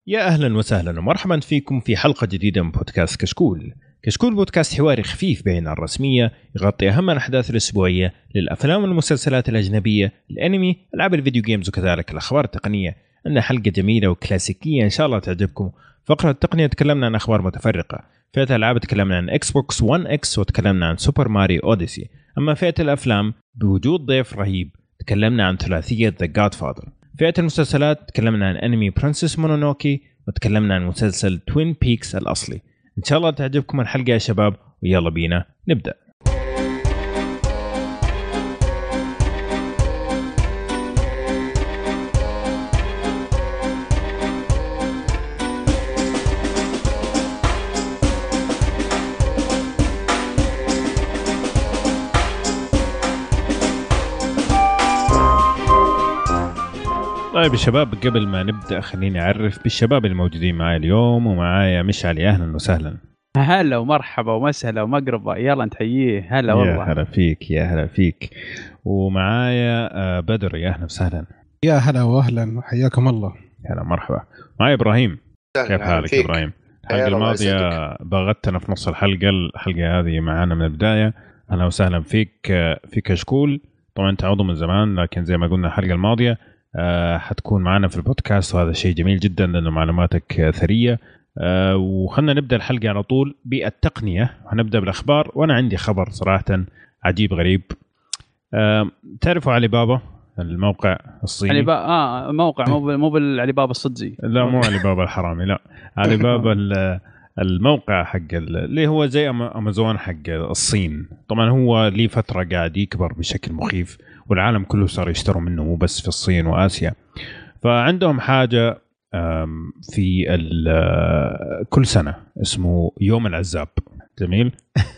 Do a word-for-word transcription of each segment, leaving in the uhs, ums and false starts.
يا أهلا وسهلا ومرحبا فيكم في حلقة جديدة من بودكاست كشكول. كشكول بودكاست حواري خفيف بين الرسمية يغطي أهم الأحداث الأسبوعية للأفلام والمسلسلات الأجنبية، الأنمي، ألعاب الفيديو جيمز وكذلك الأخبار التقنية. عندنا حلقة جميلة وكلاسيكية إن شاء الله تعجبكم. فقرة التقنية تكلمنا عن أخبار متفرقة، فئة الألعاب تكلمنا عن إكس بوكس ون إكس وتكلمنا عن سوبر ماريو أوديسي. أما فئة الأفلام بوجود ضيف رهيب تكلمنا عن ثلاثية The Godfather. فئة المسلسلات تكلمنا عن أنمي برنسس مونونوكي وتكلمنا عن مسلسل توين بيكس الأصلي. إن شاء الله تعجبكم الحلقة يا شباب، ويلا بينا نبدأ. طيب يا شباب، قبل ما نبدأ خليني أعرف بالشباب الموجودين معايا اليوم. ومعايا مشعل، أهلا وسهلا. هلا ومرحبا ومسهلا ومقربا، يلا نتحييه. هلا والله. يا هلا فيك، يا هلا فيك. ومعايا بدر، يا أهلا وسهلا. يا هلا وأهلا وحياكم الله. هلا مرحبا. معايا إبراهيم، كيف حالك إبراهيم؟ الحلقة الماضية ضغطتنا في نص الحلقة، الحلقة هذه معانا من البداية. أهلا وسهلا فيك في كشكول. طبعا أنت عضو من زمان، لكن زي ما قلنا الحلقة الماضية أه حتكون معنا في البودكاست، وهذا شيء جميل جدا لأنه معلوماتك ثرية. أه وخلنا نبدأ الحلقة على طول بالتقنية، هنبدأ بالأخبار. وأنا عندي خبر صراحة عجيب غريب. أه تعرفوا علي بابا الموقع الصيني؟ علي بابا آه موقع مو مو بالعلي بابا الصدزي، لا مو علي بابا الحرامي، لا علي بابا الموقع حق اللي هو زي أمازون حق الصين. طبعا هو ليه فترة قاعد يكبر بشكل مخيف، والعالم كله صار يشتروا منه، مو بس في الصين وآسيا. فعندهم حاجة في كل سنة اسمه يوم العزاب. جميل.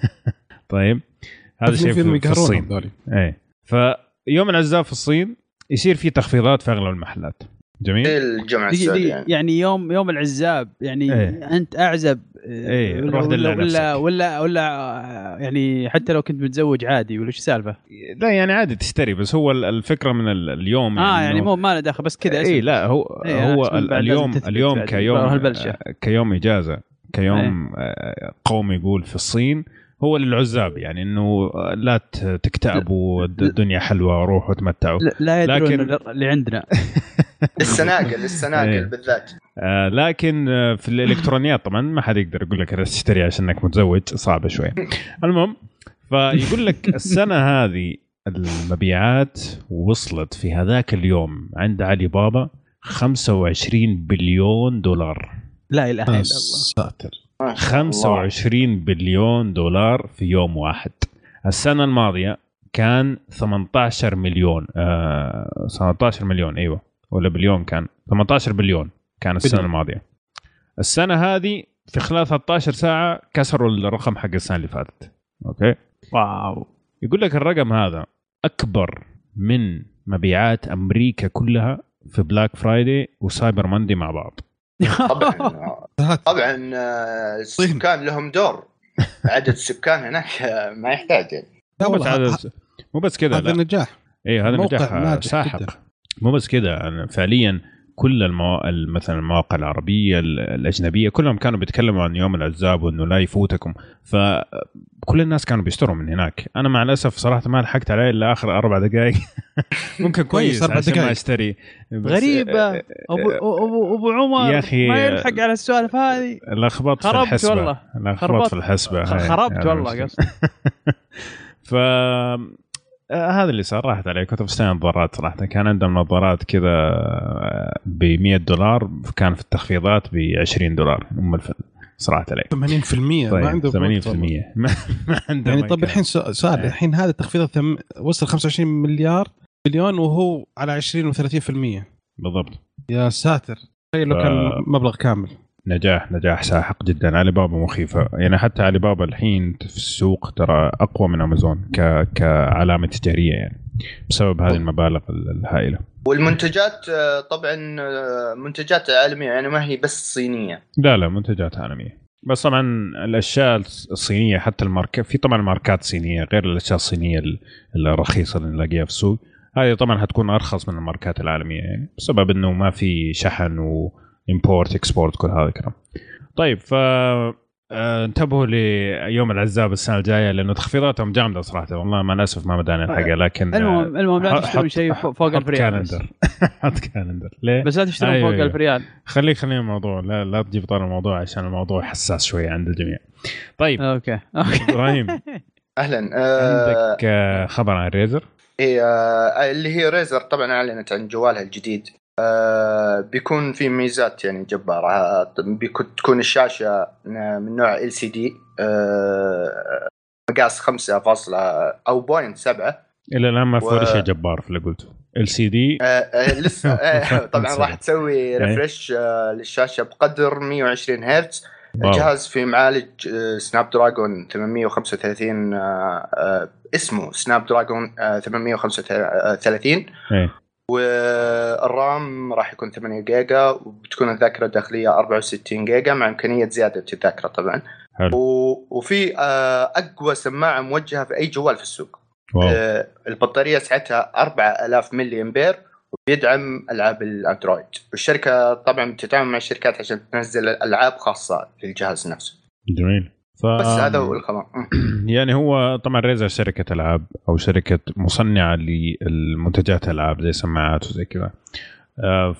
طيب هذا شيء في, في الصين. ايه فيوم العزاب في الصين يصير فيه تخفيضات في أغلب المحلات. جميل. الجمعة السعودية يعني. يعني يوم يوم العزاب يعني ايه؟ أنت أعزب ايه ولا ولا, ولا ولا ولا يعني حتى لو كنت متزوج عادي ولا ايش السالفة؟ لا يعني عادي تشتري، بس هو الفكرة من اليوم اه يعني, يعني مو ما له دخل، بس كذا ايه. لا هو إيه هو اليوم اليوم كيوم كيوم إجازة، كيوم ايه؟ قومي يقول في الصين هو للعزاب، يعني انه لا تكتئبوا، الدنيا حلوه، روحوا تمتعوا. لا يدرون لكن اللي عندنا السناقل السناقل بالذات. آه لكن في الالكترونيات طبعا ما حد يقدر يقول لك تشتري عشانك متزوج، صعبه شويه. المهم، فيقول لك السنه هذه المبيعات وصلت في هذاك اليوم عند علي بابا خمسة وعشرين بليون دولار. لا اله الا الله. ساتر. خمسة وعشرين بليون دولار في يوم واحد. السنة الماضية كان ثمانية عشر مليون. آه ثمانية عشر مليون، أيوة، ولا بليون؟ كان ثمانية عشر بليون كان السنة بليون. الماضية. السنة هذه في خلال ثلاثة عشر ساعة كسروا الرقم حق السنة اللي فاتت. أوكي. واو. يقول لك الرقم هذا أكبر من مبيعات أمريكا كلها في بلاك فرايدي وسايبر ماندي مع بعض. طبعا طبعا السكان لهم دور. عدد السكان هناك ما يحتاج يعني. مو بس عدد، مو بس كذا، هذا نجاح. ايه هذا نجاح ساحق. مو بس كذا، يعني فعليا كل المو... مثلا المواقع العربيه الاجنبيه كلهم كانوا بيتكلموا عن يوم العزاب وانه لا يفوتكم، فكل الناس كانوا بيشتروا من هناك. انا مع الاسف صراحه ما لحقت عليه الا اخر اربع دقائق. ممكن كويس عشان ما اشتري. غريبه ابو ابو ابو عمر ما يلحق على السوالف هذه. لخبطت في الحسبه والله. لخبطت في الحسبه خربت والله قصدي. ف هذا اللي صار. راحت عليه. كنت بستعمل نظارات صراحة، كان عندهم نظارات كذا بمية دولار، كان في التخفيضات بعشرين دولار. أم الفل صراحة عليه ثمانين في المية. طيب ما عنده ثمانين في المية ما عنده يعني. طب الحين سؤال، الحين هذا التخفيض ثم... وصل خمسة وعشرين مليار بليون وهو على عشرين وثلاثين في المية بالضبط. يا ساتر، تخيل لو كان ف... مبلغ كامل. نجاح نجاح ساحق جدا. علي بابا مخيفة يعني. حتى علي بابا الحين في السوق ترى أقوى من أمازون ك... كعلامة تجارية يعني، بسبب هذه المبالغ الهائلة. والمنتجات طبعا منتجات عالمية يعني، ما هي بس صينية. لا لا منتجات عالمية. بس طبعا الأشياء الصينية حتى الماركة، في طبعا ماركات صينية غير الأشياء الصينية الرخيصة اللي نلاقيها في السوق. هذه طبعا هتكون أرخص من الماركات العالمية يعني، بسبب أنه ما في شحن و امبورت اكسبورت كل هذا الكلام. طيب ف انتبهوا ليوم العزاب السنه الجايه لانه تخفيضاتهم جامده صراحه. والله ما ناسف ما مداني الحقيقه لكن المهم المهم لا تشترون شيء فوق ألف ريال. حط كالندر ليه بس لا تشترون أيوة فوق ألف ريال. خلي خلينا الموضوع لا لا تجيب طار الموضوع عشان الموضوع حساس شويه عند الجميع. طيب اوكي اوكي ابراهيم اهلا. آه عندك آه خبر عن ريزر؟ ايه آه اللي هي ريزر طبعا اعلنت عن جوالها الجديد. آه بيكون في ميزات يعني جبارة. بيكون تكون الشاشة من نوع إل سي دي آه مقاس خمسة فاصلة أو بوينت سبعة. إلا الآن ما في شيء جبار في اللي قلته إل سي دي آه آه لسه آه طبعا راح تسوي ريفرش آه للشاشة بقدر مية وعشرين هرتز. الجهاز في معالج آه سناب دراجون ثمانمية وخمسة وثلاثين آه آه اسمه سناب دراجون آه ثمانمية وخمسة وثلاثين. والرام راح يكون ثمانية جيجا وبتكون الذاكرة الداخلية أربعة وستين جيجا مع إمكانية زيادة الذاكرة طبعا. حلو. وفي أقوى سماعة موجهة في أي جوال في السوق. واو. البطارية سعتها أربعة آلاف ملي أمبير وبيدعم ألعاب الأندرويد. والشركة طبعا بتتعامل مع الشركات عشان تنزل ألعاب خاصة للجهاز نفسه. جميل. ف... بس هذا هو الخبر. يعني هو طبعا ريزر شركة ألعاب أو شركة مصنعة للمنتجات ألعاب زي سماعات وزي كذا. آه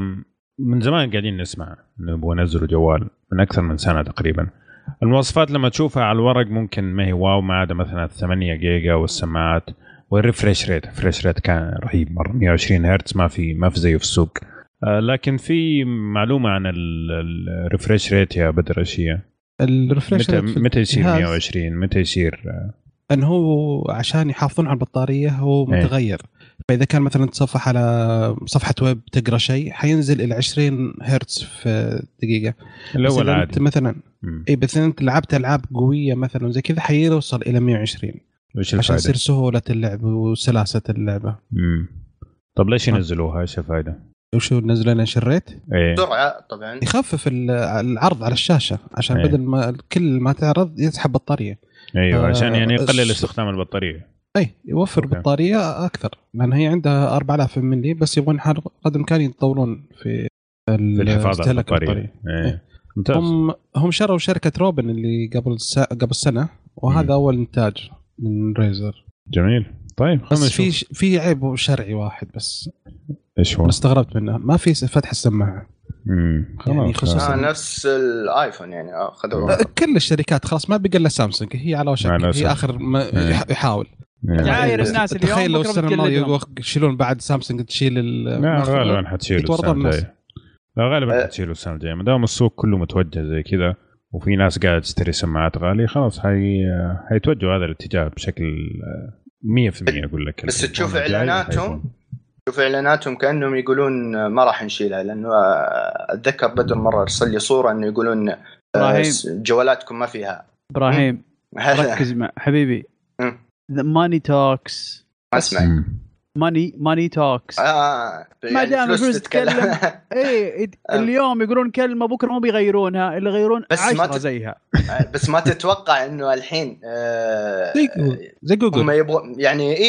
فمن زمان قاعدين نسمع إنه يبغوا ينزلوا جوال من أكثر من سنة تقريبا. المواصفات لما تشوفها على الورق ممكن ما هي واو ما عدا مثلا ثمانية جيجا والسماعات والريفريش ريت. الريفريش ريت كان رهيب مرة مية وعشرين هرتز ما في ما في زيه في السوق. آه لكن في معلومة عن الريفريش ريت يا بدر أشياء. الريفريش متى متى يصير مية وعشرين متى يصير انه هو عشان يحافظون على البطاريه هو متغير. فاذا كان مثلا تصفح على صفحه ويب تقرا شيء حينزل الى عشرين هرتز في دقيقه الاول عادي مثلا. اي بس انت لعبت العاب قويه مثلا زي كذا حيوصل الى مية وعشرين عشان يصير سهوله اللعب وسلاسه اللعبه. امم طب ليش ينزلوها؟ ايش الفائده؟ وشو نزلوا لنا شريت بسرعه طبعا يخفف العرض على الشاشه عشان أيه. بدل ما كل ما تعرض يسحب بطاريه. ايوه عشان يعني يقلل استخدام البطاريه. اي يوفر أوكي. بطاريه اكثر لان هي عندها أربعة آلاف ملي بس يبغون قدر الامكان يتطورون في الحفاظ على البطاريه. أيه. هم هم شروا شركه روبن اللي قبل سا... قبل سنه وهذا م. اول انتاج من ريزر. جميل. طيب بس في في عيب شرعي واحد بس. ايش هو؟ استغربت منه ما في فتح السماعه. امم يعني خصوصا آه نفس الايفون يعني اخذوا كل الشركات خلاص ما بقى الا سامسونج هي على وشك هي اخر ما يحاول جاير الناس اليوم. تخيل لو السنه الماضيه يشيلون بعد سامسونج تشيل لا غالبا حتشيلوا السنه الجايه. لا غالبا حتشيلوا السنه الجايه ما دام السوق كله متوجه زي كذا وفي ناس قاعد تشتري سماعات غاليه خلاص هي هيتوجهوا هذا الاتجاه بشكل مية بالمية اقول لك. بس تشوف اعلاناتهم شوف إعلاناتهم كأنهم يقولون ما راح نشيلها لأنه أتذكر بدر مرة أرسل لي صورة إنه يقولون جوالاتكم ما فيها. إبراهيم ركز مع حبيبي. The money talks. أسمع. money money talks. آه ما دام الفلوس تتكلم. إيه اليوم يقولون كلمة بكرة مو بيغيرونها اللي يغيرون عشرة تت... زيها. بس ما تتوقع إنه الحين آه زي جوجل هم يبغوا يعني إيه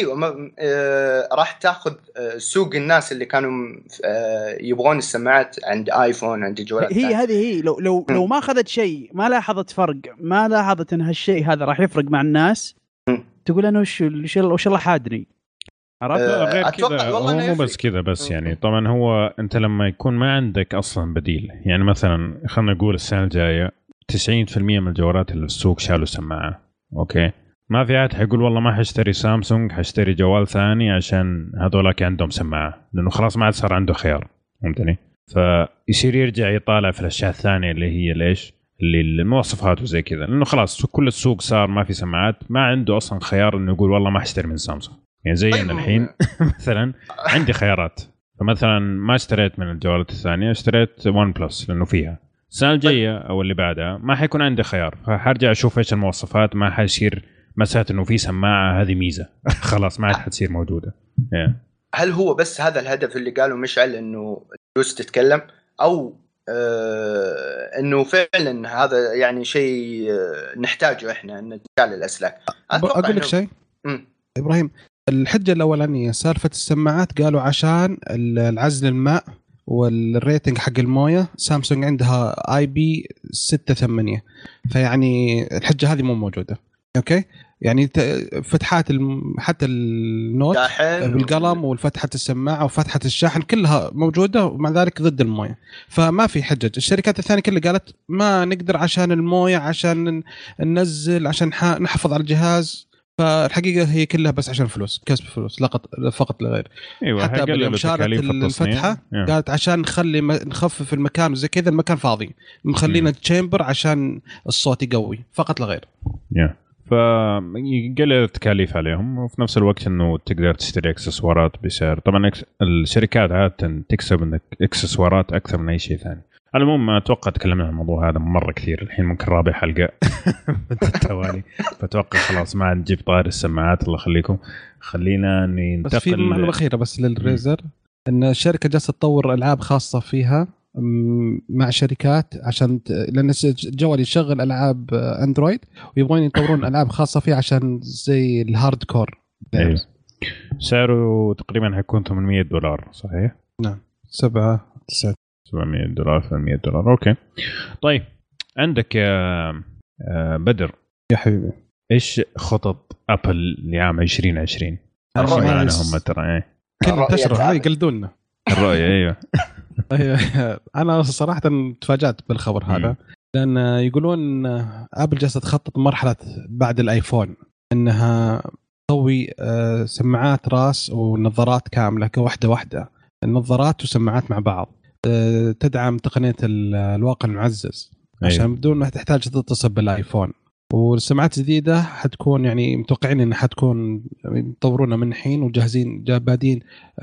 آه راح تأخذ آه سوق الناس اللي كانوا آه يبغون السماعات عند آيفون عند جوالات. هي هذه هي لو لو م. لو ما أخذت شيء ما لاحظت فرق ما لاحظت إن هالشيء هذا راح يفرق مع الناس م. تقول أنا وش وش وش الله حادني. عرفت غير كذا هو مو بس كذا بس يعني طبعا هو انت لما يكون ما عندك اصلا بديل يعني مثلا خلينا نقول السنه الجايه تسعين بالمية من الجوالات اللي في السوق شالوا سماعه اوكي ما في احد حيقول والله ما حاشتري سامسونج حاشتري جوال ثاني عشان هذولاك عندهم سماعه لانه خلاص ما عاد صار عنده خيار فهمتني فيصير يرجع يطالع في الاشياء الثانيه اللي هي ليش اللي المواصفات وزي كذا لانه خلاص كل السوق صار ما في سماعات ما عنده اصلا خيار انه يقول والله ما حاشتري من سامسونج يعني زي أنا الحين مثلا عندي خيارات فمثلا ما اشتريت من الجوالات الثانية اشتريت ون بلس لأنه فيها السنة الجاية أو اللي بعدها ما حيكون عندي خيار فحرجع أشوف إيش المواصفات ما حيصير مسألة إنه في سماعة هذه ميزة خلاص ما عاد حتصير موجودة yeah. هل هو بس هذا الهدف اللي قالوا مشعل إنه الفلوس تتكلم أو آه إنه فعلا هذا يعني شيء آه نحتاجه إحنا إن نتعلم الأسلاك. أقول لك شيء إبراهيم الحجة الأولانية سالفة السماعات قالوا عشان العزل الماء والريتنج حق المويه سامسونج عندها اي بي ستة ثمانية، فيعني الحجه هذه مو موجوده. اوكي يعني فتحات الم... حتى النوت بالقلم والفتحه السماعه وفتحه الشاحن كلها موجوده، ومع ذلك ضد المويه، فما في حجج. الشركات الثانيه كلها قالت ما نقدر عشان المويه، عشان ننزل، عشان نحافظ على الجهاز. فالحقيقه هي كلها بس عشان فلوس، كسب فلوس فقط فقط لا غير. أيوة حتى يوم شارت الفتحه yeah. قالت عشان نخلي نخفف المكان وزي كذا، المكان فاضي مخلينا تشامبر عشان الصوت يقوي فقط لا غير. yeah. فقلل تكاليف عليهم، وفي نفس الوقت انه تقدر تشتري اكسسوارات بسعر. طبعا الشركات عاده تكسب انك اكسسوارات اكثر من اي شيء ثاني. على العموم ما اتوقع تكلمنا عن الموضوع هذا مره كثير، الحين ممكن رابع حلقه بالتوالي، فاتوقع خلاص ما نجيب طار السماعات. الله يخليكم، خلينا ننتقل. بس في معلومه اخيره بس للريزر، ان الشركه جالسه تطور العاب خاصه فيها مع شركات، عشان لان الجوال يشغل العاب اندرويد ويبغون يطورون العاب خاصه فيه عشان زي الهارد كور. أيوه. سعره تقريبا حيكون ثمانمية دولار صحيح؟ نعم سبعة تسعة سبعمية دولار ثمانمية دولار. اوكي طيب عندك يا بدر يا حبيبي ايش خطط ابل لعام عشرين عشرين؟ معنا هم ترى ايه كل تشرح هاي يقلدوننا الرؤية. ايوه انا صراحه تفاجأت بالخبر هذا، لان يقولون ابل جالسه تخطط مرحله بعد الايفون انها تسوي سماعات راس ونظارات كامله كوحده واحده، النظارات وسماعات مع بعض، تدعم تقنيه الواقع المعزز عشان أيوه. بدون ما تحتاج تتصل بالايفون. والسماعات الجديده حتكون يعني متوقعين انها حتكون يطورونها من حين وجاهزين بادين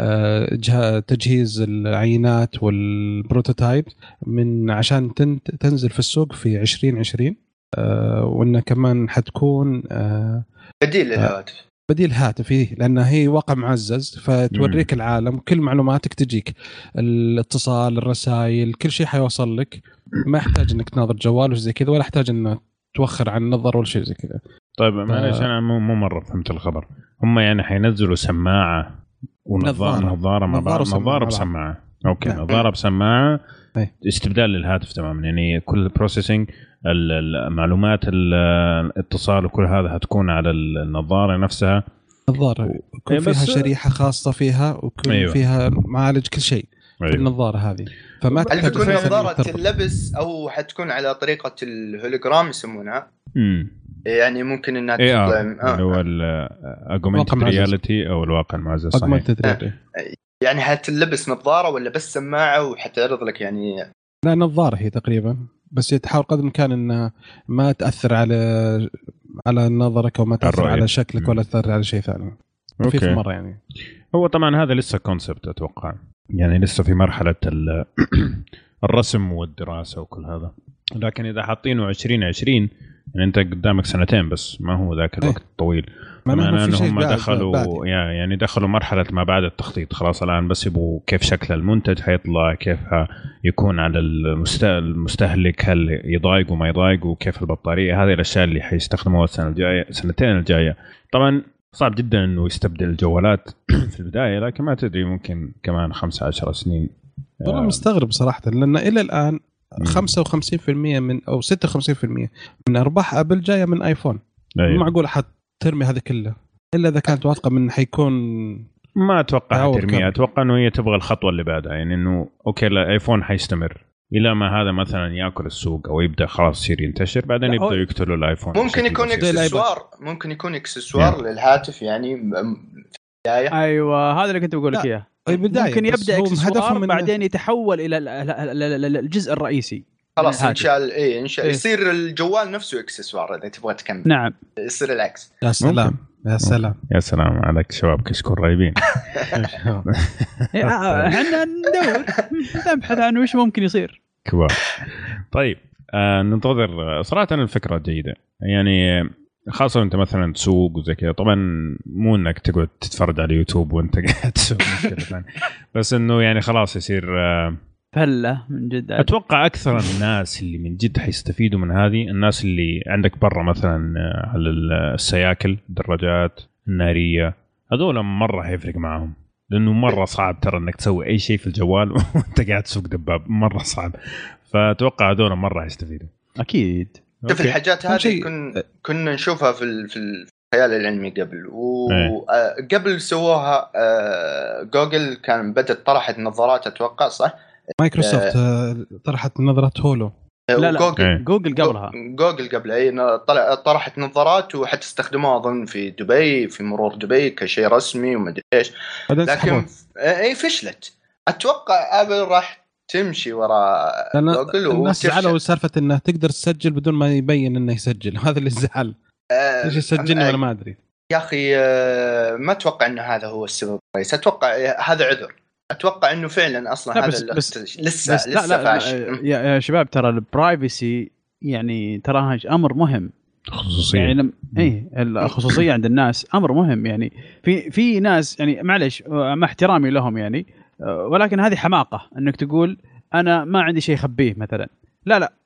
تجهيز العينات والبروتوتايب من عشان تنزل في السوق في عشرين عشرين، وانها كمان حتكون بديل للهاتف بديل هاتفي، لأنها هي واقع معزز فتوريك مم. العالم كل معلوماتك تجيك، الاتصال الرسائل كل شيء حيوصل لك، ما يحتاج انك تناظر جوال وزي كذا، ولا يحتاج انك توخر عن النظر ولا شيء زي كذا. طيب معليش انا مو مو مره فهمت الخبر. هم يعني حينزلوا سماعه ونظاره نظاره مع بعض، نظاره بسماعه. اوكي نعم. نظاره بسماعه استبدال للهاتف تماما، يعني كل بروسيسنج المعلومات الاتصال وكل هذا هتكون على النظاره نفسها. النظاره يكون فيها شريحه خاصه فيها، ويكون أيوة. فيها معالج كل شيء أيوة. في النظاره هذه. فما تكون نظاره اللبس او حتكون على طريقه الهولوجرام يسمونها. امم يعني ممكن انها تطلع اللي هو الاوجمانتد رياليتي او الواقع المعزز صحيح. يعني هتلبس نظاره ولا بس سماعه وحتعرض لك يعني؟ لا نظاره هي تقريبا، بس تحاول قدر الامكان ان ما تاثر على على نظرك وما تاثر الرؤية. على شكلك ولا تاثر على شيء ثاني. في في مره يعني هو طبعا هذا لسه كونسبت اتوقع، يعني لسه في مرحله الرسم والدراسه وكل هذا، لكن اذا حاطينه عشرين عشرين يعني انت قدامك سنتين بس، ما هو ذاك الوقت الطويل. معناه انهم دخلوا يعني دخلوا مرحله ما بعد التخطيط خلاص. الان بس يبغوا كيف شكل المنتج حيطلع، كيف يكون على المستهلك، هل يضايق وما يضايق، وكيف البطاريه. هذه الاشياء اللي حيستخدموها السنه الجايه سنتين الجايه. طبعا صعب جدا انه يستبدل الجوالات في البدايه، لكن ما تدري ممكن كمان خمسة عشر سنين. والله مستغرب صراحه، لان الى الان خمسة وخمسين بالمئة من او ستة وخمسين بالمئة من ارباح ابل جايه من ايفون. أيوة. معقول حد ترمي هذا كله الا اذا كانت واثقه من حيكون؟ ما اتوقع ترميها، اتوقع انه هي تبغى الخطوه اللي بعدها، يعني انه اوكي الايفون حيستمر الى ما هذا مثلا ياكل السوق او يبدا خلاص يصير ينتشر، بعدين يبدا يقتلوا الايفون. ممكن يكون اكسسوار، ممكن يكون اكسسوار للهاتف يعني بدايه. ايوه هذا اللي كنت بقول لك اياه. ممكن يبدا اكسسوار بعدين يتحول الى الجزء الرئيسي خلاص ان شاء الله. ايه ان شاء الله يصير الجوال نفسه اكسسوار اذا تبغى تكمل. نعم يصير العكس. يا سلام يا سلام يا سلام عليك شباب كشكور رايبين. احنا ندور نبحث عن وش ممكن يصير. كبار. طيب آه ننتظر. صراحه الفكره جيده، يعني خاصة أنت مثلا تسوق وزي كذا. طبعا مو إنك تقعد تتفرج على يوتيوب وأنت قاعد تسوق مشكلة، بس إنه يعني خلاص يصير فلة من جد. أتوقع أكثر الناس اللي من جد حيستفيدوا من هذه الناس اللي عندك برا مثلا على السياكل، الدراجات النارية، هذول مرة حيفرق معهم. لانه مره صعب ترى انك تسوي اي شيء في الجوال وانت قاعد تسوق دباب، مره صعب. فاتوقع هذول مره يستفيدوا اكيد. شوف الحاجات هذه كن كنا نشوفها في في الخيال العلمي قبل، وقبل سووها جوجل كان بدت طرحت نظارات اتوقع صح. مايكروسوفت طرحت نظارة هولو. لا لا جوجل, جوجل قبلها جوجل قبل اي طرحت نظارات وحتى استخدموها اظن في دبي في مرور دبي كشيء رسمي وما ادري ايش، لكن اي فشلت. اتوقع ابل راح تمشي وراء جوجل. الناس زعلوا سالفه انه تقدر تسجل بدون ما يبين انه يسجل، هذا اللي زعل. أه ليش يسجلني ولا ما ادري يا اخي. ما اتوقع انه هذا هو السبب الرئيسي، اتوقع هذا عذر. اتوقع انه فعلا اصلا هذا بس بس لسه بس لسه لا لا فاشل. يا, يا شباب ترى البرايفسي يعني تراها امر مهم، خصوصيه يعني لم... ايه الخصوصيه عند الناس امر مهم. يعني في في ناس يعني معلش مع احترامي لهم يعني، ولكن هذه حماقه انك تقول انا ما عندي شيء اخبيه مثلا. لا لا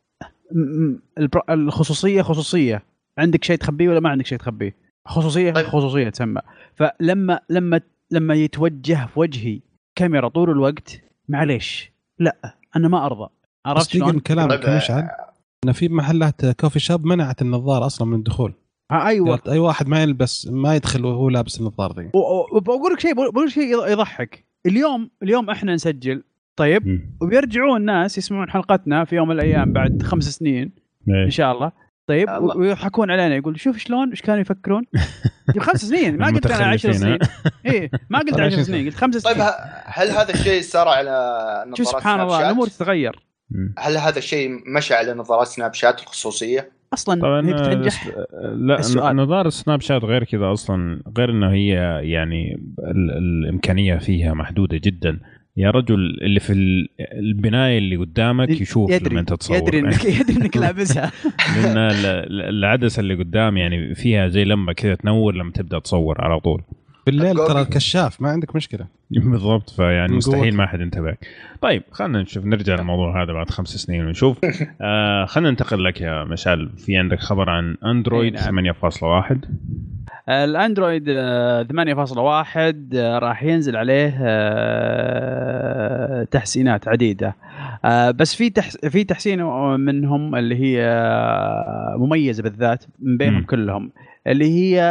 الخصوصيه خصوصيه، عندك شيء تخبيه ولا ما عندك شيء تخبيه، خصوصيه طيب. خصوصيه تسمى. فلما لما لما يتوجه في وجهي كاميرا طول الوقت معليش لا انا ما ارضى. عرفت شلون كلامك طيب. مشعل ان في محلات كوفي شاب منعت النظاره اصلا من الدخول. ايوه اي واحد ما يلبس ما يدخل وهو لابس النظاره دي. وبقول لك شيء بقول شيء يضحك. اليوم اليوم احنا نسجل طيب م. وبيرجعون الناس يسمعون حلقتنا في يوم من الايام بعد خمس سنين مي. ان شاء الله طيب الله. ويضحكون علينا يقول شوف شلون ايش كانوا يفكرون. خمس سنين ما قلت انا عشر سنين. ايه ما قلت عشر سنين قلت خمس سنين. طيب هل هذا الشيء صار على نظارات سبحان الله الامور تتغير. هل هذا الشيء مشى على نظارات سناب شات الخصوصيه اصلا هي بتنجح؟ لا نظارة سناب شات غير كذا اصلا، غير انه هي يعني الامكانيه فيها محدوده جدا يا رجل. اللي في البنايه اللي قدامك يشوف لما انت تصور يدري انك يدري انك لابسها لان العدسه اللي قدام يعني فيها زي لمبه كذا تنور لما تبدا تصور على طول. بالليل ترى الكشاف ما عندك مشكله بالضبط. فيعني مستحيل ما حد ينتبه. طيب خلينا نشوف نرجع للموضوع هذا بعد خمس سنين ونشوف. آه خلينا ننتقل لك يا مشعل. في عندك خبر عن اندرويد ثمانية فاصلة واحد. الاندرويد ثمانية فاصلة واحد راح ينزل عليه تحسينات عديدة، بس في في تحسين منهم اللي هي مميزة بالذات من بينهم م. كلهم، اللي هي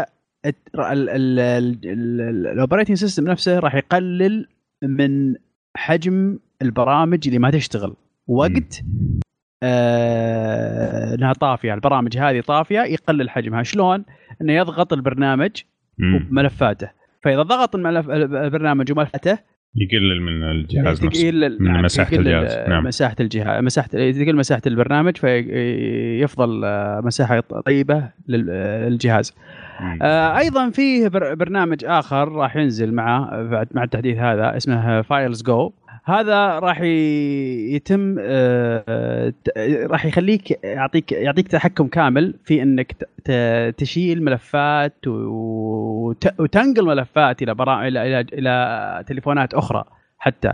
الاوبريتنج سيستم نفسه راح يقلل من حجم البرامج اللي ما تشتغل وقت آه انها طافيه. البرامج هذه طافيه يقلل حجمها. شلون؟ انه يضغط البرنامج وملفاته، فاذا ضغط الملف البرنامج وملفاته يقلل من الجهاز نفسه، من مساحه الجهاز. نعم مساحه الجهاز مساحه يقلل مساحه البرنامج فيفضل مساحه طيبه للجهاز. آه ايضا فيه برنامج اخر راح ينزل مع بعد مع التحديث هذا اسمه فايلز جو. هذا راح يتم آه راح يخليك يعطيك يعطيك تحكم كامل في انك تشيل ملفات وتنقل ملفات الى برا الى الى, إلى تليفونات اخرى حتى.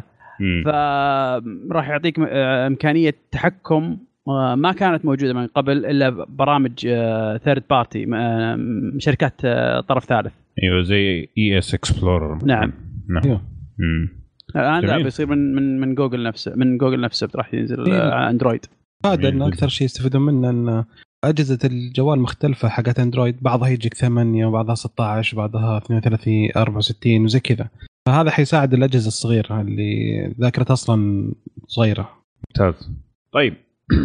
فراح يعطيك امكانيه تحكم ما كانت موجوده من قبل الا برامج ثيرد بارتي، شركات طرف ثالث. ايوه زي اي اس اكسبلورر. نعم نعم. الان لا بيصير من من من جوجل نفسه من جوجل نفسه راح ينزل على اندرويد. هذا انه اكثر شيء يستفيدون منه ان اجهزه الجوال مختلفه حقت اندرويد، بعضها يجيك ثمانية وبعضها ستة عشر وبعضها اثنين وثلاثين أربعة وستين وزي كذا. فهذا حيساعد الاجهزه الصغيره اللي ذاكرتها اصلا صغيره. ممتاز. طيب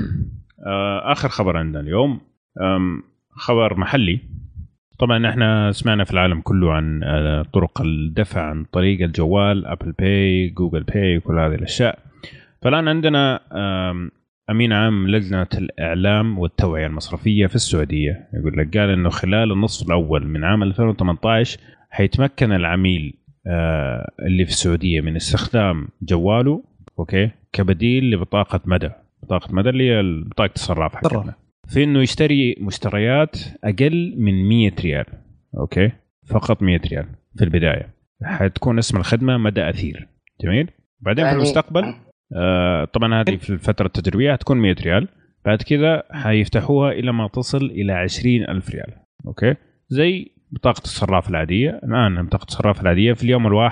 اخر خبر عندنا اليوم خبر محلي. طبعا احنا سمعنا في العالم كله عن طرق الدفع عن طريق الجوال، ابل باي، جوجل باي وكل هذه الاشياء. فالان عندنا امين عام لجنه الاعلام والتوعيه المصرفيه في السعوديه يقول لك قال انه خلال النصف الاول من عام ألفين وثمانية عشر حيتمكن العميل اللي في السعوديه من استخدام جواله اوكي كبديل لبطاقه مدى. بطاقه مدى اللي هي بطاقه الصراف حقنا، في انه يشتري مشتريات اقل من مية ريال اوكي فقط مية ريال في البدايه. حتكون اسم الخدمه مدى اثير. جميل. بعدين في المستقبل آه طبعا هذه في الفتره التجريبيه هتكون مية ريال، بعد كذا حيفتحوها الى ما تصل الى عشرين ألف ريال اوكي زي بطاقه الصراف العاديه. الان بطاقه الصراف العاديه في اليوم الواحد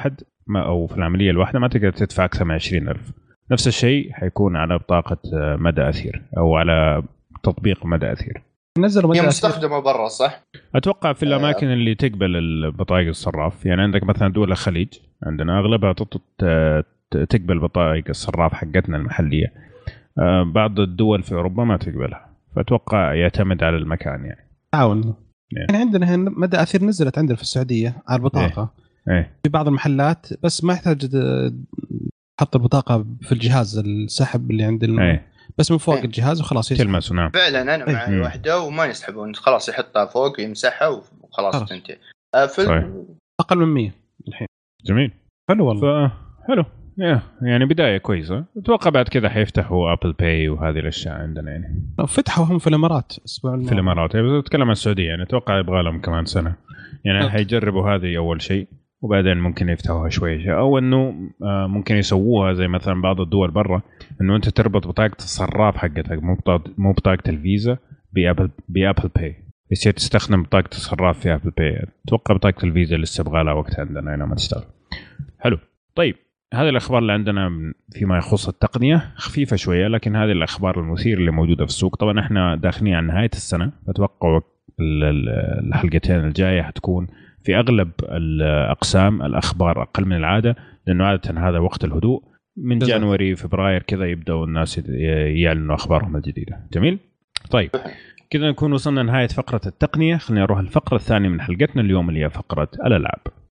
ما أو في العملية الواحدة ما تقدر تدفع أكثر من عشرين ألف. نفس الشيء حيكون على بطاقة مدى أثير أو على تطبيق مدى أثير. نزلوا هي مستخدمة برا صح؟ أتوقع في الأماكن اللي تقبل البطايق الصراف. يعني عندك مثلا دول الخليج عندنا أغلبها تقبل بطايق الصراف حقتنا المحلية. بعض الدول في أوروبا ما تقبلها، فأتوقع يعتمد على المكان يعني. تعاون يعني عندنا هنا مدى أثير نزلت عندنا في السعودية على البطاقة إيه. إيه. في بعض المحلات، بس ما يحتاج تحط البطاقة في الجهاز السحب اللي عند الم... إيه. بس من فوق إيه. الجهاز وخلاص تلمسه. نعم فعلا أنا معي إيه. واحدة وما يسحبون، خلاص يحطها فوق يمسحها وخلاص تنتهي. في أقل من مية الحين. جميل حلو والله. حلو يعني بداية كويسة. أتوقع بعد كذا حيفتحوا أبل باي وهذه الأشياء عندنا يعني. فتحوا هم في الإمارات أسبوع في الإمارات. يعني بتكلم عن السعودية يعني أتوقع يبغى لهم كمان سنة يعني. حيجربوا هذه أول شيء وبعدين ممكن يفتحوها شوي، أو إنه ممكن يسووها زي مثلا بعض الدول برا إنه أنت تربط بطاقة الصراف حقتك مو بطاقة الفيزا بأبل بأبل باي، يصير تستخدم بطاقة الصراف في أبل باي. أتوقع بطاقة الفيزا لسه يبغى لها وقت عندنا هنا ما تشتغل. حلو. طيب هذه الأخبار اللي عندنا فيما يخص التقنية خفيفة شوية، لكن هذه الأخبار المثيرة اللي موجودة في السوق. طبعا احنا داخلين على نهاية السنة، أتوقع الحلقتين الجاية هتكون في أغلب الأقسام الأخبار أقل من العادة، لأنه عادة هذا وقت الهدوء من جانوري فبراير كذا يبدأوا الناس يعلنوا أخبارهم الجديدة. جميل. طيب كذا نكون وصلنا نهاية فقرة التقنية. خلينا نروح الفقرة الثانية من حلقتنا اليوم اللي هي فقرة الألعاب.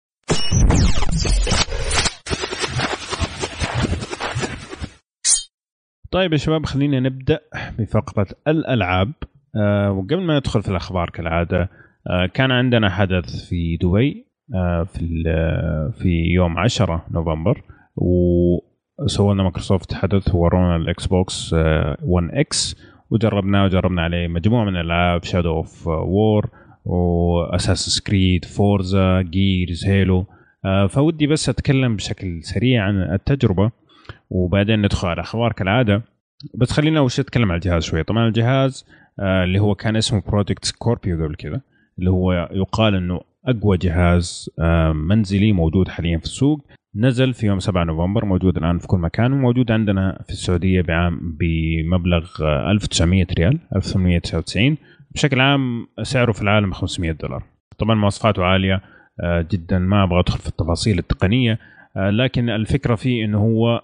طيب يا شباب خلينا نبدأ بفقرة الألعاب. أه وقبل ما ندخل في الأخبار كالعادة، أه كان عندنا حدث في دبي أه في في يوم عشرة نوفمبر، وسوينا مايكروسوفت حدث ورونا الإكس بوكس أه ون إكس وجربناه وجربنا عليه مجموعة من الألعاب، شادو أوف وور وأساس كريد فورزا جيرز هيلو. أه فودي بس أتكلم بشكل سريع عن التجربة وبعدين ندخل على أخبار كالعادة. بس خلينا أول شيء نتكلم عن الجهاز شوية. طبعا الجهاز آه اللي هو كان اسمه بروجكت سكوربيو قبل كده، اللي هو يقال أنه أقوى جهاز آه منزلي موجود حاليا في السوق. نزل في يوم سبعة نوفمبر، موجود الآن في كل مكان، وموجود عندنا في السعودية بعام بمبلغ آه ألف وتسعمية ريال، ألف وثمانمية وتسعة وتسعين. بشكل عام سعره في العالم خمسمية دولار. طبعا مواصفاته عالية آه جدا، ما أبغى أدخل في التفاصيل التقنية، آه لكن الفكرة فيه أنه هو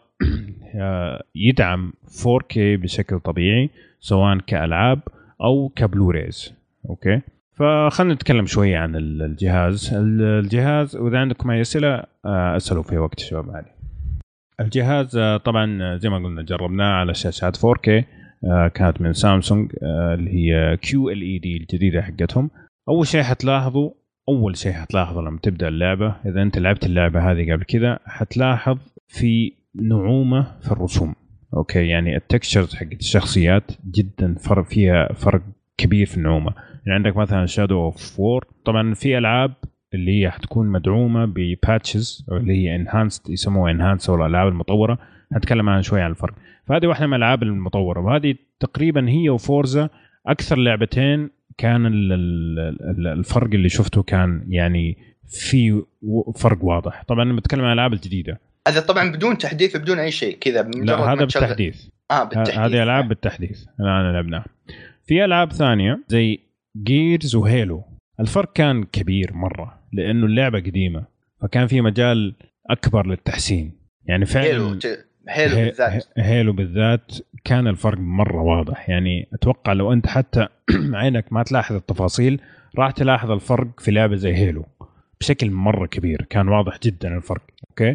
يدعم فور كي بشكل طبيعي سواء كألعاب أو كبلوريز. أوكي، فخلنا نتكلم شوية عن الجهاز. الجهاز وإذا عندكم أي أسئلة أسألوا في وقت شباب عادي. الجهاز طبعا زي ما قلنا جربناه على شاشات فور كي، كانت من سامسونج اللي هي كيو إل إي دي الجديدة حقتهم. أول شيء حتلاحظوا أول شيء حتلاحظوا لما تبدأ اللعبة، إذا أنت لعبت اللعبة هذه قبل كده، حتلاحظ في نعومة في الرسوم. أوكي، يعني التكستشرز حق الشخصيات جدا فرق فيها فرق كبير في النعومة. يعني عندك مثلا شادو أوف وور، طبعا في ألعاب اللي هي حتكون مدعومة بباتشز اللي هي انهانسد يسموها انهانس، أو الألعاب المطورة هنتكلم عنها شوي عن الفرق. فهذه واحدة من الألعاب المطورة، وهذه تقريبا هي وفورزا أكثر لعبتين كان الفرق اللي شفته كان يعني في فرق واضح. طبعا بتكلم عن الألعاب الجديدة، هذا طبعا بدون تحديث بدون اي شيء كذا. لا هذا بالتحديث. اه بالتحديث. هذه العاب بالتحديث الان لعبناها. في العاب ثانيه زي جيرز وهيلو الفرق كان كبير مره، لانه اللعبه قديمه فكان في مجال اكبر للتحسين. يعني فعلا هيلو هيلو بالذات هيلو بالذات كان الفرق مره واضح. يعني اتوقع لو انت حتى عينك ما تلاحظ التفاصيل راح تلاحظ الفرق في لعبه زي هيلو بشكل مره كبير، كان واضح جدا الفرق. اوكي،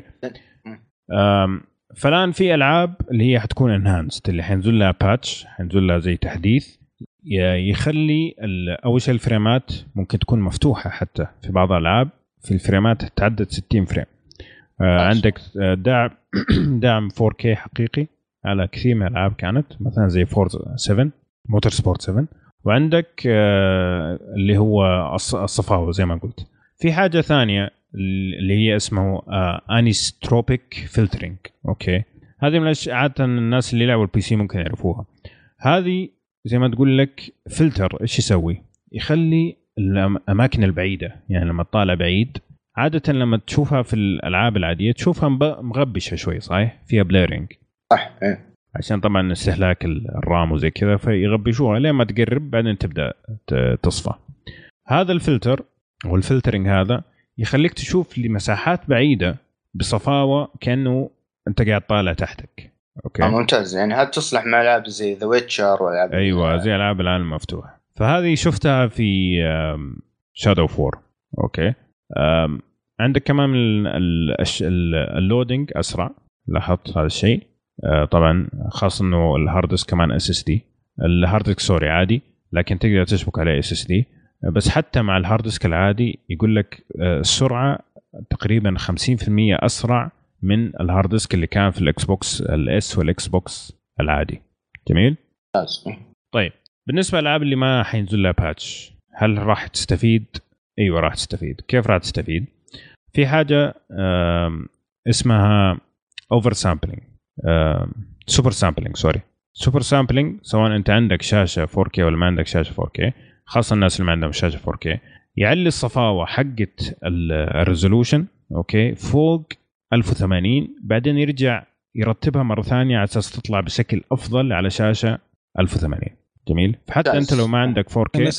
فالآن في ألعاب اللي هي حتكون انهانسد، اللي حينزل لها باتش، حينزل لها زي تحديث يخلي أول شيء الفريمات ممكن تكون مفتوحة. حتى في بعض الألعاب في الفريمات تتعدد ستين فريم. آه عندك دعم دعم فور كي حقيقي على كثير من الألعاب، كانت مثلا زي فورزا سفن، موتور سبورت سفن. وعندك آه اللي هو الصفاوة زي ما قلت. في حاجة ثانية اللي هي اسمه انيستروبيك فلترينج. اوكي، هذه من عادة الناس اللي لعبوا البي سي ممكن يعرفوها. هذه زي ما تقول لك فلتر، ايش يسوي؟ يخلي الاماكن البعيده، يعني لما تطالع بعيد عاده لما تشوفها في الالعاب العاديه تشوفها مغبشه شوي صحيح، فيها بليرنج صح إيه. عشان طبعا استهلاك الرام وزي كذا فيغبشوها لين ما تقرب بعدين تبدا تصفى. هذا الفلتر والفلترنج هذا يخليك تشوف لمساحات بعيده بصفاوه كانه انت قاعد طالع تحتك. اوكي آه ممتاز. يعني هذا تصلح مع العاب زي ذا ويتشر والعاب ايوه زي العاب العالم المفتوح. فهذه شفتها في شادو فور. اوكي عندك كمان اللودينج اسرع، لاحظت هذا الشيء طبعا، خاصه انه الهارد ديسك كمان اس اس دي، الهارد ديسك سوري عادي لكن تقدر تشبك عليه اس اس دي. بس حتى مع الهارد ديسك العادي يقول لك السرعه تقريبا خمسين بالمية اسرع من الهارد ديسك اللي كان في الاكس بوكس الاس والاكس بوكس العادي. جميل. طيب بالنسبه للالعاب اللي ما حينزل لها باتش هل راح تستفيد؟ ايوه راح تستفيد. كيف راح تستفيد؟ في حاجه اسمها اوفر سامبلينج، سوبر سامبلينج سوري سوبر سامبلينج. سواء انت عندك شاشه فور كيه ولا ما عندك شاشه فور كيه، خاصه الناس اللي ما عندهم شاشه فور كيه، يعلي الصفاوه حقه الريزولوشن اوكي فوق ألف وثمانين، بعدين يرجع يرتبها مره ثانيه على اساس تطلع بشكل افضل على شاشه ألف وثمانين. جميل. فحتى انت لو ما عندك فور كيه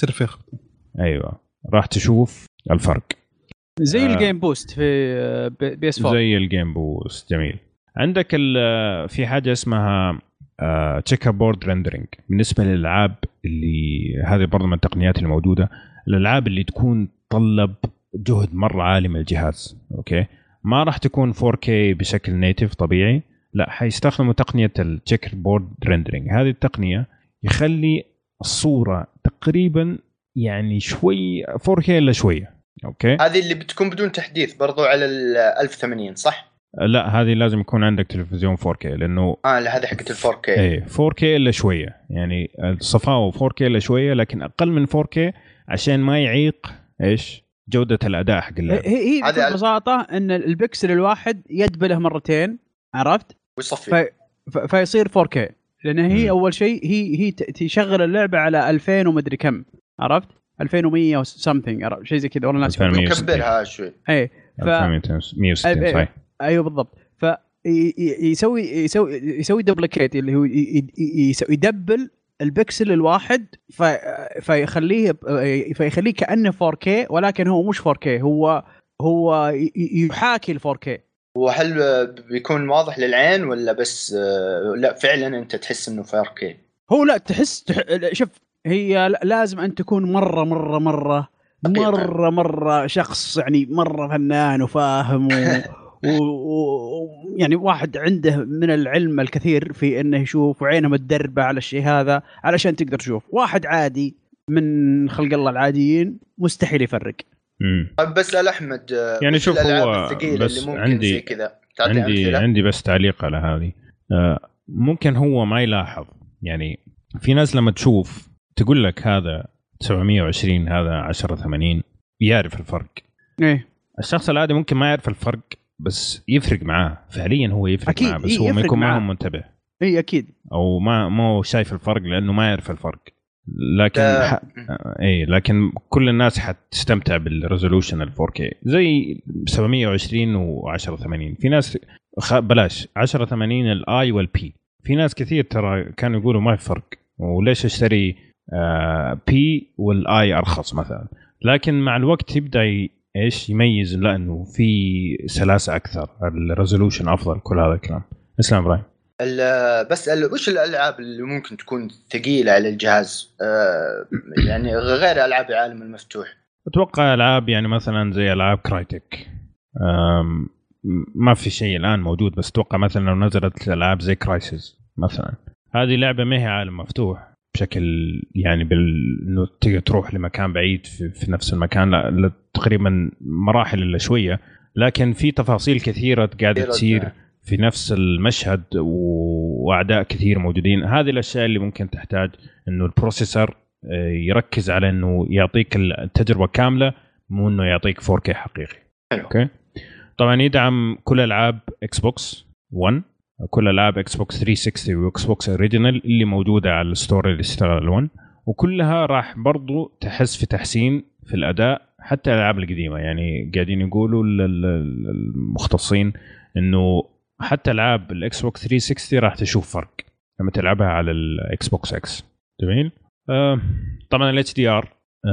ايوه راح تشوف الفرق زي آه الجيم بوست في بي اس فور، زي الجيم بوست. جميل. عندك في حاجه اسمها تشيكر بورد ريندرينج بالنسبه للالعاب اللي هذه برضه من التقنيات اللي موجوده، الالعاب اللي تكون تطلب جهد مره عالي من الجهاز. اوكي ما راح تكون فور كيه بشكل نيتف طبيعي، لا حيستخدموا تقنيه التشيكر بورد ريندرينج. هذه التقنيه يخلي الصوره تقريبا يعني شوي فور كيه الا شويه. اوكي هذه اللي بتكون بدون تحديث برضو على ال ألف وثمانين صح؟ لا هذه لازم يكون عندك تلفزيون فور كيه لانه اه هذه حقه ال فور كيه. اي فور كيه الا شويه، يعني الصفاوه فور كيه الا شويه لكن اقل من فور كيه عشان ما يعيق ايش جوده الاداء حق اللعبه. هي هي ببساطه ان البكسل الواحد يدبله مرتين عرفت ويصفي في... فيصير فور كيه، لان هي م. اول شيء هي هي تشغل اللعبه على ألفين ومدري كم عرفت ألفين ومية وسامثينج عرفت شيء زي كذا والله ناس مكبرها شوي اي ف ألفين ومية وستين صحيح. ايوه بالضبط. ف يسوي يسوي يسوي دوبليكيت اللي هو يدبل البكسل الواحد فيخليه فيخليه كأنه فور كيه ولكن هو مش فور كيه، هو هو يحاكي ال فور كيه. وهل بيكون واضح للعين ولا بس لا فعلا انت تحس انه فور كيه؟ هو لا تحس تح... شوف هي لازم أن تكون مرة مرة مرة مرة مرة شخص يعني مرة فنان وفاهم و... و... يعني واحد عنده من العلم الكثير في انه يشوف وعينه متدربه على الشيء هذا علشان تقدر تشوف. واحد عادي من خلق الله العاديين مستحيل يفرق. طيب بسأل احمد يعني شوف هو بس عندي عندي عندي بس تعليق على هذه. ممكن هو ما يلاحظ، يعني في ناس لما تشوف تقول لك هذا سبعمية وعشرين هذا عشرة ثمانين يعرف الفرق. ايه الشخص العادي ممكن ما يعرف الفرق بس يفرق معاه فعليا، هو يفرق معاه بس هو ما يكون معهم منتبه. اي اكيد او ما ما شايف الفرق لانه ما يعرف الفرق. لكن ح... اي لكن كل الناس حتستمتع بالريزولوشن ال فور كيه زي سبعمية وعشرين وعشرة ثمانين. في ناس خ... بلاش عشرة ثمانين الاي والبي، في ناس كثير ترى كانوا يقولوا ما في فرق وليش اشتري آه بي والاي ارخص مثلا، لكن مع الوقت يبدا ي... ايش يميز لانه في سلاسه اكثر، الريزولوشن افضل، كل هذا الكلام. اسلام ابراهيم بسأل وش الالعاب اللي ممكن تكون ثقيله على الجهاز آه يعني غير العاب العالم المفتوح؟ اتوقع العاب يعني مثلا زي العاب كرايتك، ما في شيء الان موجود بس اتوقع مثلا لو نزلت العاب زي كرايسيس مثلا، هذه لعبه ما هي عالم مفتوح بشكل يعني بال انه تقدر تروح لمكان بعيد في, في نفس المكان، لا تقريبا مراحل الا شويه، لكن في تفاصيل كثيره قاعده تصير في نفس المشهد واعداء كثير موجودين. هذه الاشياء اللي ممكن تحتاج انه البروسيسور يركز على انه يعطيك التجربه كامله مو انه يعطيك فور كيه حقيقي. اوكي طبعا يدعم كل العاب اكس بوكس ون، كل العاب اكس بوكس ثلاثمية وستين واكس بوكس اوريجينال اللي موجوده على الستور اللي اشتغل ون، وكلها راح برضو تحس في تحسين في الاداء حتى الالعاب القديمه يعني قاعدين يقولوا المختصين انه حتى العاب الاكس بوكس ثلاثمية وستين راح تشوف فرق لما تلعبها على الاكس بوكس اكس. جميل. آه طبعا الاتش دي ار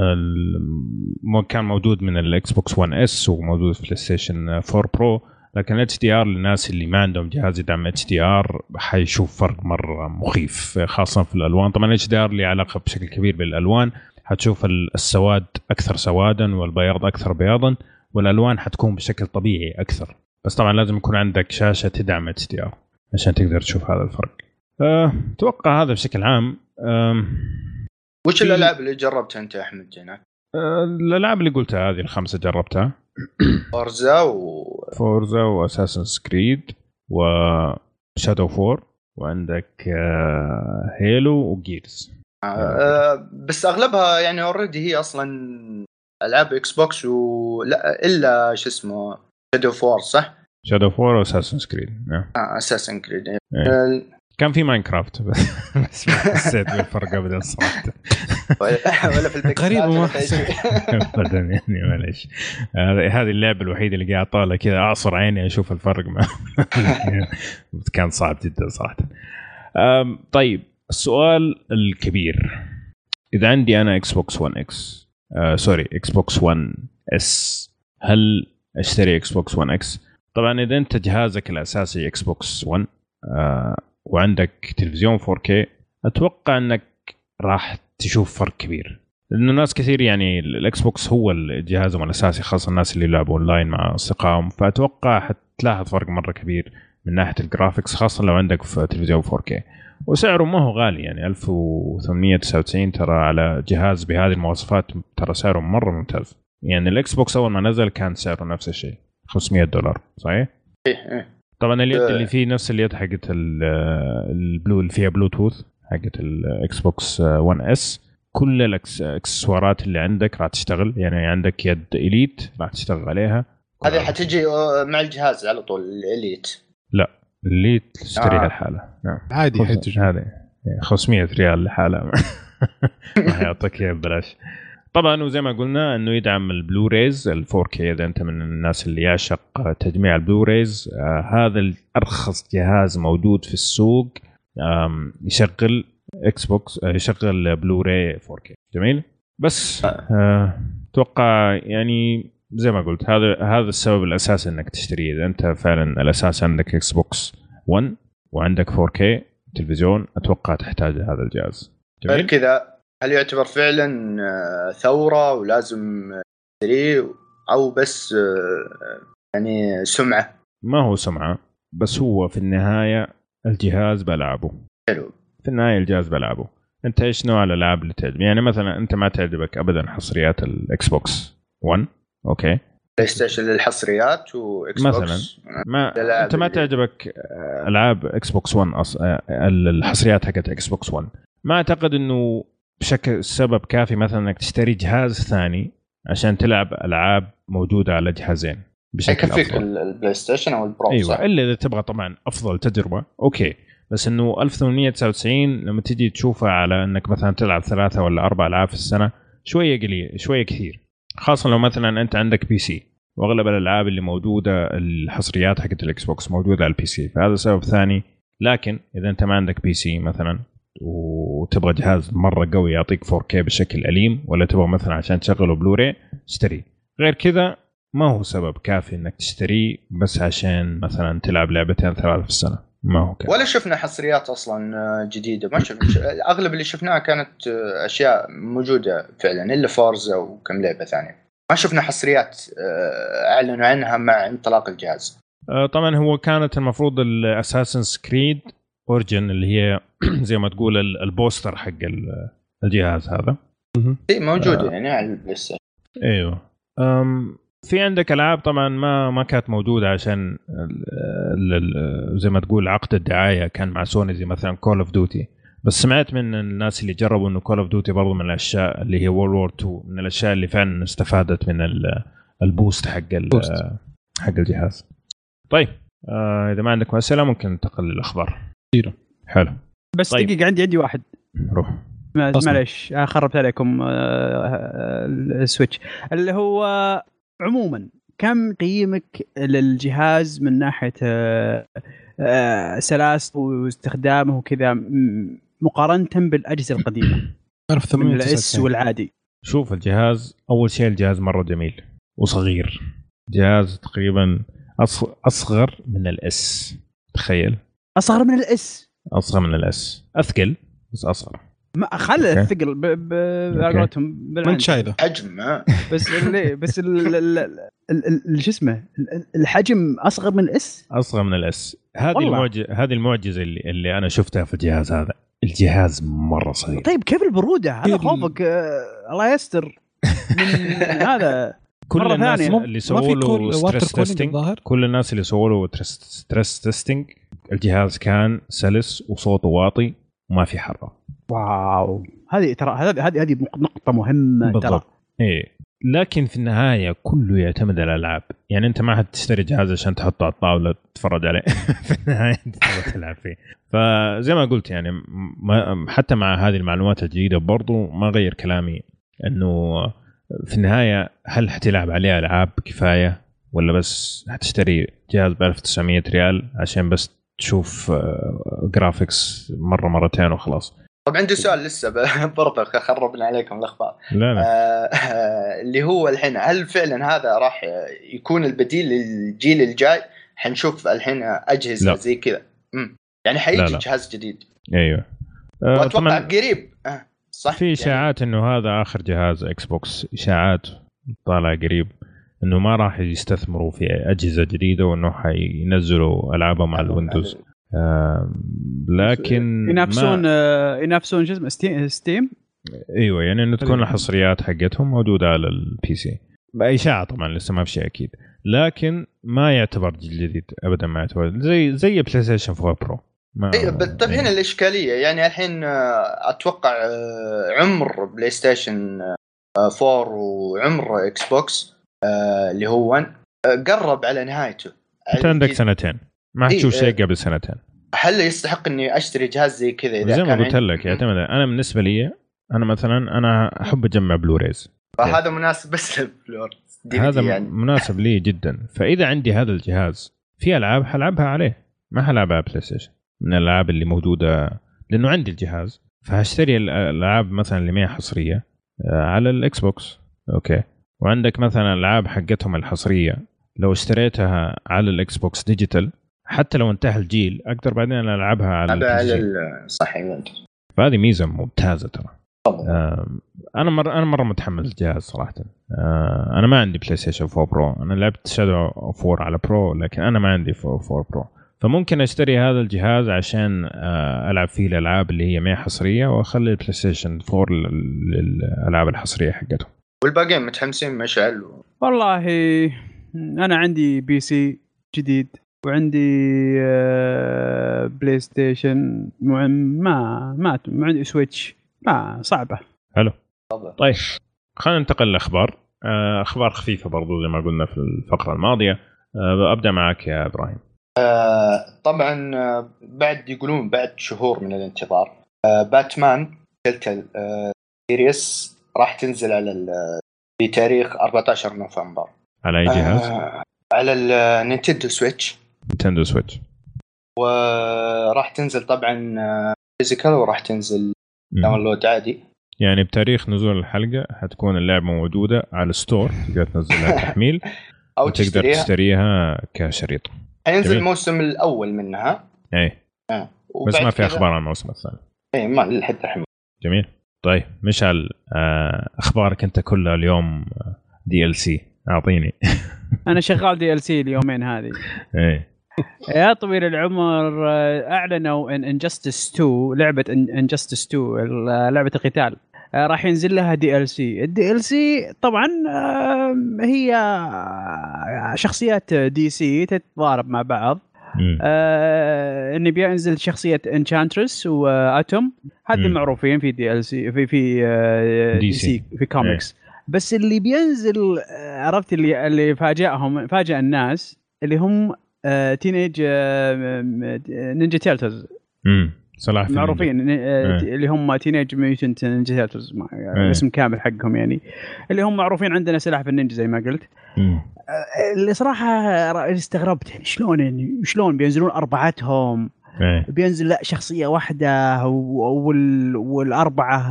كان موجود من الاكس بوكس ون اس وموجود في بلاي ستيشن فور برو، لكن الاتش دي ار للناس اللي ما عندهم جهاز يدعم اتش دي ار حيشوف فرق مره مخيف، خاصه في الالوان. طبعا الاتش دي ار له علاقه بشكل كبير بالالوان، حتشوف السواد اكثر سوادا والبياض اكثر بياضا، والالوان حتكون بشكل طبيعي اكثر. بس طبعا لازم يكون عندك شاشه تدعم اتش دي ار عشان تقدر تشوف هذا الفرق. أه، توقع هذا بشكل عام. أه، وش الالعاب اللي جربتها انت يا احمد هناك؟ أه، الالعاب اللي قلتها هذه الخمسه جربتها. فورزا و فورزا واساسنز كريد وشادو فور، وعندك أه هيلو وجيرز. أه بس اغلبها يعني اوريدي هي اصلا العاب اكس بوكس ولا الا شو اسمه شادو فور صح؟ شادو فور واساسنز كريد. اه اساسن كريد. أه. كان في ماينكرافت بس بس ما حسيت بالفرق ابدا صراحه. ولا في البيك غريب ما حسيت ابدا يعني معليش. هذه اللعبه الوحيده اللي قاعد طالع كذا اعصر عيني اشوف الفرق ما كان صعب جدا صراحه. طيب السؤال الكبير، اذا عندي انا اكس بوكس ون اكس آه سوري اكس بوكس ون اس، هل اشتري اكس بوكس ون اكس؟ طبعا اذا انت جهازك الاساسي اكس بوكس ون آه وعندك تلفزيون فور كي اتوقع انك راح تشوف فرق كبير، لانه ناس كثير يعني الاكس بوكس هو جهازهم الاساسي، خاصه الناس اللي يلعبوا اونلاين مع اصدقائهم، فاتوقع حتلاحظ فرق مره كبير من ناحيه الجرافيكس، خاصه لو عندك في تلفزيون فور كي. وسعره ما هو غالي يعني ألف وثمانمية وتسعة وتسعين ترى على جهاز بهذه المواصفات، ترى سعره مره ممتاز. يعني الاكس بوكس اول ما نزل كان سعره نفس الشيء خمسمية دولار صحيح؟ طبعا اليد اللي فيه نفس اليد حقت البلو اللي فيها بلوتوث حقت الاكس بوكس ون اس، كل الاكسسوارات اللي عندك راح تشتغل، يعني عندك يد إليت راح تشتغل عليها. هذه حتجي مع الجهاز على طول الإليت؟ لا الإليت تشتريها آه. الحالة. نعم عادي حتجي هذه خمسمية ريال لحالة ما يعطيك اياها ببلاش. طبعا وزي ما قلنا انه يدعم البلورايز الفور كي، اذا انت من الناس اللي يعشق تجميع البلورايز آه هذا الارخص جهاز موجود في السوق يشغل اكس بوكس آه يشغل بلوراي فور كي. جميل. بس آه توقع يعني زي ما قلت هذا هذا السبب الاساسي انك تشتريه، اذا انت فعلا الاساس عندك اكس بوكس ون وعندك فور كي تلفزيون اتوقع تحتاج هذا الجهاز. جميل كذا. هل يعتبر فعلا ثورة ولازم تشتريه أو بس يعني سمعة؟ ما هو سمعة، بس هو في النهاية الجهاز بلعبه. حلو. في النهاية الجهاز بلعبه. أنت إيش نوع الألعاب اللي تعجب؟ يعني مثلا أنت ما تعجبك أبدا حصريات الإكس بوكس ون، أوكي. بلاي ستيشن للحصريات وإكس مثلا بوكس. ما أنت ما تعجبك ألعاب إكس بوكس ون أص... الحصريات حقت إكس بوكس ون، ما أعتقد إنه بشكل سبب كافي مثلا انك تشتري جهاز ثاني عشان تلعب العاب موجوده على جهازين بشكل افضل. يكفيك البلاي ستيشن او البرو. ايوه صح؟ الا اذا تبغى طبعا افضل تجربه اوكي، بس انه ألف وثمانمية وتسعة وتسعين لما تيجي تشوفها على انك مثلا تلعب ثلاثه ولا اربع العاب في السنه شويه قليل شويه كثير، خاصه لو مثلا انت عندك بي سي واغلب الالعاب اللي موجوده الحصريات حقت الاكس بوكس موجوده على البي سي، فهذا سبب ثاني. لكن اذا انت ما عندك بي سي مثلا وتبغى جهاز مرة قوي يعطيك فور كي بشكل أليم، ولا تبغى مثلا عشان تشغله بلوري اشتري. غير كذا ما هو سبب كافي انك تشتريه بس عشان مثلا تلعب لعبتين ثلاثة في السنة، ما هو كافي. ولا شفنا حصريات اصلا جديدة، ما شفنا اغلب اللي شفناها كانت اشياء موجودة فعلا الا فورزا وكم لعبة ثانية. ما شفنا حصريات اعلنوا عنها مع انطلاق الجهاز. طبعا هو كانت المفروض الاساسنز كريد اوريجن اللي هي زي ما تقول البوستر حق الجهاز هذا موجود يعني على البلاي ستيشن. ايوه. أم في عندك العاب طبعا ما ما كانت موجوده عشان زي ما تقول عقد الدعايه كان مع سوني، زي مثلا كول اوف ديوتي. بس سمعت من الناس اللي جربوا انه كول اوف ديوتي برضو من الاشياء اللي هي وورلد وور تو من الاشياء اللي فعلا استفادت من البوست حق حق الجهاز. طيب آه اذا ما عندك اسئله ممكن ننتقل للاخبار. كثيره. حلو. بس طيب. دقيقه عندي عندي واحد. روح. معليش خربت عليكم السويتش. اللي هو عموما كم قيمك للجهاز من ناحية سلاسته واستخدامه وكذا مقارنة بالأجهزة القديمة من الاس والعادي؟ شوف الجهاز، أول شيء الجهاز مرة جميل وصغير، جهاز تقريبا أصغر من الاس. تخيل أصغر من الاس، أصغر من الاس، أثقل بس أصغر. ما خلى الثقل بعقولتهم من شايده حجم بس اللي بس شو اسمه الحجم اصغر من الاس، اصغر من الاس. هذه المعجزه، هذه المعجزه اللي اللي انا شفتها في الجهاز هذا. الجهاز مره صغير. طيب كيف البروده؟ هذا خوفك آه الله يستر من هذا. كل الناس اللي سووا له ستريس تيستينج، كل الناس اللي سووا له ستريس تيستينج الجهاز كان سلس وصوته واطي وما في حراره. واو، هذه ترى هذه هذه هذه نقطة مهمة ترى. إيه، لكن في النهاية كله يعتمد على الألعاب. يعني أنت ما حتشتري جهاز عشان تحطه على الطاولة تتفرج عليه في النهاية تبغى تلعب فيه. فزي ما قلت يعني ما حتى مع هذه المعلومات الجديدة برضو ما غير كلامي إنه في النهاية هل حتلعب عليه ألعاب كفاية ولا بس حتشتري جهاز بألف وتسعمية ريال عشان بس تشوف جرافيكس مرة مرتين وخلاص. طب عندي سؤال لسه برضه خربنا عليكم الأخبار. لا لا. آه اللي هو الحين هل فعلا هذا راح يكون البديل للجيل الجاي؟ حنشوف الحين أجهزة لا. زي كذا يعني حيجي جهاز جديد. أيوه أه وأتوقع قريب أه صح. في إشاعات يعني إنه هذا آخر جهاز إكس بوكس، إشاعات طالع قريب إنه ما راح يستثمروا في أجهزة جديدة وإنه حينزلوا ألعابهم على الويندوز. آه لكن ينافسون ما... ينافسون جزء ستيم ستيم ايوه يعني انه تكون الحصريات حقتهم موجوده على البي سي. باشاعه طبعا لسه ما في شيء اكيد، لكن ما يعتبر جيل جديد ابدا، ما يعتبر زي زي بلاي ستيشن فور برو. ايوه طيب هنا الاشكاليه يعني الحين اتوقع عمر بلاي ستيشن فور وعمر اكس بوكس اللي هو قرب على نهايته. انت عندك سنتين ما حتشوف إيه شيء قبل سنتين. هل يستحق اني اشتري جهاز زي كذا اذا زي كان ما قلت لك يعتمد. انا بالنسبه لي انا مثلا انا احب اجمع بلوريز، فهذا مناسب بس للبلوريز. هذا يعني. مناسب لي جدا. فاذا عندي هذا الجهاز في العاب حلعبها عليه، ما حلعبها بلاي ستيشن من الالعاب اللي موجوده لانه عندي الجهاز. فهشتري الالعاب مثلا اللي ما هي حصريه على الاكس بوكس اوكي. وعندك مثلا الالعاب حقتهم الحصريه لو اشتريتها على الاكس بوكس ديجيتال حتى لو انتهى الجيل اقدر بعدين العبها على البي سي. صحيح. فهذه ميزه ممتازه ترى. آه انا مره انا مره متحمل الجهاز صراحه. آه انا ما عندي بلاي ستيشن فور برو، انا لعبت شادو فور على برو لكن انا ما عندي فور برو. فممكن اشتري هذا الجهاز عشان آه العب فيه الالعاب اللي هي ما حصريه واخلي البلاي ستيشن فور للالعاب الحصريه حقته. والباقيين متحمسين مشعل و... والله انا عندي بي سي جديد وعندي بلاي ستيشن ما ما ما عندي سويتش، ما صعبة. حلو. طيب خلينا ننتقل للأخبار. أخبار خفيفة برضو زي ما قلنا في الفقرة الماضية. أبدأ معك يا إبراهيم. طبعا بعد يقولون بعد شهور من الانتظار باتمان تلتل سيريس راح تنزل على بتاريخ أربعة عشر نوفمبر. على أي جهاز؟ على النينتندو سويتش. نينتندو سويتش. وراح تنزل طبعا فيزيكال وراح تنزل داونلود عادي. يعني بتاريخ نزول الحلقة حتكون اللعبة موجودة على الستور، تقدر تنزلها تحميل أو تقدر تشتريها. تشتريها كشريط. حينزل الموسم الأول منها. اي آه. بس ما في أخبار عن الموسم الثاني. اي ما لحد الحين. جميل. طيب مشعل أخبارك أنت كلها اليوم دي ال سي أعطيني. أنا شغال دي ال سي اليومين هذه. إيه. يا طويل العمر أعلنوا إن Injustice تو لعبة Injustice تو لعبة القتال راح ينزل لها دي ال سي. الدي ال سي طبعا هي شخصيات دي سي تتضارب مع بعض. آه إني بينزل شخصية انشانترس واتوم، هذول معروفين في دي ال سي في في آه دي سي في كوميكس. بس اللي بينزل عرفت اللي اللي فاجأهم فاجأ الناس اللي هم تينيج نينجا تيرتلز. سلاحف معروفين آه. اللي هم تينيج ميوتنت نينجا تيرتلز الاسم كامل حقهم يعني اللي هم معروفين عندنا سلاحف النينجا زي ما قلت. آه اللي صراحه استغربت يعني شلون يعني شلون بينزلون اربعتهم إيه. بينزل لا شخصيه واحده وال والاربعه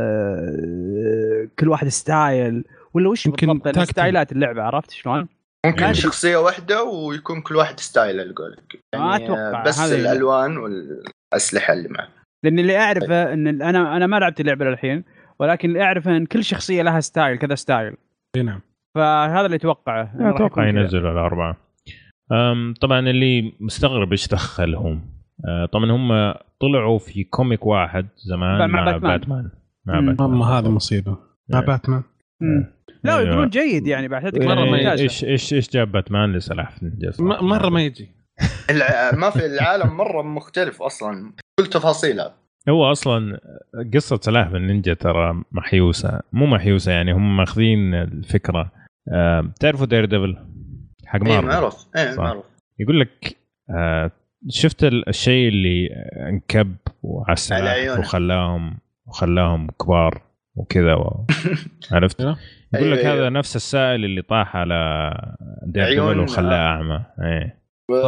كل واحد ستايل ولا وش بالضبط ستايلات اللعبه عرفت شلون؟ ممكن شخصيه واحده ويكون كل واحد ستايل اقولك يعني بس الالوان والاسلحه اللي معه. لان اللي اعرفه ان انا انا ما لعبت اللعبه للحين ولكن اللي اعرفه ان كل شخصيه لها ستايل كذا ستايل. نعم فهذا اللي اتوقعه اتوقع ينزلوا الاربعه. طبعا اللي مستغرب ايش دخلهم طبعا هم طلعوا في كوميك واحد زمان مع, مع باتمان, باتمان. مع باتمان هذا مصيبه مع باتمان. لا يقولون جيد يعني بعثتك مره ممتازه. ايش ايش ايش جاب باتمان لسلاحف النينجا مره ما يجي ما في العالم مره مختلف اصلا كل تفاصيلها. هو اصلا قصه سلاحف النينجا ترى محيوسه مو محيوسه يعني هم ماخذين الفكره. أه تعرفوا دير ديفل حق مارفل؟ اي معروف اي معروف. يقول لك أه شفت الشيء اللي انكب على السلاحف وخلاهم وخلاهم كبار وكذا و... عرفت؟ يقول لك هذا نفس السائل اللي طاح على ديردبل وخلاه أعمى. ايه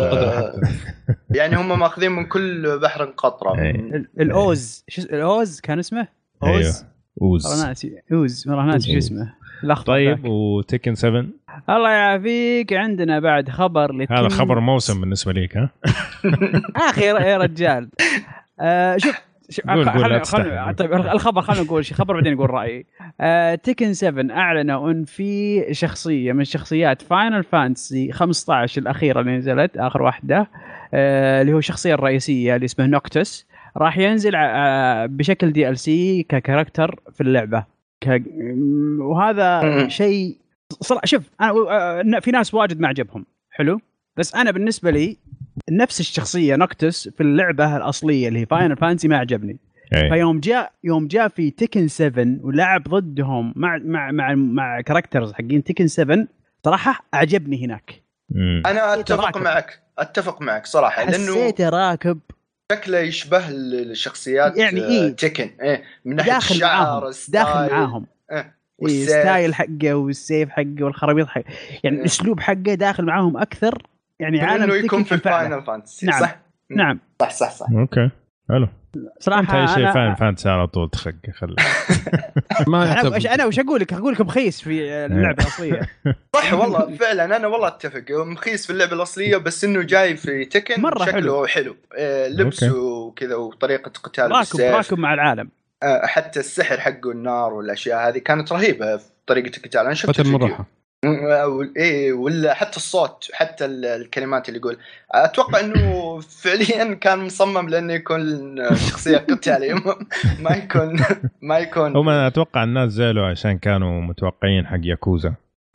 يعني هم ماخذين من كل بحر قطرة. الأوز شو الأوز كان اسمه؟ أوز أوز مرة ناسي أوز مرة ناسي شو اسمه. طيب وتيكن سبعة الله يعافيك عندنا بعد خبر لتن... هذا خبر موسم بالنسبة ليك ها؟ آخر يا رجال آه شوف قول قول خل... طيب الخبر خلينا نقول شيء خبر بعدين نقول رأيي. آه، تيكن سبعة أعلنوا أن في شخصية من شخصيات فاينل فانتسي خمسة عشر الأخيرة اللي نزلت آخر واحدة آه، اللي هو الشخصية الرئيسية اللي اسمه نوكتس راح ينزل آه، بشكل دي ال سي ككاركتر في اللعبة ك... وهذا شيء صراحة شوف أنا في ناس واجد ما عجبهم حلو بس أنا بالنسبة لي نفس الشخصية نوكتس في اللعبة الأصلية اللي هي فاينل فانتسي ما عجبني. أي. فيوم جاء يوم جاء في تيكن سبعة ولعب ضدهم مع مع مع مع كاركترز حقين تيكن سبعة صراحة أعجبني هناك. مم. أنا أتفق معك أتفق معك صراحة لأنه حسيته راكب شكله يشبه الشخصيات يعني إيه؟ تيكن إيه من ناحية الشعر داخل معاهم إيه والستايل حقه والسيف حقه والخرابيط حقه يعني إيه. الأسلوب حقه داخل معاهم أكثر يعني عالم يكون في فاينل فانتسي. نعم. صح نعم صح صح صح اوكي حلو صراحه اي شيء فاينل فانتسي على طول تخق خلي ما انا انا وش اقول لك اقول لك مخيس في اللعبه الاصليه. صح والله فعلا انا والله اتفق مخيس في اللعبه الاصليه بس انه جاي في تكن مرة شكله حلو, حلو. آه لبسه وكذا وطريقه قتاله بالسيف راكب مع العالم آه حتى السحر حقه النار والاشياء هذه كانت رهيبه في طريقه القتال. انا شفت المروحه ايه ولا حتى الصوت حتى الكلمات اللي يقول اتوقع انه فعليا كان مصمم لانه يكون شخصيه قتاليه ما يكون ما يكون هم اتوقع الناس زعلوا عشان كانوا متوقعين حق ياكوزا.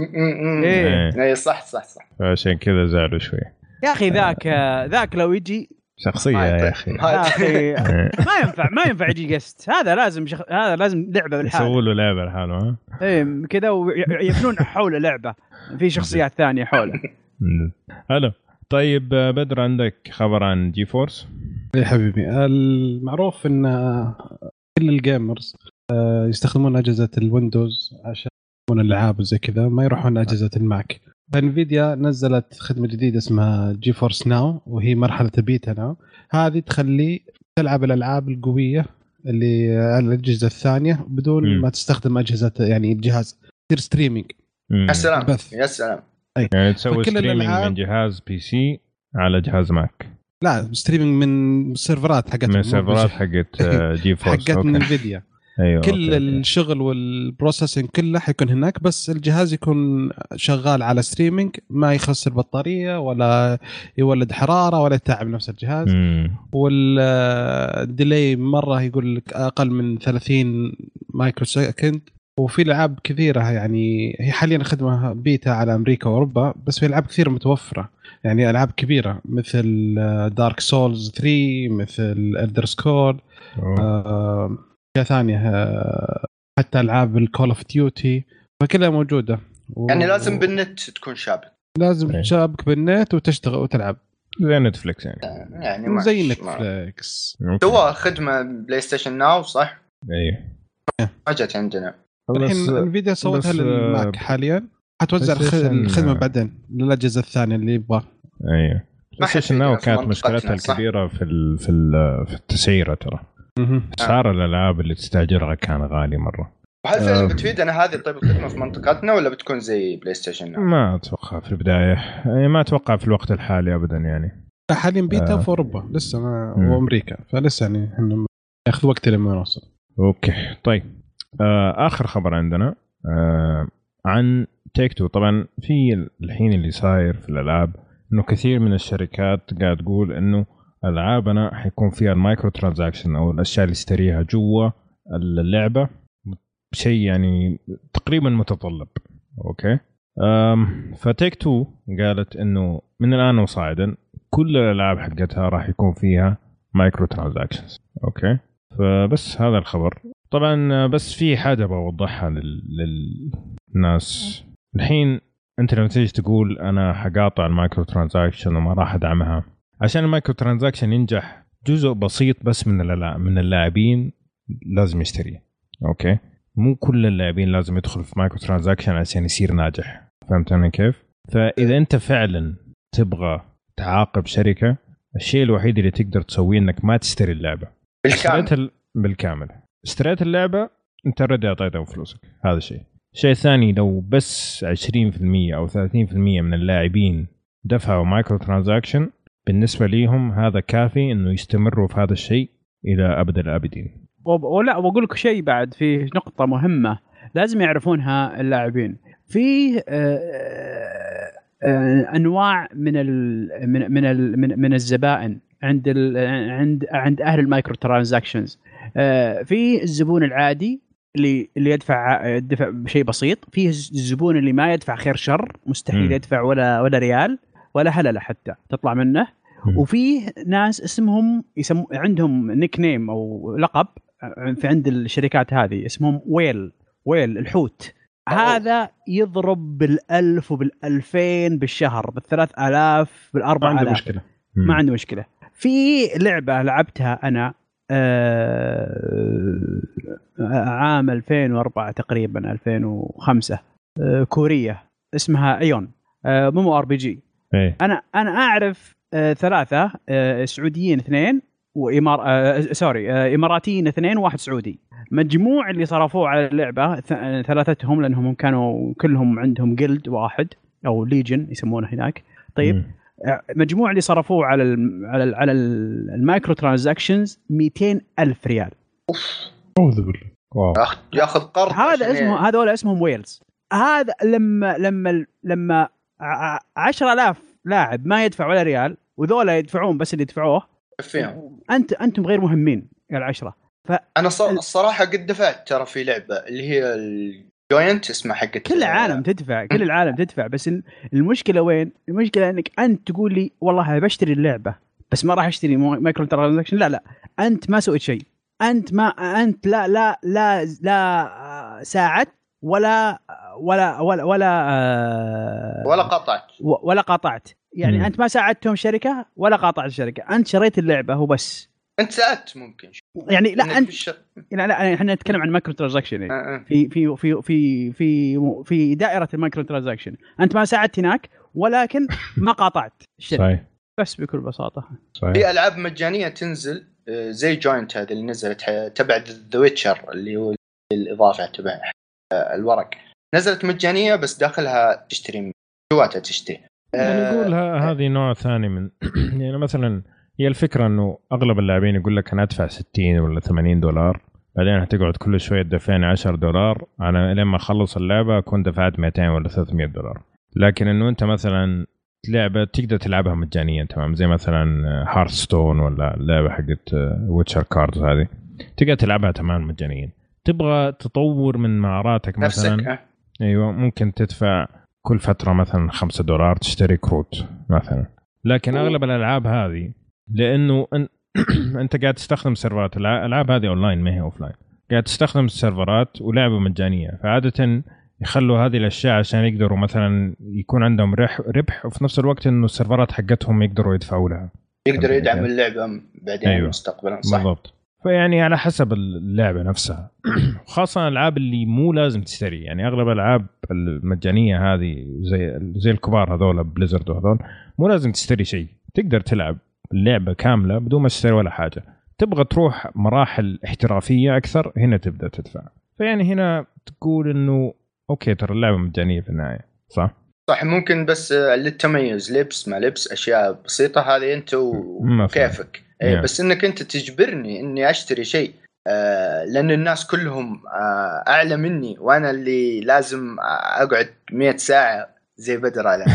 ايه ايه صح صح صح عشان كذا زعلوا شوي يا اخي. ذاك ذاك لو يجي شخصية يا أخي ما ينفع ما ينفع يجي قست. هذا لازم شخ... هذا لازم لعبة بالحال يسووا له لعبة لحاله ها إيه كذا ويبنون حول لعبة في شخصيات ثانية حوله. حلو طيب بدر عندك خبر عن جي فورس؟ إيه حبيبي المعروف إن كل الجيمرز يستخدمون أجهزة الويندوز عشان يلعبون الألعاب وزي كذا ما يروحون أجهزة الماك. انفيديا نزلت خدمه جديده اسمها جي فورس ناو وهي مرحله بيتا ناو. هذه تخلي تلعب الالعاب القويه اللي على الاجهزه الثانيه بدون م. ما تستخدم اجهزه يعني الجهاز تصير ستريمينج. يا سلام بث. يا سلام يعني تسوي ستريمينج من جهاز بي سي على جهاز ماك. لا ستريمينج من سيرفرات حقت من سيرفرات حقت جي فورس حقت انفيديا. أيوة كل أوكي. الشغل والبروسيسنج كله حيكون هناك بس الجهاز يكون شغال على ستريمينج ما يخسر بطارية ولا يولد حرارة ولا يتعب نفس الجهاز. والديلي مرة يقول لك أقل من ثلاثين مايكرو سكند. وفي ألعاب كثيرة يعني هي حاليا خدمة بيتا على أمريكا وأوروبا بس في ألعاب كثيرة متوفرة يعني ألعاب كبيرة مثل دارك سولز ثري مثل إلدر سكرول آه ثانية حتى ألعاب الكول اوف ديوتي فكلها موجودة و... يعني لازم بالنت تكون شابك. لازم شابك بالنت وتشتغل وتلعب زي نتفليكس يعني يعني زي نتفليكس سوى خدمه بلاي ستيشن ناو صح؟ ايه ما جت عندنا الحين انفيديا سوتها للماك حاليا حتوزع الخدمه بعدين للاجهزه الثانيه اللي يبغى. ايوه بلاي ستيشن ناو كانت مشكلتها الكبيره في ال في ال في التسعيره ترى اسعار الالعاب اللي تستاجرها كان غالي مره. وهل فعلا أه بتفيدنا هذه طيب الخدمه في منطقتنا ولا بتكون زي بلاي ستيشن ناو؟ ما اتوقع في البدايه يعني ما اتوقع في الوقت الحالي ابدا يعني حاليا بيتا أه في اوروبا لسه ما وامريكا فلسه يعني احنا ياخذ وقت لما نوصل. اوكي طيب آه اخر خبر عندنا آه عن تيك تو. طبعا في الحين اللي صاير في الالعاب انه كثير من الشركات قاعد تقول انه العابنا حيكون فيها المايكرو ترانزاكشن او الاشياء اللي اشتريها جوا اللعبه شيء يعني تقريبا متطلب. اوكي أم فتيك تو قالت انه من الان وصاعدا كل الالعاب حقتها راح يكون فيها مايكرو ترانزاكشنز. اوكي فبس هذا الخبر. طبعا بس في حاجه بوضحها لل... للناس الحين. انت لما تيجي تقول انا حقاطع المايكرو ترانزاكشن وما راح ادعمها، عشان المايكرو ترانزاكشن ينجح جزء بسيط بس من اللاعب من اللاعبين لازم يشتريه. اوكي مو كل اللاعبين لازم يدخلوا في مايكرو ترانزاكشن عشان يصير ناجح. فهمت انا كيف؟ فاذا انت فعلا تبغى تعاقب شركه، الشيء الوحيد اللي تقدر تسويه انك ما تشتري اللعبه بالكامل. بالكامل اشتريت اللعبه انت ردي اعطيتهم فلوسك، هذا شيء. شيء ثاني لو بس عشرين بالمية او ثلاثين بالمية من اللاعبين دفعوا مايكرو ترانزاكشن بالنسبه ليهم هذا كافي انه يستمروا في هذا الشيء الى ابد الابدين. ولا وأقول لك شيء بعد، في نقطة مهمة لازم يعرفونها اللاعبين. في أنواع من ال من من ال من, من الزبائن عند ال عند عند أهل المايكرو ترانزاكشنز. في الزبون العادي اللي اللي يدفع يدفع بشيء بسيط، في الزبون اللي ما يدفع خير شر، مستحيل يدفع ولا ولا ريال ولا هللة حتى تطلع منه. وفي ناس اسمهم يسمو عندهم نيك نيم أو لقب في عند الشركات هذه اسمهم ويل ويل الحوت. هذا يضرب بالألف وبالألفين بالشهر، بالثلاث آلاف بالأربع آلاف. ما عنده مشكلة ما عنده مشكلة. في لعبة لعبتها أنا عام ألفين وأربعة تقريبا ألفين وخمسة كورية اسمها ايون مو ار بي جي. انا انا اعرف ثلاثة سعوديين اثنين وإمار آه سوري آه إماراتيين اثنين وواحد سعودي. مجموع اللي صرفوه على اللعبة ثلاثتهم لأنهم كانوا كلهم عندهم جلد واحد أو ليجن يسمونه هناك. طيب آه مجموع اللي صرفوه على ال على ال على المايكرو ترانزاكشنز مئتين ألف ريال. أعوذ بالله. يأخذ قرض. هذا اسمه هذول اسمهم ويلز. هذا لما لما لما عشرة آلاف لاعب ما يدفع ولا ريال وذولا يدفعون بس اللي يدفعوه فيهم. انت انتم غير مهمين يا العشرة. ف... انا ص... الصراحه قد دفعت ترى في لعبه اللي هي الجوينت اسمها حقت كل العالم تدفع كل العالم تدفع. بس المشكله وين؟ المشكله انك انت تقول لي والله بشتري اللعبه بس ما راح اشتري مايكرو ترانزاكشن. لا لا انت ما سويت شيء. انت ما انت لا لا لا لا ساعدت ولا ولا ولا ولا ولا قاطعت ولا قاطعت يعني. م. انت ما ساعدتهم الشركه ولا قاطعت الشركه. انت شريت اللعبه وبس. انت ساعدت ممكن يعني لا انت الش... لا لا احنا نتكلم عن مايكرو ترانزاكشن يعني. أه. في في في في في في دائره المايكرو ترانزاكشن انت ما ساعدت هناك ولكن ما قاطعت الشركه. صحيح. بس بكل بساطه صحيح. في العاب مجانيه تنزل زي جوينت هذه اللي نزلت تبع ذا ويتشر اللي هو الاضافه تبع الورق، نزلت مجانيه بس داخلها تشتري جواتها تشتري. يعني نقول هذه نوع ثاني من يعني مثلا هي الفكرة أنه أغلب اللاعبين يقول لك أنا أدفع ستين ولا ثمانين دولار بعدين هتقعد كل شوية تدفعني عشرة دولار أنا لما أخلص اللعبة أكون دفعت مئتين ولا ثلاثمية دولار. لكن أنه أنت مثلا لعبة تقدر تلعبها مجانيا تمام زي مثلا هارثستون ولا اللعبة حقت ويتشر كاردز هذه تقدر تلعبها تمام مجانيا. تبغى تطور من مهاراتك مثلا أيوة ممكن تدفع كل فترة مثلا خمسة دولار تشتري كروت مثلا. لكن أغلب الألعاب هذه لأنه أن... أنت قاعد تستخدم سيرفرات الألعاب هذه أونلاين ما هي أوفلاين. قاعد تستخدم السيرفرات ولعبة مجانية فعادة يخلوا هذه الاشياء عشان يقدروا مثلا يكون عندهم ربح ربح وفي نفس الوقت انه السيرفرات حقتهم يقدروا يدفعوا لها، يقدر يدعم اللعبه بعدين أيوة. مستقبلا صح بالضبط. فيعني على حسب اللعبه نفسها خاصه الالعاب اللي مو لازم تشتري، يعني اغلب الالعاب المجانيه هذه زي زي الكبار هذول بليزرد وهذول مو لازم تشتري شيء، تقدر تلعب اللعبه كامله بدون ما تشتري ولا حاجه. تبغى تروح مراحل احترافيه اكثر هنا تبدا تدفع. فيعني هنا تقول انه اوكي ترى اللعبه مجانيه في النهايه صح صح. ممكن بس للتميز لبس ما لبس اشياء بسيطه هذه انت وكيفك إيه. بس انك انت تجبرني اني اشتري شيء آه لان الناس كلهم آه اعلى مني وانا اللي لازم اقعد مئة ساعه زي بدر على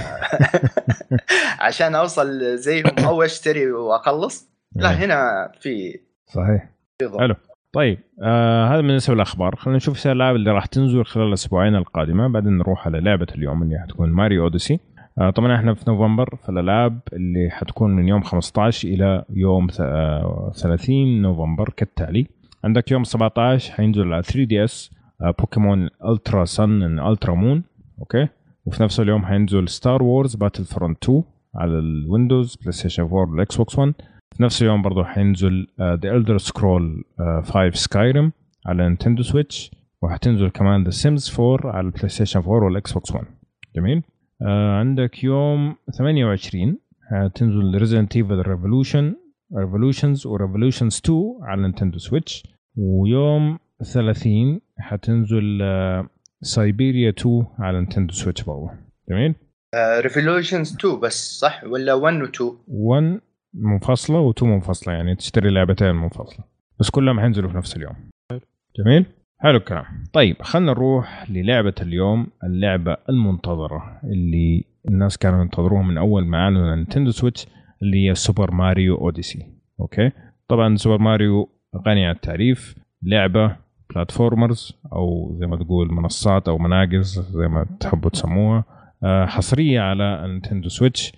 عشان اوصل زيهم او اشتري واخلص. لا هنا في صحيح حلو. طيب آه هذا بالنسبه للاخبار. خلينا نشوف ايش الالعاب اللي راح تنزل خلال الاسبوعين القادمه، بعدين نروح على لعبه اليوم اللي حتكون ماريو اوديسي. آه طبعا احنا في نوفمبر، فالالعاب اللي حتكون من يوم خمسة عشر الى يوم ثلاثين نوفمبر كالتالي. عندك يوم سبعة عشر حينزل على ثري دي اس آه بوكيمون الترا سن اند الترا مون اوكي، وفي نفس اليوم حينزل ستار وورز باتل فرونت تو على الويندوز بلاي ستيشن فور والاكس بوكس ون. في نفس اليوم برضو حينزل uh, The Elder Scroll uh, فايف Skyrim على نينتندو سويتش، وحتنزل كمان The Sims فور على البلاي ستيشن فور والاكس بوكس ون. جميل. uh, عندك يوم ثمانية وعشرين حتنزل Resident Evil Revolution Revolutions و Revolutions تو على نينتندو سويتش، ويوم ثلاثين حتنزل uh, Siberia تو على نينتندو سويتش برضو. جميل. uh, Revolutions تو بس صح ولا ون و تو؟ ون منفصلة وتو منفصلة، يعني تشتري لعبتين منفصلة بس كلهم حينزلوا في نفس اليوم. جميل حلو الكلام. طيب خلنا نروح للعبة اليوم، اللعبة المنتظرة اللي الناس كانوا ينتظروها من أول ما أعلنوا نينتندو سويتش، اللي هي سوبر ماريو أوديسي. أوكي طبعا سوبر ماريو غني عن التعريف، لعبة بلاتفورمرز أو زي ما تقول منصات أو مناقز زي ما تحبوا تسموها، حصرية على نينتندو سويتش.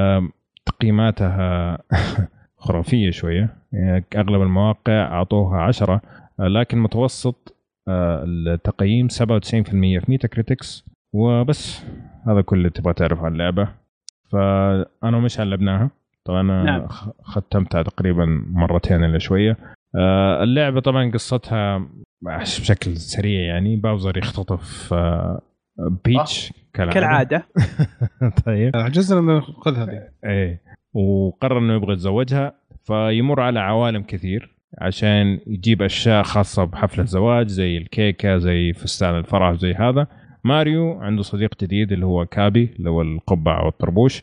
تقييماتها خرافية شوية، يعني أغلب المواقع أعطوها عشرة، لكن متوسط التقييم سبعة وتسعين بالمئة في ميتا كريتكس. وبس هذا كل اللي تبغى تعرف عن اللعبة. فأنا مش لعبناها طبعا، أنا نعم. ختمتها تقريبا مرتين إلا شوية. اللعبة طبعا قصتها بشكل سريع، يعني باوزر يختطف بيتش كالعادة, كالعادة. طيب عجزنا من ناخذها دي ايه، وقرر انه يبغى يتزوجها، فيمر على عوالم كثير عشان يجيب اشياء خاصة بحفلة زواج زي الكيكة زي فستان الفرح زي هذا. ماريو عنده صديق جديد اللي هو كابي اللي هو القبعة والطربوش،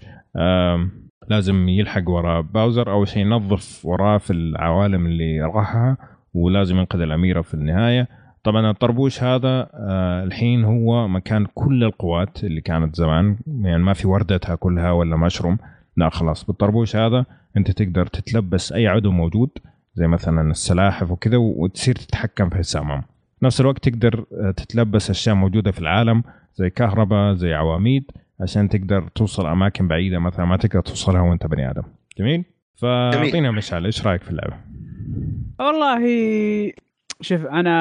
لازم يلحق وراء باوزر أو شيء ينظف وراه في العوالم اللي راحها، ولازم ينقذ الأميرة في النهاية. طبعا الطربوش هذا آه الحين هو مكان كل القوات اللي كانت زمان، يعني ما في وردتها كلها ولا مشروم، لا خلاص بالطربوش هذا انت تقدر تتلبس اي عدو موجود زي مثلا السلاحف وكذا وتصير تتحكم في حسامهم. نفس الوقت تقدر تتلبس اشياء موجودة في العالم زي كهرباء زي عواميد عشان تقدر توصل اماكن بعيدة مثلا ما تقدر توصلها وانت بني ادم. جميل. فاعطينا مشعل ايش رايك في اللعبة؟ والله شوف انا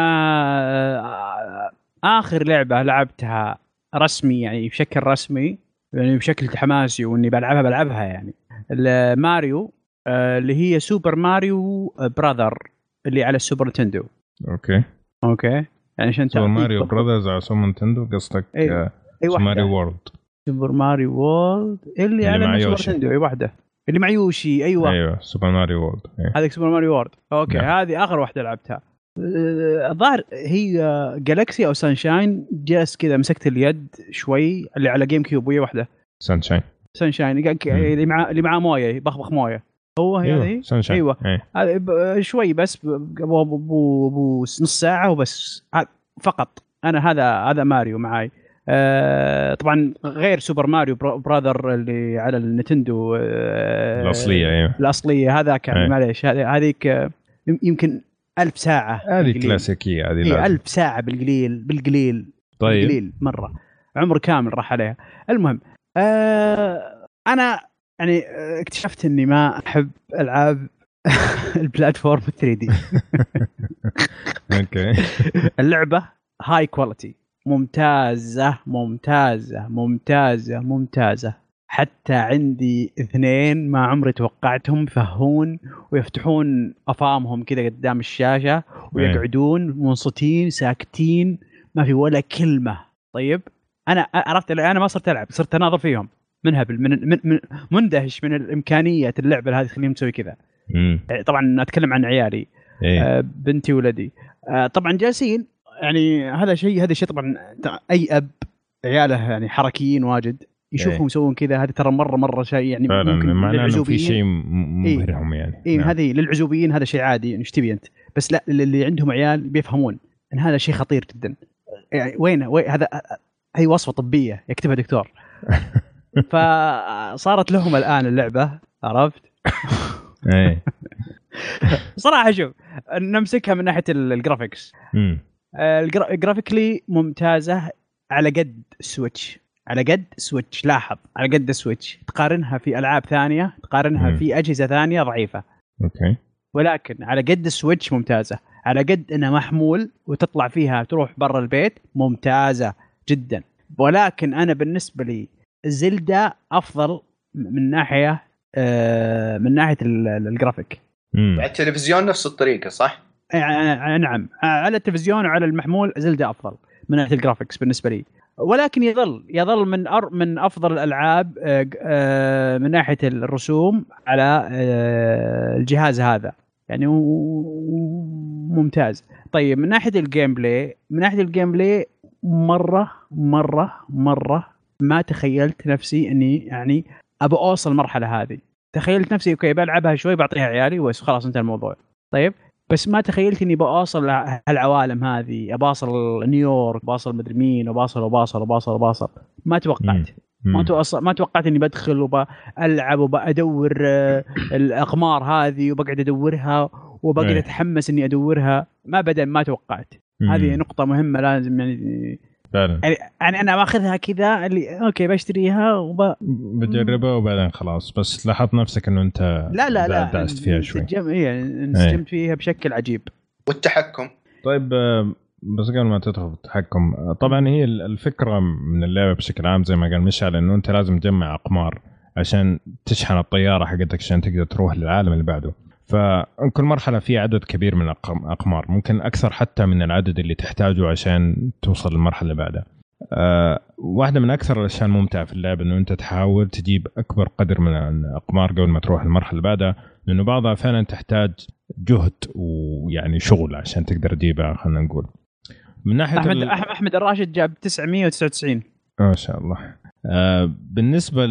اخر لعبه لعبتها رسمي يعني بشكل رسمي يعني بشكل حماسي واني بلعبها بلعبها يعني ماريو اللي هي سوبر ماريو براذر اللي على السوبر نينتندو. اوكي اوكي يعني عشان سوبر ماريو براذرز على سوبر نينتندو قصدك؟ اي سوبر ماريو وورلد. سوبر ماريو وورلد اللي, اللي على السوبر نينتندو اي واحده اللي مع يوشي. ايوه ايوه سوبر ماريو وورلد هذيك سوبر ماريو وورلد. اوكي هذه اخر واحده لعبتها. الظاهر هي جالاكسي او سانشاين. جاس كذا مسكت اليد شوي اللي على جيم كيوب وهي واحده سانشاين. سانشاين اللي مع اللي معاه مويه بخبخ مويه هو هي أيوة. سانشاين. ايوه هذا شوي بس ابو ابو نص ساعه وبس فقط. انا هذا هذا ماريو معاي. آه طبعا غير سوبر ماريو براذر اللي على النينتندو آه الاصليه. ايوه الاصليه هذا كان أيوة. معليش هذيك يمكن ألف ساعة. هذه كلاسيكية هذه لازم. ألف ساعة بالقليل بالقليل. طيب. بالقليل مرة عمر كامل راح عليها. المهم آه أنا يعني اكتشفت إني ما أحب ألعاب البلاتفورم ثري دي. أوكي. اللعبة هاي كواليتي ممتازة ممتازة ممتازة ممتازة. حتى عندي اثنين ما عمري توقعتهم يفهمون ويفتحون أفامهم كذا قدام الشاشة ويقعدون منصتين ساكتين ما في ولا كلمة. طيب أنا عرفت أنا ما صرت ألعب صرت أناظر فيهم منهبل من, من, من مندهش من الإمكانية اللعبة هذه تخليهم تسوي كذا. طبعا أتكلم عن عيالي آه بنتي ولدي آه طبعا جالسين يعني هذا شيء هذا شيء طبعا أي أب عياله يعني حركيين واجد يشوفهم يسوون كذا هذا ترى مرة مرة شيء يعني ممكن معناه في شيء مبهرهم إيه يعني إيه نعم. هذه للعزوبيين هذا شيء عادي يعني اشتبي أنت بس لا اللي عندهم عيال بيفهمون أن هذا شيء خطير جدا يعني وين وين هذا هي وصفة طبية يكتبها دكتور. فصارت لهم الآن اللعبة عرفت ايه صراحة شوف نمسكها من ناحية الجرافيكس الجرافيكلي ممتازة على قد السويتش على قد سويتش لاحظ على قد السويتش تقارنها في ألعاب ثانية تقارنها مم. في أجهزة ثانية ضعيفة أوكي ولكن على قد السويتش ممتازة على قد أنها محمول وتطلع فيها تروح برا البيت ممتازة جدا. ولكن أنا بالنسبة لي زلدة أفضل من ناحية آه من ناحية الجرافيك. على التلفزيون نفس الطريقة صح؟ نعم على التلفزيون وعلى المحمول زلدة أفضل من ناحية الجرافيكس بالنسبة لي. ولكن يظل يظل من أر من أفضل الألعاب من ناحية الرسوم على الجهاز هذا يعني ممتاز. طيب من ناحية الجيم بلاي من ناحية الجيم بلاي مرة مرة مرة ما تخيلت نفسي أني يعني أبى أوصل المرحلة هذه. تخيلت نفسي أوكي بلعبها شوي بعطيها عيالي وخلاص انتهى الموضوع. طيب بس ما تخيلت اني بأوصل هالعوالم هذه اباصل نيويورك باصل مدري مين وباصل وباصل وباصل وباصل ما توقعت ما توصل ما توقعت اني بدخل وبألعب وبأدور الأقمار هذه وبقعد أدورها وبقعد أتحمس اني أدورها ما بدأ ما توقعت. هذه نقطة مهمة لازم يعني فعلا يعني أنا ماخذها كذا اللي أوكي بشتريها وب... بجربها وبعدين خلاص بس لاحظت نفسك إنه أنت لا لا لا دعست فيها شوي انسجم إيه انسجمت فيها بشكل عجيب. والتحكم طيب بس قبل ما تدخل في التحكم طبعا هي الفكرة من اللعبة بشكل عام زي ما قال مشعل إنه أنت لازم تجمع أقمار عشان تشحن الطيارة حقتك عشان تقدر تروح للعالم اللي بعده. فكل مرحلة فيها عدد كبير من الأقمار ممكن أكثر حتى من العدد اللي تحتاجه عشان توصل للمرحلة اللي بعدها. أه واحدة من أكثر الأشياء الممتعة في اللعبة إنه أنت تحاول تجيب أكبر قدر من الأقمار قبل ما تروح المرحلة اللي بعدها لأنه بعضها فعلا تحتاج جهد ويعني شغل عشان تقدر تجيبها. خلينا نقول من ناحية أحمد ال... أحمد الراشد جاب تسعمية وتسعة وتسعين ما شاء الله. أه بالنسبة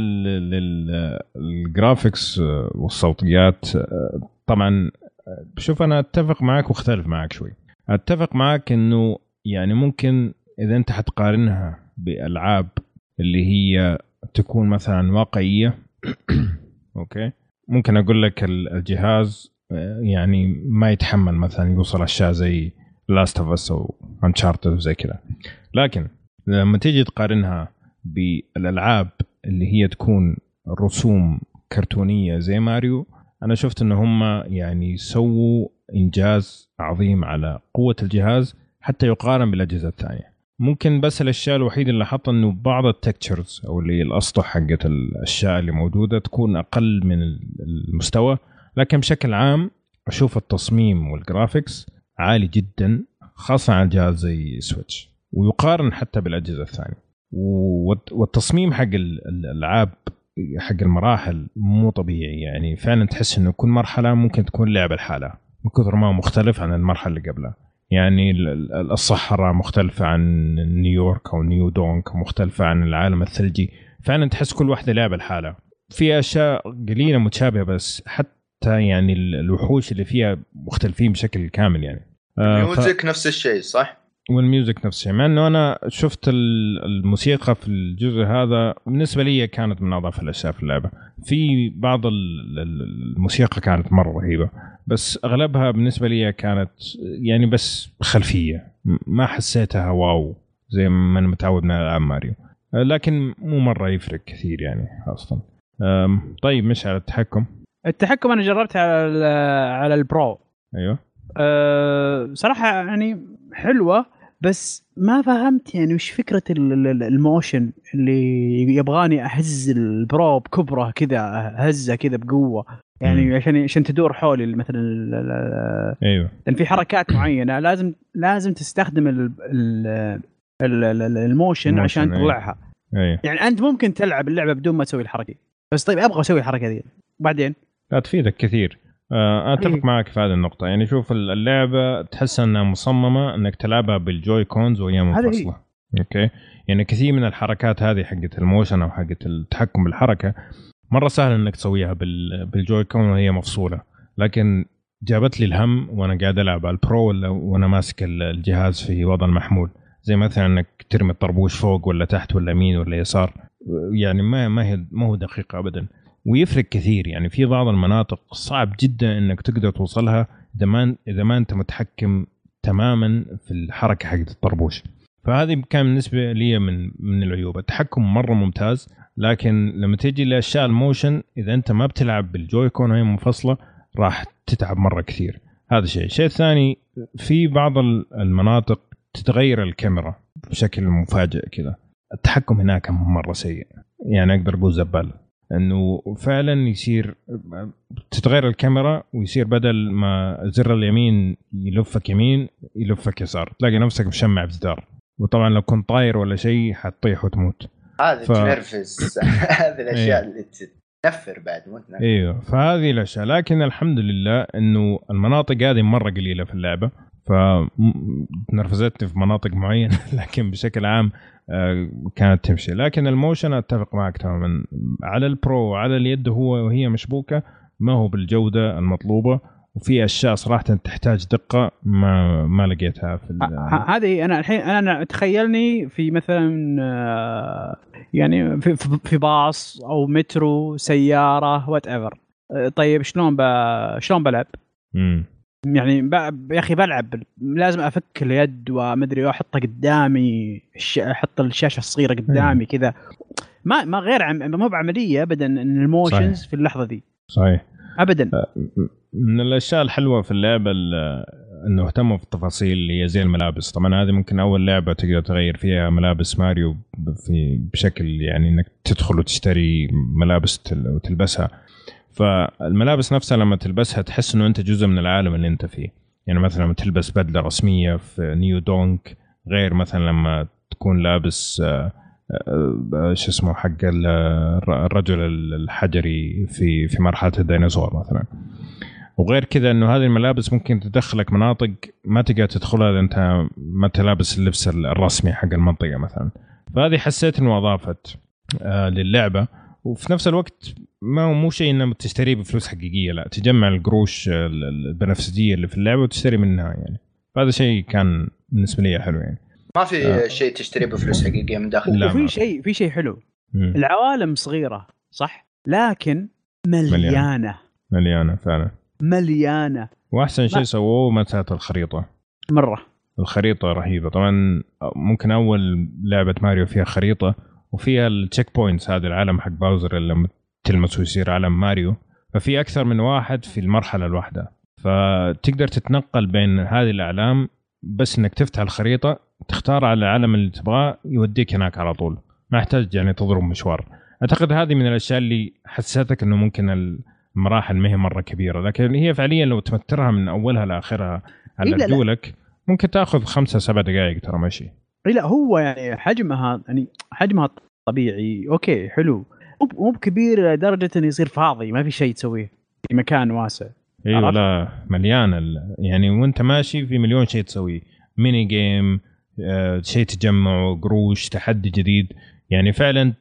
للجرافيكس والصوتيات طبعا بشوف أنا أتفق معك واختلف معك شوي. أتفق معك إنه يعني ممكن إذا أنت حتقارنها بألعاب اللي هي تكون مثلا واقعية أوكي ممكن أقول لك الجهاز يعني ما يتحمل مثلا يوصل أشياء زي Last of Us أو Uncharted وزي كذا. لكن لما تيجي تقارنها بالألعاب اللي هي تكون رسوم كرتونية زي ماريو أنا شفت إن هم يعني سووا إنجاز عظيم على قوة الجهاز حتى يقارن بالأجهزة الثانية. ممكن بس الأشياء الوحيدة اللي حط إنه بعض التكتشرز أو اللي الأسطح حقت الأشياء اللي موجودة تكون أقل من المستوى. لكن بشكل عام أشوف التصميم والجرافيكس عالي جدا خاصة على الجهاز زي سويتش ويقارن حتى بالأجهزة الثانية. والتصميم حق الألعاب حق المراحل مو طبيعي يعني فعلا تحس إنه كل مرحلة ممكن تكون لعبة الحالة من كثر ما مختلف عن المرحلة اللي قبلها. يعني الصحراء مختلفة عن نيويورك أو نيو دونك مختلفة عن العالم الثلجي. فعلا تحس كل واحدة لعبة الحالة. في أشياء قليلة متشابهة بس حتى يعني الوحوش اللي فيها مختلفين بشكل كامل يعني. الميوزك ف... نفس الشيء صح؟ والميوزك نفس الشيء مع أنه أنا شفت الموسيقى في الجزء هذا بالنسبة لي كانت من أضعف الأشياء في اللعبة. في بعض الموسيقى كانت مرة رهيبة بس أغلبها بالنسبة لي كانت يعني بس خلفية ما حسيتها واو زي ما أنا متعود من ألعاب ماريو. لكن مو مرة يفرق كثير يعني أصلا. طيب مش على التحكم التحكم أنا جربت على على البرو. أيوة أه صراحة يعني حلوة بس ما فهمت يعني وش فكرة الموشن اللي يبغاني أهز البرو بكبره كذا هزة كذا بقوة يعني م. عشان عشان تدور حولي مثلا ايوه لأن في حركات معينة لازم لازم تستخدم ال ال الموشن عشان تطلعها. أيوه. يعني أنت ممكن تلعب اللعبة بدون ما تسوي الحركة بس طيب أبغى أسوي الحركة دي بعدين لا تفيدك كثير. أه أتفق أيه. معك في هذه النقطة. يعني شوف اللعبة تحس أنها مصممة أنك تلعبها بالجوي كونز وهي منفصلة. أوكي يعني كثير من الحركات هذه حقت الموشن أو حقت التحكم بالحركة مرة سهل أنك تسويها بالجوي كون وهي مفصولة، لكن جابت لي الهم وأنا قاعد ألعب على البرو وأنا ماسك الجهاز في وضع المحمول، زي مثلا أنك ترمي الطربوش فوق ولا تحت ولا يمين ولا يسار. يعني ما ما هي ما هو دقيق أبدا ويفرق كثير. يعني في بعض المناطق صعب جدا انك تقدر توصلها اذا ما اذا ما انت متحكم تماما في الحركه حقت الطربوش. فهذه كان بالنسبه لي من من العيوب. التحكم مره ممتاز، لكن لما تيجي لاشياء الموشن اذا انت ما بتلعب بالجوي كون وهي منفصله راح تتعب مره كثير. هذا شيء. الشيء الثاني في بعض المناطق تتغير الكاميرا بشكل مفاجئ كذا. التحكم هناك مره سيء، يعني اقدر اقول زبال، انه فعلا يصير تتغير الكاميرا ويصير بدل ما زر اليمين يلفك يمين يلفك يسار، تلاقي نفسك مشمع بجدار، وطبعا لو كنت طاير ولا شيء حتطيح وتموت. هذا ف... تنرفز. هذه الاشياء اللي تنفر بعد موت. ايوه فهذه الاشياء. لكن الحمد لله انه المناطق هذه مره قليله في اللعبه فنرفزتني في مناطق معينه، لكن بشكل عام كانت تمشي. لكن الموشن اتفق معك تماما على البرو وعلى اليد هو وهي مشبوكه ما هو بالجوده المطلوبه، وفي اشياء صراحه تحتاج دقه ما ما لقيتها في هذه. انا الحين انا تخيلني في مثلا يعني في في باص او مترو سياره وات ايفر. طيب شلون ب... شلون بلعب؟ امم يعني ب... يا اخي بلعب لازم افك اليد ومدري احطها قدامي، احط الشاشه الصغيره قدامي كذا. ما ما غير عم... مو بعمليه ابدا ان الموشنز صحيح. في اللحظه دي صحيح ابدا. من الاشياء الحلوه في اللعبه انه اهتموا في التفاصيل اللي هي زي الملابس. طبعا هذه ممكن اول لعبه تقدر تغير فيها ملابس ماريو في بشكل يعني انك تدخل وتشتري ملابس وتلبسها. فالملابس نفسها لما تلبسها تحس انه انت جزء من العالم اللي انت فيه. يعني مثلا لما تلبس بدله رسميه في نيو دونك غير مثلا لما تكون لابس شو اسمه حق الرجل الحجري في في مرحله الديناصور مثلا. وغير كذا انه هذه الملابس ممكن تدخلك مناطق ما تقدر تدخلها اذا انت ما تلابس اللبس الرسمي حق المنطقه مثلا. فهذه حسيت انه اضافت آه للعبه. وفي نفس الوقت ما هو مو شيء انك تشتريه بفلوس حقيقيه، لا تجمع القروش البنفسجيه اللي في اللعبه وتشتري منها يعني. فهذا شيء كان بالنسبه لي حلو يعني. ما في آه. شيء تشتريه بفلوس حقيقيه من داخل. وفي شيء في شيء حلو. م. العوالم صغيره صح لكن مليانه مليانه فعلا مليانه. واحسن شيء سووه مساله الخريطه مره. الخريطه رهيبه. طبعا ممكن اول لعبه ماريو فيها خريطه وفيها التشيك بوينتس، هذا العالم حق باوزر اللي لما تلمسه يصير عالم ماريو. ففي اكثر من واحد في المرحله الواحده، فتقدر تتنقل بين هذه الاعلام بس انك تفتح الخريطه تختار على العالم اللي تبغاه يوديك هناك على طول، ما يحتاج يعني تضرب مشوار. اعتقد هذه من الاشياء اللي حسيتك انه ممكن المراحل ما هي مره كبيره، لكن هي فعليا لو تمترها من اولها لاخرها على دولك ممكن تاخذ خمسة سبع دقائق ترى ماشي. لا هو يعني حجمها يعني حجمها طبيعي اوكي حلو، مو بكبير لدرجه انه يصير فاضي ما في شيء تسويه في مكان واسع. ايوه لا مليانه يعني، وانت ماشي في مليون شيء تسويه، ميني جيم آه، شيء تجمع قروش تحدي جديد يعني فعلا.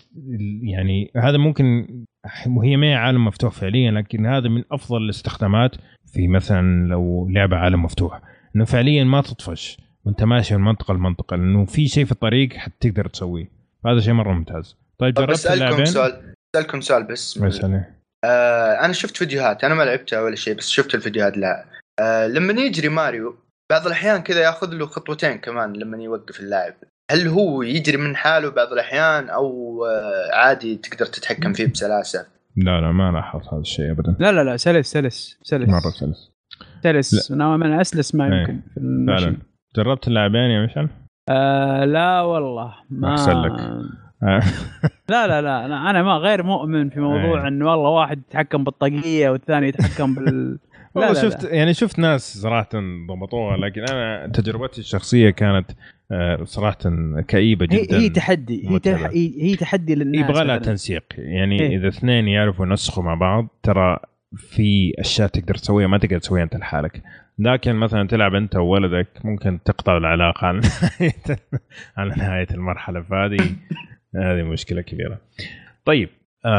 يعني هذا ممكن وهي ما هي عالم مفتوح فعليا، لكن هذا من افضل الاستخدامات في مثلا لو لعبه عالم مفتوح، انه فعليا ما تطفش وانت ماشي من منطقه لمنطقه، لانه في شيء في الطريق حتقدر تسويه. هذا شيء مره ممتاز. طيب جربت اللعبين؟ سؤال اسالكم سؤال بس مثلا آه انا شفت فيديوهات، انا ما لعبتها ولا شيء بس شفت الفيديوهات. لا آه لما يجري ماريو بعض الاحيان كذا ياخذ له خطوتين كمان لما يوقف اللاعب، هل هو يجري من حاله بعض الاحيان او آه عادي تقدر تتحكم فيه بسلاسه؟ لا لا ما لاحظت هذا الشيء ابدا. لا لا لا سلس سلس سلس مره سلس سلس نوعا ما اسلس ما يمكن في المشي. جربت اللعبين يا مشعل؟ آه لا والله ما أحسن لك. لا لا لا أنا أنا ما غير مؤمن في موضوع إنه والله واحد يتحكم بالطاقية والثاني يتحكم بال لا, لا شفت لا. يعني شفت ناس صراحة ضبطوها، لكن أنا تجربتي الشخصية كانت صراحة كئيبة جدا. هي, هي تحدي هي, تح... هي تحدي للناس، يبغى لها تنسيق يعني إيه؟ إذا اثنين يعرفوا ينسقوا مع بعض ترى في أشياء تقدر تسويها ما تقدر تسويها أنت لحالك. لكن مثلا تلعب أنت وولدك ممكن تقطع العلاقة على نهاية على نهاية المرحلة، فهذه هذه مشكلة كبيرة. طيب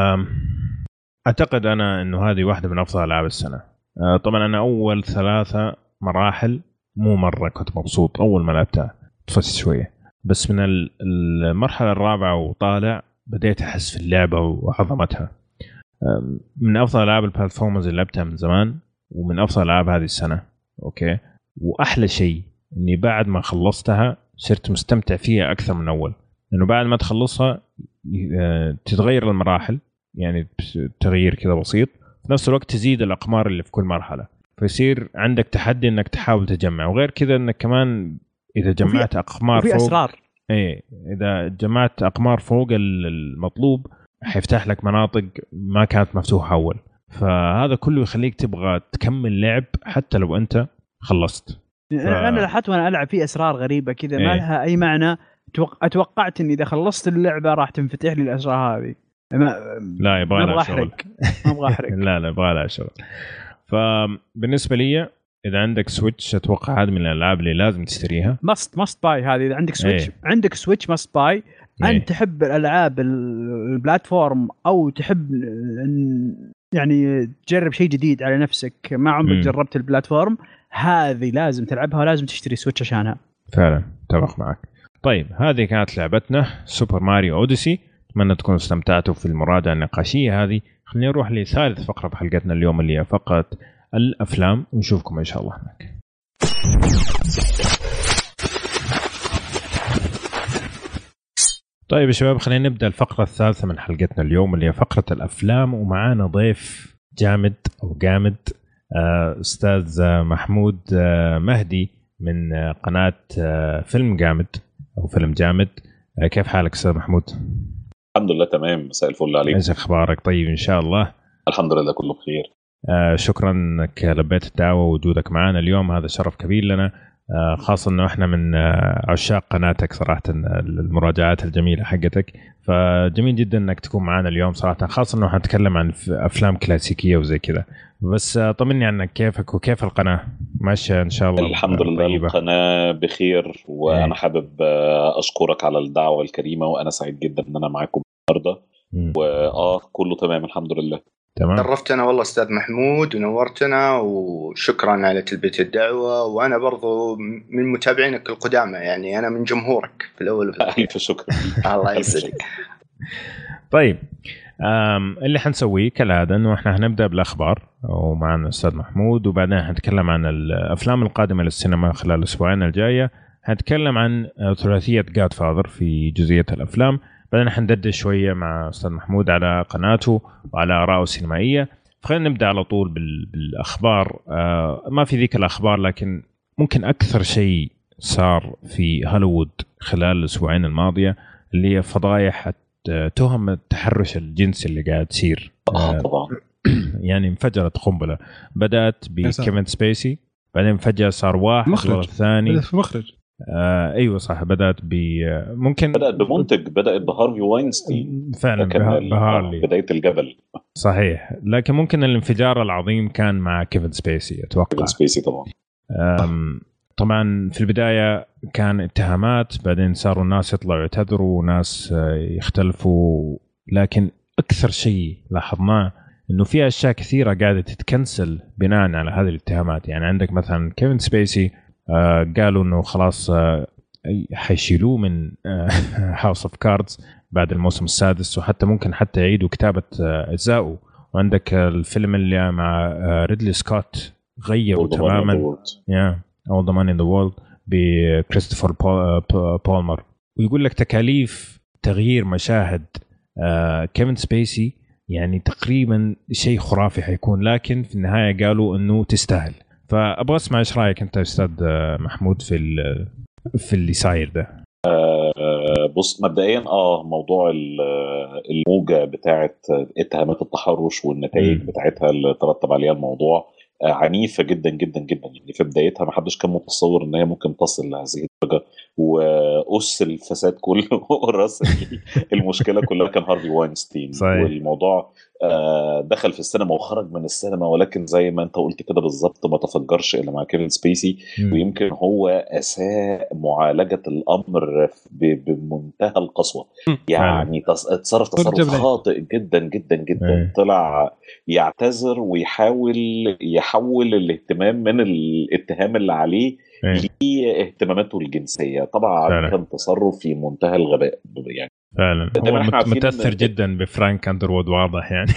أعتقد أنا إنه هذه واحدة من أفضل ألعاب السنة. طبعا أنا أول ثلاثة مراحل مو مرة كنت مبسوط أول ما لعبتها، تفصل شوية، بس من المرحلة الرابعة وطالع بديت أحس في اللعبة وعظمتها. من أفضل ألعاب البلاتفورمز اللي لعبتها من زمان، ومن أفضل ألعاب هذه السنة. أوكي، وأحلى شيء إني بعد ما خلصتها صرت مستمتع فيها أكثر من أول، لأنه بعد ما تخلصها تتغير المراحل، يعني تغيير كذا بسيط، في نفس الوقت تزيد الأقمار اللي في كل مرحلة، فيصير عندك تحدي إنك تحاول تجمع، وغير كذا إنك كمان إذا جمعت أقمار فوق أسرار. إيه إذا جمعت أقمار فوق المطلوب حيفتح لك مناطق ما كانت مفتوحة أول، فهذا كله يخليك تبغى تكمل لعب حتى لو أنت خلصت. ف... أنا لاحظت وأنا ألعب فيه أسرار غريبة كذا ما لها أي معنى. أتوقعت إني إذا خلصت اللعبة راح تنفتح لي الأسرار هذه. ما... لا يبغى لها شغل. ما أبغى أحرق. لا لا يبغى لها شغل. فبالنسبة لي إذا عندك سويتش أتوقع هذه من الألعاب اللي لازم تشتريها. ماست ماست باي هذه. إذا عندك سويتش ايه. عندك سويتش ماست باي. ايه. أنت تحب الألعاب البلاتفورم أو تحب يعني تجرب شيء جديد على نفسك، ما عمرك جربت البلاتفورم، هذه لازم تلعبها ولازم تشتري سويتش عشانها. فعلا اتفق معك. طيب هذه كانت لعبتنا سوبر ماريو أوديسي، أتمنى تكونوا استمتعتوا في المراجعة النقاشية هذه. خلينا نروح لثالث فقرة في حلقتنا اليوم اللي هي فقرة الأفلام، ونشوفكم إن شاء الله هناك. طيب يا شباب خلينا نبدأ الفقرة الثالثة من حلقتنا اليوم اللي هي فقرة الأفلام، ومعانا ضيف جامد أو جامد أستاذ محمود مهدي من قناة فيلم جامد أو فيلم جامد. كيف حالك أستاذ محمود؟ الحمد لله تمام، مساء الفل عليك. إيش أخبارك؟ طيب إن شاء الله. الحمد لله كله بخير. آه شكرا انك لبيت الدعوه ووجودك معنا اليوم، هذا شرف كبير لنا، آه خاصه انه احنا من آه عشاق قناتك صراحه، المراجعات الجميله حقتك، فجميل جدا انك تكون معنا اليوم صراحه، خاصه انه حنتكلم عن افلام كلاسيكيه وزي كذا. بس آه طمني عنك، كيفك وكيف القناه ماشيه ان شاء الله؟ الحمد لله طيبة. القناه بخير، وانا ايه. حابب اشكرك على الدعوه الكريمه، وانا سعيد جدا ان انا معاكم النهارده، واه كله تمام الحمد لله. تمام. شرفتنا والله أستاذ محمود ونورتنا، وشكرا على تلبية الدعوة، وأنا برضو من متابعينك القدامى، يعني أنا من جمهورك في الأول وفي الأخير. ألف شكر. الله يسعدك. طيب اللي حنسويه كالعادة أنه إحنا هنبدأ بالأخبار ومعنا أستاذ محمود، وبعدين هنتكلم عن الأفلام القادمة للسينما خلال الأسبوعين الجاية، هنتكلم عن ثلاثية Godfather في جزئية الأفلام، بعدين حندردش شوية مع أستاذ محمود على قناته وعلى آراءه السينمائية. فخلينا نبدأ على طول بالأخبار. آه ما في ذيك الأخبار، لكن ممكن أكثر شيء صار في هوليوود خلال الأسبوعين الماضية اللي هي فضايح تهم التحرش الجنسي اللي قاعد تصير. آه طبعا. يعني انفجرت قنبلة، بدأت بكيفن سبيسي، بعدين فجأة صار واحد مخرج الثاني في مخرج آه ايوه صح، بدات ب ممكن بدات بمنتج، بدات بهارفي واينستين فعلا بهارلي بدايه الجبل صحيح، لكن ممكن الانفجار العظيم كان مع كيفن سبيسي اتوقع. كيفن سبيسي طبعا. طبعا في البدايه كان اتهامات، بعدين صاروا الناس يطلعوا يعتذروا وناس يختلفوا، لكن اكثر شيء لاحظناه انه في اشياء كثيره قاعده تتكنسل بناء على هذه الاتهامات. يعني عندك مثلا كيفن سبيسي آه قالوا انه خلاص آه حيشيلوه من هاوس اوف كاردز بعد الموسم السادس، وحتى ممكن حتى يعيدوا كتابة آه اجزائه. وعندك آه الفيلم اللي مع آه ريدلي سكوت غيروا تماما يا All the Money in the World بكريستوفر بولمر، ويقول لك تكاليف تغيير مشاهد آه كيفن سبيسي يعني تقريبا شيء خرافي حيكون، لكن في النهاية قالوا انه تستاهل. فابغى اسمع ايش رايك انت استاذ محمود في في اللي صاير ده. آه بص مبدئيا اه موضوع الموجه بتاعه اتهامات التحرش والنتائج بتاعتها اللي ترتب عليها الموضوع آه عنيفه جدا جدا جدا. يعني في بدايتها ما حدش كان متصور ان هي ممكن تصل لهذه الدرجه، وأس الفساد كله راس المشكله كلها كان هارفي واينستين. والموضوع آه دخل في السينما وخرج من السينما، ولكن زي ما انت قلت كده بالظبط ما تفجرش الا مع كيفن سبيسي. م. ويمكن هو اساء معالجه الامر بمنتهى القسوه. يعني اتصرف تصرف خاطئ جدا جدا جدا. م. طلع يعتذر ويحاول يحول الاهتمام من الاتهام اللي عليه لاهتماماته الجنسيه. طبعا فعلا. كان تصرف في منتهى الغباء يعني. فعلا هو متاثر جدا بفرانك اندروود واضح يعني.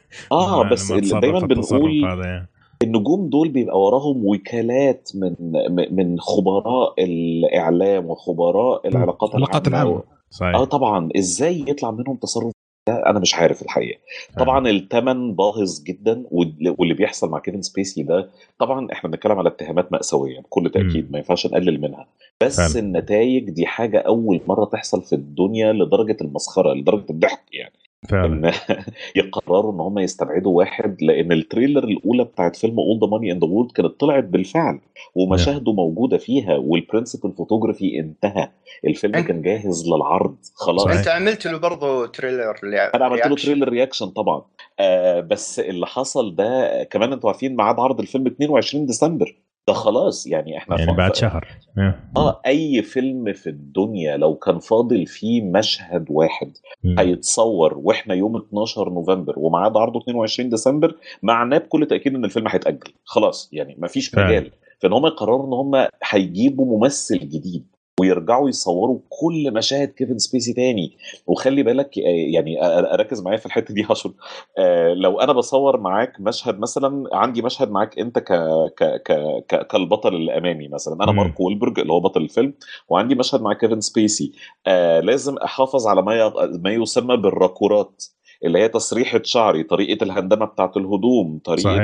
اه بس دايما بنقول يعني. النجوم دول بيبقى وراهم وكالات من من خبراء الاعلام وخبراء العلاقات العلاقات العامه. اه طبعا ازاي يطلع منهم تصرف ده انا مش عارف الحقيقه. طبعا الثمن باهظ جدا، واللي بيحصل مع كيفن سبيسي ده طبعا احنا بنتكلم على اتهامات مأساويه بكل تاكيد، ما ينفعش نقلل منها، بس فعلا. النتائج دي حاجه اول مره تحصل في الدنيا لدرجه المسخره، لدرجه الضحك يعني. فعلا. يقرروا ان هم يستبعدوا واحد، لان التريلر الاولى بتاعت فيلم All the Money in the World كانت طلعت بالفعل ومشاهده موجوده فيها، والبرنسبل فوتوغرافي انتهى. الفيلم أنت... كان جاهز للعرض خلاص. انت عملت له برضه تريلر اللي انا عملت له تريلر رياكشن طبعا. آه بس اللي حصل ده كمان انتوا عارفين ميعاد عرض الفيلم اثنين وعشرين ديسمبر، ده خلاص يعني احنا يعني بعد شهر. اه اي فيلم في الدنيا لو كان فاضل فيه مشهد واحد هيتصور واحنا يوم اتناشر نوفمبر وميعاد عرضه اثنين وعشرين ديسمبر، معناه بكل تاكيد ان الفيلم هيتاجل خلاص. يعني مفيش مجال فان هم يقرروا ان هم هيجيبوا ممثل جديد ويرجعوا يصوروا كل مشاهد كيفن سبيسي تاني. وخلي بالك يعني اركز معايا في الحته دي عشان لو انا بصور معاك مشهد، مثلا عندي مشهد معاك انت ك ك ك كالبطل اللي امامي، مثلا انا مارك وولبرج اللي هو بطل الفيلم، وعندي مشهد مع كيفن سبيسي، آه لازم احافظ على ما ما يسمى بالراكورات، اللي هي تسريحة شعري، طريقة الهندمة بتاعت الهدوم، طريقة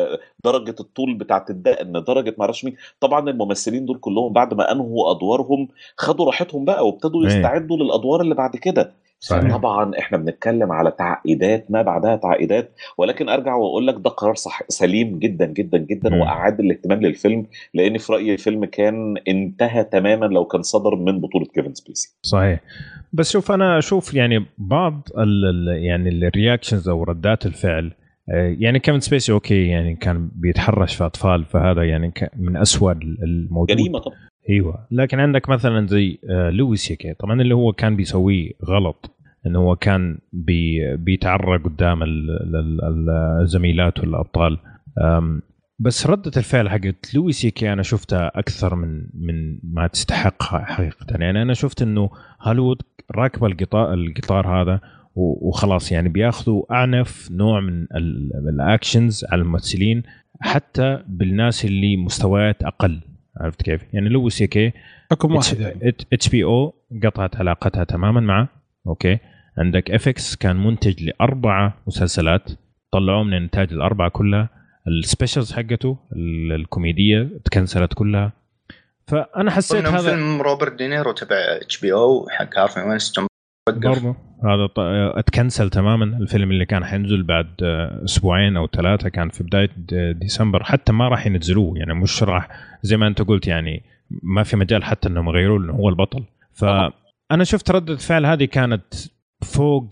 درجة الطول بتاعت الدقن، درجة معرفش مين. طبعا الممثلين دول كلهم بعد ما أنهوا أدوارهم خدوا راحتهم بقى وابتدوا يستعدوا أيه. للأدوار اللي بعد كده. طبعا احنا بنتكلم على تعقيدات ما بعدها تعقيدات، ولكن ارجع واقول لك ده قرار صح سليم جدا جدا جدا. م. واعاد الاهتمام للفيلم، لان في رايي الفيلم كان انتهى تماما لو كان صدر من بطولة كيفن سبيسي. صحيح. بس شوف انا اشوف يعني بعض ال يعني الرياكشنز او ردات الفعل، يعني كيفن سبيسي اوكي يعني كان بيتحرش في اطفال، فهذا يعني من أسوأ الموجود، جريمه طبعا. ايوه، لكن عندك مثلا زي لويس سي كي طبعا اللي هو كان بيسويه غلط، انه هو كان بي بيتعرى قدام الزميلات والابطال. بس ردة الفعل حقت لويس سي كي انا شفتها اكثر من من ما تستحقها حقيقه. يعني انا شفت انه هوليوود راكبه القطار القطار هذا وخلاص، يعني بياخذوا اعنف نوع من الاكشنز على الممثلين حتى بالناس اللي مستويات اقل. عرفت كيف؟ يعني لويس سي كي حكم واحد يعني اتش بي او قطعت علاقتها تماما معه. اوكي، عندك افكس كان منتج لاربعه مسلسلات، طلعوه من الانتاج الاربعه كلها. السبيشلز حقته الكوميديه تكنسلت كلها. فانا حسيت هذا فيلم روبرت دينيرو تبع اتش بي او حق هارفي وينستون برضه هذا اتكنسل تماما. الفيلم اللي كان حينزل بعد اسبوعين او ثلاثه كان في بدايه ديسمبر، حتى ما راح ينزلوه، يعني مش راح زي ما انت قلت، يعني ما في مجال حتى انهم يغيروا له هو البطل. فانا شفت ردة الفعل هذه كانت فوق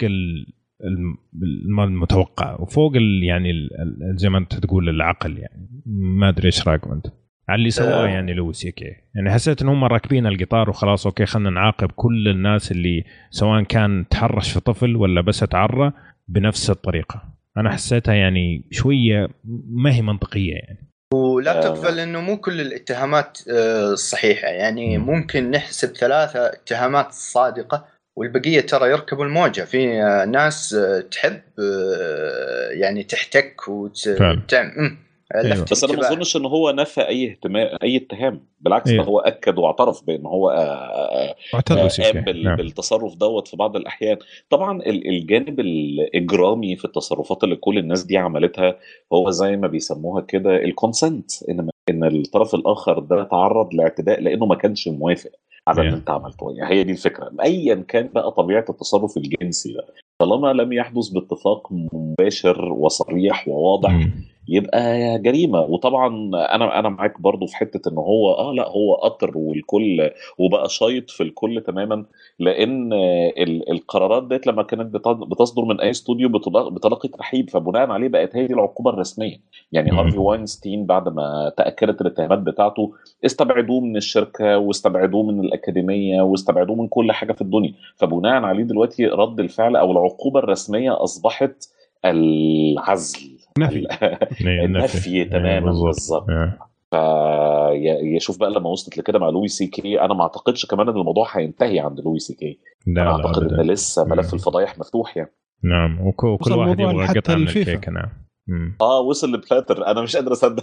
المتوقع وفوق يعني زي ما انت تقول العقل. يعني ما ادري ايش رايك انت على اللي سواه يعني لويس سي كي؟ يعني حسيت ان هم راكبين القطار وخلاص اوكي خلينا نعاقب كل الناس اللي سواء كان تحرش في طفل ولا بس تعرى بنفس الطريقه. انا حسيتها يعني شويه ما هي منطقيه يعني. ولا تغفل انه مو كل الاتهامات الصحيحه، يعني ممكن نحسب ثلاثه اتهامات صادقه والبقيه ترى يركبوا الموجه. في ناس تحب يعني تحتك وتعمل أيوة. بس انا ما اظنش ان هو نفى اي اهتمام اي اتهام، بالعكس أيوة. ده هو اكد واعترف بان هو قام نعم. بالتصرف دوت في بعض الاحيان. طبعا الجانب الاجرامي في التصرفات اللي كل الناس دي عملتها هو زي ما بيسموها كده الكونسنت، ان ان الطرف الاخر ده تعرض لاعتداء لانه ما كانش موافق على اللي Yeah. انت عملته. يعني هي دي الفكره، ايا كان بقى طبيعه التصرف الجنسي ده، طالما لم يحدث باتفاق مباشر وصريح وواضح مم. يبقى جريمه. وطبعا انا انا معاك برضو في حته ان هو اه لا هو قطر والكل وبقى شايط في الكل تماما، لان ال- القرارات ديت لما كانت بت- بتصدر من اي استوديو بتلا- بتلقي ترحيب، فبناء عليه بقت هي دي العقوبه الرسميه. يعني مم. هارفي واينستين بعد ما تاكدت الاتهامات بتاعته استبعدوه من الشركه واستبعدوه من الاكاديميه واستبعدوه من كل حاجه في الدنيا، فبناء عليه دلوقتي رد الفعل او العقوبه الرسميه اصبحت العزل، نفي. إيه، النفي تماما بالضبط. بالظبط. إيه. فيشوف بقى لما وصلت لكده مع لوي سي كي، انا ما اعتقدش كمان ان الموضوع هينتهي عند لوي سي كي. لا انا لا اعتقد أبداً. ان لسه ملف مم. الفضايح مفتوح يعني. نعم، وك- وكل وصل واحد الموضوع يبغى حتى قطعة من الفيفا. الكيكة. نعم. مم. اه وصل لبلاتر، انا مش قادر اصدق.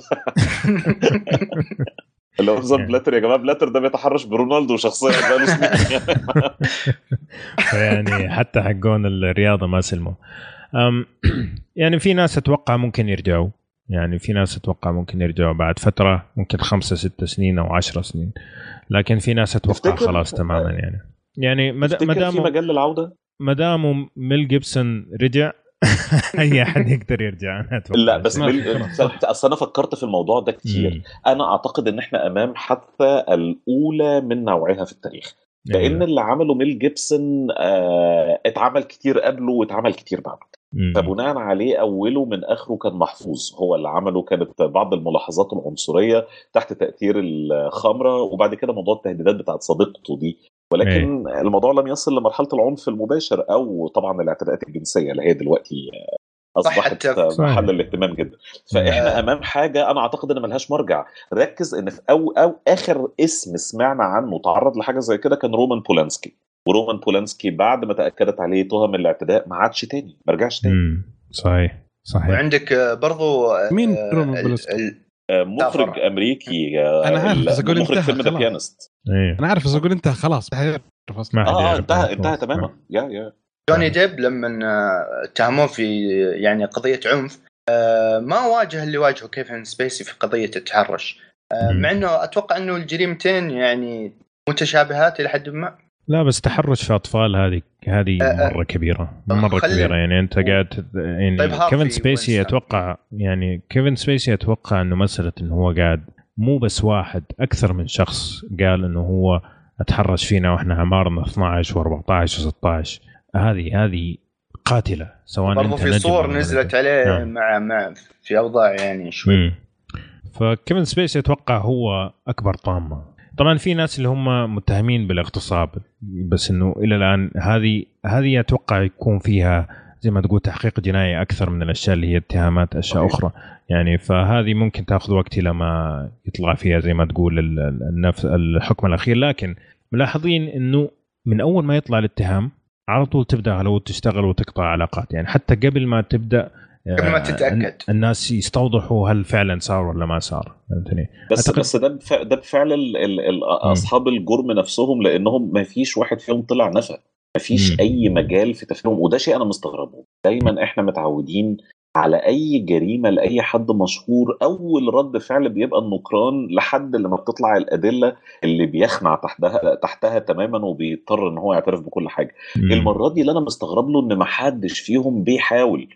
اللي هو نظام بلاتر يا جماعه، بلاتر ده بيتحرش برونالدو شخصيا بقاله سنين. يعني حتى حقون الرياضة ما سلموا. أم، يعني في ناس أتوقع ممكن يرجعوا، يعني في ناس أتوقع ممكن يرجعوا بعد فترة، ممكن خمسة ستة سنين أو عشر سنين، لكن في ناس أتوقع تفتكر؟ خلاص تماما. يعني يعني مد- تفتكر في مدام مجال للعوده؟ مدام ميل جيبسون رجع أي أحد يقدر يرجع. أنا أتوقع. لا بس ما مل... في اصل انا فكرت في الموضوع ده كتير. مم. انا اعتقد ان احنا امام حادثه الاولى من نوعها في التاريخ، لان أيوة. اللي عمله ميل جيبسون آه اتعمل كتير قبله واتعمل كتير بعده، مم. فبناء عليه اوله من اخره كان محفوظ. هو اللي عمله كانت بعض الملاحظات العنصريه تحت تاثير الخمره، وبعد كده موضوع التهديدات بتاعت صديقته دي، ولكن أي. الموضوع لم يصل لمرحله العنف المباشر او طبعا الاعتداءات الجنسيه اللي هي دلوقتي اصبحت صح، محل الاهتمام جدا. فاحنا آه. امام حاجه انا اعتقد ان ملهاش مرجع. ركز ان في او او اخر اسم سمعنا عنه تعرض لحاجه زي كده كان رومان بولانسكي، ورومان بولانسكي بعد ما تاكدت عليه تهم الاعتداء ما عادش تاني، ما رجعش تاني. مم. صحيح صحيح. وعندك آه، برضو آه، مين آه، رومان ال- بولانسكي؟ ال- آه، مخرج فرع. امريكي، آه، أنا عارف، بس أقول مخرج انتهى فيلم ذا خلاص. بيانست. أيوة. انا عارف، بس اقول انت خلاص حيعرف اصلا. ما حد اه يعرف انتهى خلاص. انتهى تماما. يا يا جوني ديب لما آه، اتهموه في يعني قضية عنف، آه، ما واجه اللي واجهه كيفن سبيسي في قضية التحرش، آه، مم. مع انه اتوقع انه الجريمتين يعني متشابهات الى حد ما. لا بس تحرش في اطفال هذه هذه أه مره كبيره، مره خلي- كبيره. يعني انت قاعد يعني طيب هارفي كيفن سبيسي وينستون. اتوقع يعني كيفن سبيسي اتوقع انه مساله انه هو قاعد مو بس واحد، اكثر من شخص قال انه هو اتحرش فينا واحنا عمارنا اثناشر وأربعتاشر وستاشر. هذه هذه قاتله، سواء برضو انت في نجم صور ولا نزلت نجم. عليه نعم. مع مع في اوضاع يعني شوي. مم. فكيفن سبيسي اتوقع هو اكبر طامه. طبعا في ناس اللي هم متهمين بالاغتصاب، بس انه الى الان هذه هذه اتوقع يكون فيها زي ما تقول تحقيق جنائي اكثر من الاشياء اللي هي اتهامات اشياء اخرى. يعني فهذه ممكن تاخذ وقت لما يطلع فيها زي ما تقول ال- ال- النفس الحكم الاخير. لكن ملاحظين انه من اول ما يطلع الاتهام على طول تبدا على تشتغل وتقطع علاقات، يعني حتى قبل ما تبدا قبل ما آه، تتأكد. الناس يستوضحوا هل فعلا صار ولا ما صار. فهمتني؟ بس أعتقد- بس ده بف... ده بفعل ال... ال... ال... اصحاب الجرم نفسهم، لانهم ما فيش واحد فيهم طلع نفى، ما فيش مم. اي مجال في تفهيمهم، وده شيء انا مستغربه. دايما احنا متعودين على اي جريمه لاي حد مشهور اول رد فعل بيبقى النكران لحد لما بتطلع الادله اللي بيخنع تحتها تحتها تماما وبيضطر ان هو يعترف بكل حاجه. مم. المره دي اللي انا مستغرب له ان ما حدش فيهم بيحاول.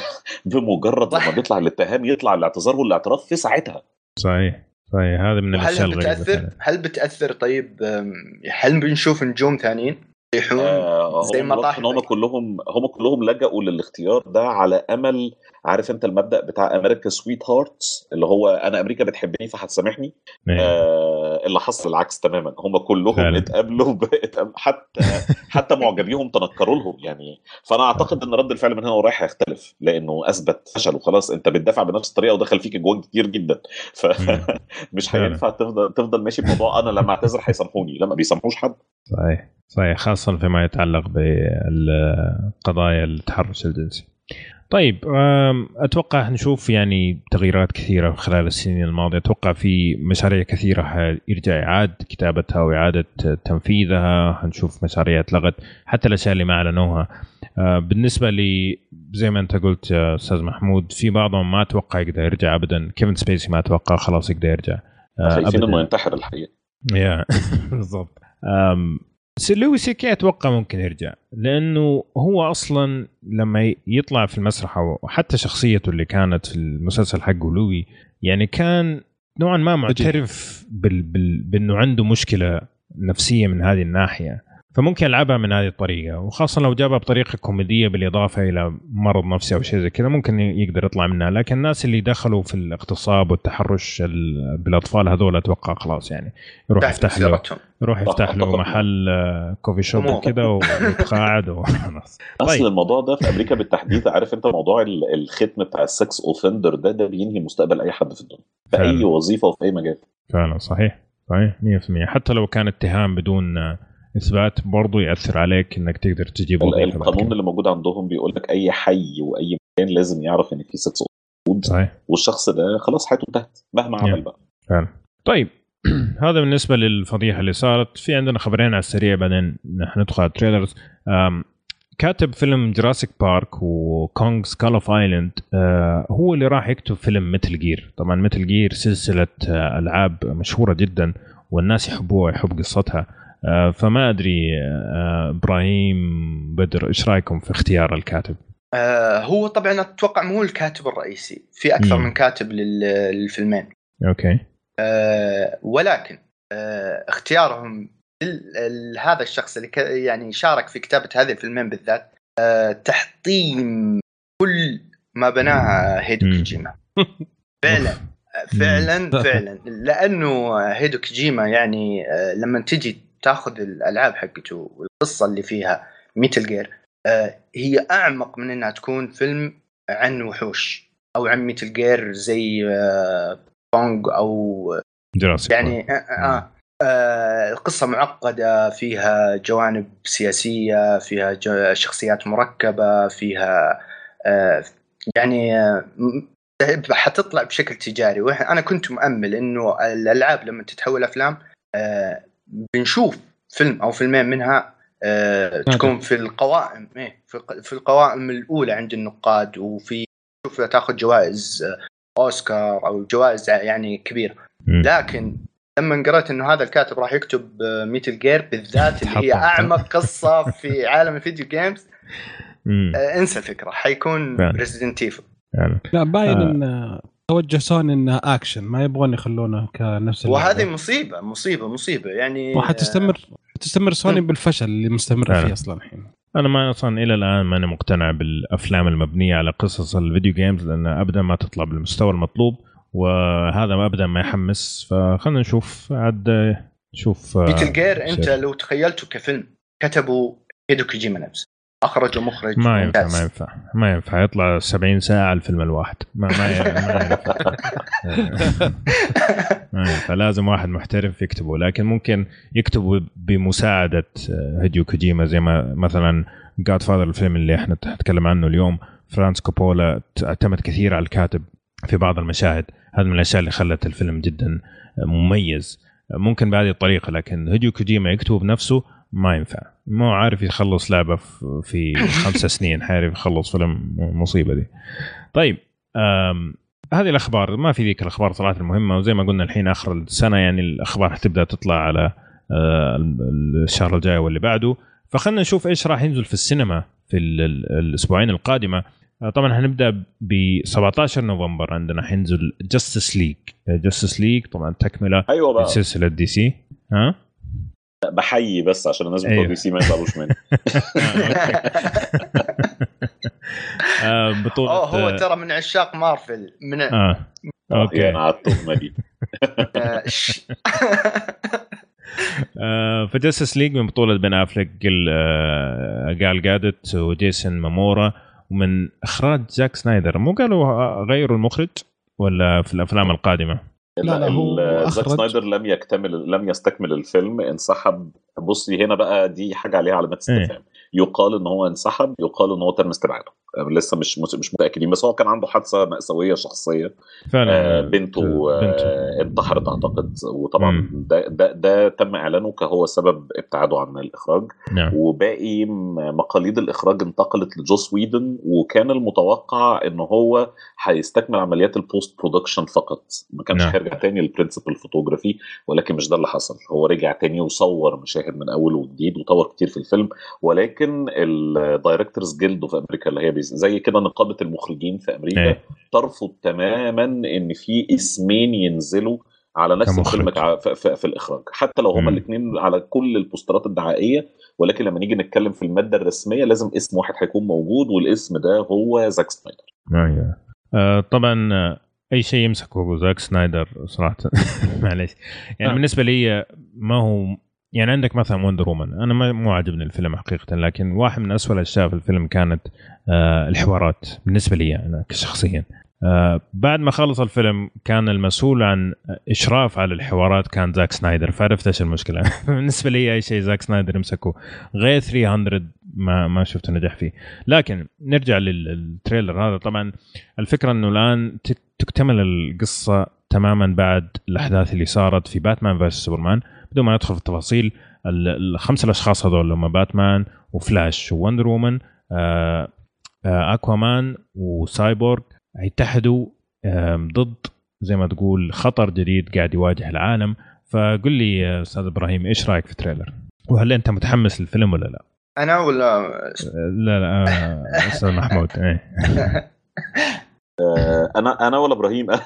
بمجرد لما بيطلع الاتهام يطلع الاعتذار والاعتراف في ساعتها. صحيح صحيح. هذا من الاشياء هل الغريبه بتأثر فعلا. هل بتأثر طيب أم، هل بنشوف نجوم ثانيين يحون آه زي هم ما واضح طاح ان هم كلهم هم كلهم لجأوا للاختيار ده على امل. عارف انت المبدأ بتاع امريكا سويت هارتس، اللي هو انا امريكا بتحبني فهتسامحني. إيه. آه اللي حصل العكس تماما، هم كلهم فعلا. اتقابلوا ب- اتقابلوا- حتى حتى معجبيهم تنكروا لهم يعني. فانا اعتقد ان رد الفعل من هنا ورايح هيختلف، لانه اثبت فشل وخلاص. انت بتدافع بنفس الطريقه ودخل فيك اجوان كتير جدا، فمش فعلا. هينفع تفضل تفضل ماشي بموضوع انا لما اعتذر هيسامحوني. لا، ما بيسامحوش حد. صحيح صحيح، خاصة فيما يتعلق بالقضايا التحرش الجنسي. طيب اتوقع نشوف يعني تغييرات كثيره خلال السنين الماضيه. اتوقع في مشاريع كثيره يرجع اعاده كتابتها واعاده تنفيذها. هنشوف مشاريع اتلغت حتى الاشياء اللي ما اعلنوها. بالنسبه لي زي ما انت قلت يا استاذ محمود في بعضهم ما اتوقع يقدر يرجع ابدا. كيفن سبيسي ما اتوقع خلاص يقدر يرجع. خايفين انه ينتحر الحقيقه. يا بالضبط. لويس سي كي اتوقع ممكن يرجع لانه هو اصلا لما يطلع في المسرح وحتى شخصيته اللي كانت في المسلسل حقه لوي يعني كان نوعا ما معترف بال... بال... بانه عنده مشكله نفسيه من هذه الناحيه، فممكن يلعبها من هذه الطريقه، وخاصه لو جابها بطريقه كوميديه بالاضافه الى مرض نفسي او شيء زي كذا ممكن يقدر يطلع منها. لكن الناس اللي دخلوا في الاغتصاب والتحرش بالاطفال هذول اتوقع خلاص يعني يروح يفتح له يروح يفتح له محل كوفي شوب كده ويتقاعد وخلاص. اصل الموضوع ده في امريكا بالتحديد، عارف انت موضوع الختم بتاع السكس اوفندر ده ده بينهي مستقبل اي حد في الدنيا في فعلا. اي وظيفه وفي اي مجال. فعلا صحيح صحيح مية بالمية. حتى لو كان اتهام بدون اثبات برضو ياثر عليك انك تقدر تجيب وظيفه. القانون اللي موجود عندهم بيقول لك اي حي واي مكان لازم يعرف ان في سكس موجود، والشخص ده خلاص حياته انتهت مهما عمل بقى. فعلا. طيب هذا بالنسبه للفضيحه اللي صارت. في عندنا خبرين على السريع بعدين نحن ندخل على التريلرز. كاتب فيلم جراسيك بارك وكونغ سكال اوف ايلاند هو اللي راح يكتب فيلم ميتل جير. طبعا ميتل جير سلسله العاب مشهوره جدا والناس يحبوها يحب قصتها. فما أدري إبراهيم بدر إيش رأيكم في اختيار الكاتب؟ آه هو طبعا أتوقع مو الكاتب الرئيسي، في أكثر مم. من كاتب للفيلمين. أوكي. آه ولكن آه اختيارهم هذا الشخص اللي يعني شارك في كتابة هذه الفيلمين بالذات آه تحطيم كل ما بناه هيدو كوجيما. فعلا فعلا فعلا لأنه هيدو كوجيما يعني آه لما تجي تاخذ الالعاب حقته والقصه اللي فيها ميتل جير آه هي اعمق من انها تكون فيلم عن وحوش او عن ميتل جير زي آه بونغ او يعني آه آه آه القصه معقده، فيها جوانب سياسيه، فيها شخصيات مركبه، فيها آه يعني آه حتطلع بشكل تجاري. وانا كنت مؤمل انه الالعاب لما تتحول افلام آه بنشوف فيلم أو فيلمين منها آه تكون في القوائم إيه في القوائم الأولى عند النقاد، وفي شوف تأخذ جوائز أوسكار أو جوائز يعني كبيرة. لكن لما قرأت إنه هذا الكاتب راح يكتب ميتل جير بالذات اللي هي أعمق قصة في عالم الفيديو جيمز آه انسى الفكرة، حيكون ريزيدنت إيفل. لا باين آه. إن توجه سوني انه اكشن، ما يبغون يخلونه كنفس. وهذه مصيبه مصيبه مصيبه يعني. وحتستمر تستمر سوني بالفشل اللي مستمر فيه اصلا الحين. انا ما اصلا الى الان ما انا مقتنع بالافلام المبنيه على قصص الفيديو جيمز لان ابدا ما تطلع بالمستوى المطلوب، وهذا ابدا ما يحمس. فخلنا نشوف عاد نشوف ميتل جير. انت لو تخيلته كفيلم كتبوا هيدو كوجيما نفسه، أخرج ومخرج ما ينفع ما ينفع ما ينفع يطلع سبعين ساعة الفيلم الواحد ما ما ينفع. ما ينفع لازم واحد محترف يكتبه. لكن ممكن يكتبوا بمساعدة هيديو كوجيما زي ما مثلا جاد فاذر الفيلم اللي احنا نتكلم عنه اليوم. فرانس كوبولا اعتمد كثير على الكاتب في بعض المشاهد. هذا من الأشياء اللي خلت الفيلم جدا مميز ممكن بهذه الطريقة. لكن هيديو كوجيما يكتبه بنفسه ما ينفع، مو عارف يخلص لعبة في خمسة سنين، حارف يخلص فيلم مصيبة دي. طيب هذه الأخبار، ما في ذيك الأخبار طلعت المهمة. وزي ما قلنا الحين آخر السنة يعني الأخبار هتبدأ تطلع على الشهر الجاي واللي بعده. فخلنا نشوف إيش راح ينزل في السينما في الأسبوعين القادمة. طبعا هنبدأ ب سبعة عشر نوفمبر عندنا حينزل جاستس ليج. جاستس ليج طبعا تكملة أيوة سلسلة دي سي. ها بحيي بس عشان الناس بتوع دي سي ما يزعلوش مني. بطولة هو ترى من عشاق مارفل من اه اوكي انا على التهمه دي. فجاستس ليج من بطولة بن أفليك، جال جادت وجيسون مامورا، ومن إخراج زاك سنايدر. مو قالوا غيروا المخرج ولا في الأفلام القادمة؟ لا لا هو زاك سنايدر لم يكتمل لم يستكمل الفيلم، انسحب. بصي هنا بقى دي حاجة عليها علامات استفهام. يقال ان هو انسحب، يقال ان هو تم استبعاده. لسه مش مش متاكدين، بس هو كان عنده حادثه مأساويه شخصيه فعلا. آه بنته آه انتحرت اعتقد، وطبعا ده, ده ده تم اعلانه كهو سبب ابتعاده عن الاخراج. نعم. وباقي مقاليد الاخراج انتقلت لجوس ويدن، وكان المتوقع ان هو هيستكمل عمليات البوست برودكشن فقط، ما كانش نعم. هيرجع تاني للبرنسبل فوتوغرافي، ولكن مش ده اللي حصل. هو رجع تاني وصور مشاهد من اول وجديد وطور كتير في الفيلم. ولكن الدايركتورز جيلد في امريكا اللي هي زي كده نقابه المخرجين في امريكا ايه. ترفض تماما ان في اسمين ينزلوا على نفس الفيلم في, في, في الاخراج، حتى لو هما الاثنين على كل البوسترات الدعائيه. ولكن لما نيجي نتكلم في الماده الرسميه لازم اسم واحد هيكون موجود، والاسم ده هو زاك سنايدر. ايوه آه طبعا اي شيء يمسكه زاك سنايدر صراحه معليش يعني آه. بالنسبه لي ما هو يعني عندك مثلا وندر وومن، انا ما مو عاجبني الفيلم حقيقه، لكن واحد من اسوأ الاشياء في الفيلم كانت آه الحوارات بالنسبه لي انا كشخصيا. آه بعد ما خلص الفيلم كان المسؤول عن إشراف على الحوارات كان زاك سنايدر، فعرفت إيش المشكلة. بالنسبة لي أي شيء زاك سنايدر يمسكه غير ثلاثمية ما ما شفت نجح فيه. لكن نرجع للتريلر هذا. طبعا الفكرة إنه الآن تكتمل القصة تماما بعد الأحداث اللي صارت في باتمان فيرس سوبرمان، بدون ما ندخل في التفاصيل. الخمسة الأشخاص هذول هم باتمان وفلاش ووندر وومن آه آه أكوامان وسايبورغ هيتحدوا ضد زي ما تقول خطر جديد قاعد يواجه العالم. فقل لي أستاذ إبراهيم إيش رأيك في التريلر؟ وهل أنت متحمس للفيلم ولا لا؟ أنا ولا لا لا أستاذ محمود. إيه انا انا ولا ابراهيم؟ انت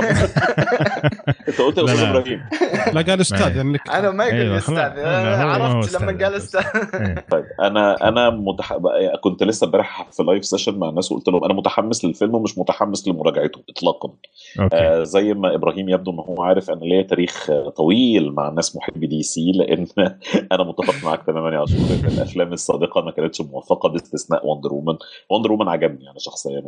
قلت يا استاذ ابراهيم. لا قال استاذ يعني انا ما يقول استاذ، عرفت لما قال استاذ. طيب انا انا متح... كنت لسه امبارح في لايف سيشن مع الناس وقلت لهم انا متحمس للفيلم ومش متحمس لمراجعته اطلاقا. آه زي ما ابراهيم يبدو ان هو عارف ان ليا تاريخ طويل مع ناس محبي دي سي، لان انا متفق معك تماما يا عاشور ان الافلام السابقه ما كانتش موفقه باستثناء وندر وومن. وندر وومن عجبني انا شخصيا.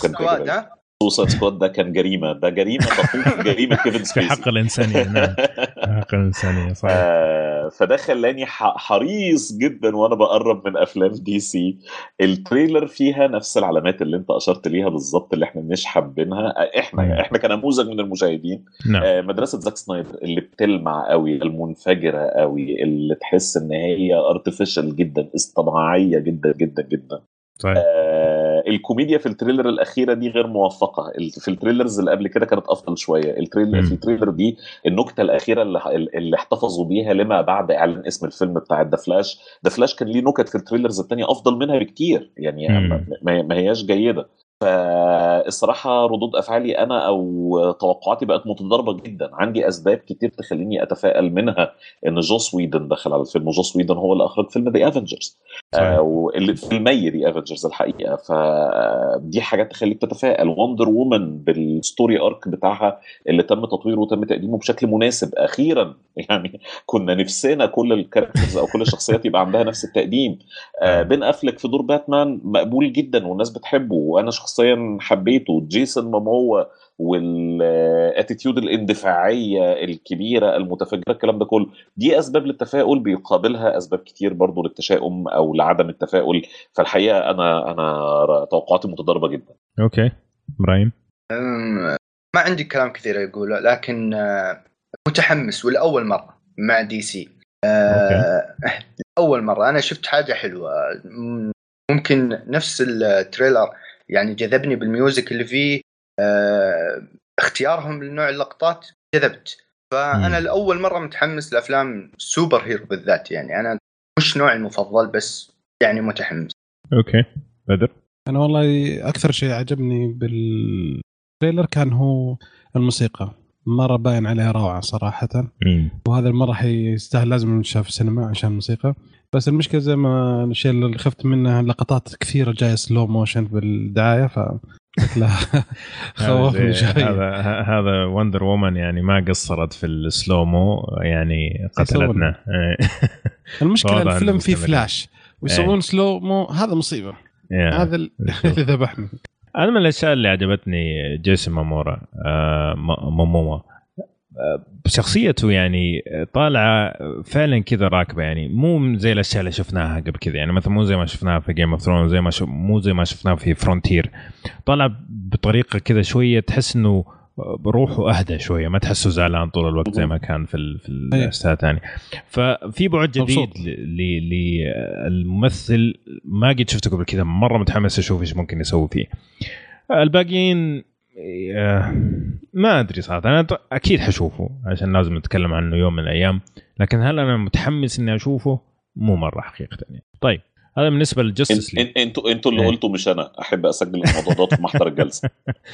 سوسايد سكواد ده كان جريمه، ده جريمه تفوق جريمه كيفن سبيسي في حق الانسانيه. نعم حق الانسانيه صحيح. آه فده خلاني حريص جدا وانا بقرب من افلام دي سي. التريلر فيها نفس العلامات اللي انت اشرت ليها بالظبط اللي احنا مش حابينها احنا مم. احنا كنموذج من المشاهدين. نعم. آه مدرسه زاك سنايدر اللي بتلمع قوي، المنفجره قوي، اللي تحس ان هي ارتفيشال جدا، اصطناعيه جدا جدا جدا. صحيح. آه الكوميديا في التريلر الاخيره دي غير موفقه، في التريلرز اللي قبل كده كانت افضل شويه. التريلر في التريلر دي النكته الاخيره اللي, اللي احتفظوا بيها لما بعد اعلان اسم الفيلم بتاع ذا فلاش. ذا فلاش كان ليه نكت في التريلرز الثانيه افضل منها بكتير يعني ما, ما هياش جيده. فالصراحة ردود أفعالي أنا أو توقعاتي بقت متضاربة جدا. عندي أسباب كتير تخليني أتفائل منها إن جوس ويدن دخل على الفيلم، وجوس ويدن هو اللي أخرج فيلم The Avengers واللي في المية The Avengers الحقيقة. فدي حاجات تخليك تتفائل. وندر وومن بالستوري أرك بتاعها اللي تم تطويره وتم تقديمه بشكل مناسب أخيرا. يعني كنا نفسنا كل الكاركترز أو كل الشخصيات يبقى عندها نفس التقديم. بين أفلك في دور باتمان مقبول جدا والناس بتحبه وأنا شخصيا حبيته. جيسون ماموا والاتيتيود الاندفاعيه الكبيره المتفجره الكلام ده كله، دي اسباب للتفاؤل بيقابلها اسباب كتير برضو للتشاؤم او لعدم التفاؤل. فالحقيقه انا انا توقعاتي متضاربه جدا. اوكي ابراهيم. ما عندي كلام كثير يقوله، لكن متحمس ولاول مره مع دي سي. اول مره انا شفت حاجه حلوه. ممكن نفس التريلر يعني جذبني بالميوزك اللي فيه. اه اختيارهم لنوع اللقطات جذبت. فأنا م. لأول مرة متحمس لأفلام سوبر هيرو بالذات. يعني أنا مش نوعي المفضل بس يعني متحمس. أوكي بدر. أنا والله أكثر شيء عجبني بالتريلر كان هو الموسيقى. مرة باين عليها روعة صراحة. م. وهذا المرة يستاهل لازم نشاف في السينما عشان الموسيقى. بس المشكلة زي ما الشيء اللي خفت منه لقطات كثيرة جاية سلو موشن بالدعاية ف لا خوفني شوي. هذا هذا وندر وومن يعني ما قصرت في السلومو يعني قتلتنا. المشكلة الفيلم فيه فلاش ويسوون سلومو، هذا مصيبة. هذا اللي ذبحني. أنا من الأشياء اللي عجبتني جيسون مامورا آه ماموا بشخصيته يعني طالعه فعلا كذا راكبه، يعني مو زي الاشياء اللي شفناها قبل كذا، يعني مثلا مو زي ما شفناها في جيم اوف ثرونز، زي ما ش... مو زي ما شفناها في فرونتير. طالع بطريقه كذا شويه تحس انه بروحه اهدى شويه، ما تحسه زعلان طول الوقت زي ما كان في ال... في الاجزاء الثانيه. ففي بعد جديد للممثل ما قد شفته قبل كذا، مره متحمس اشوف ايش ممكن يسوي فيه. الباقيين ما أدري صراحة، أنا أكيد حشوفه عشان لازم نتكلم عنه يوم من الأيام، لكن هل أنا متحمس إني أشوفه؟ مو مرة حقيقة يعني. طيب هذا بالنسبة للجستس ليج. انتوا انتوا اللي قلتوا مش أنا، أحب أسجل الموضوع ده في محضر الجلسة.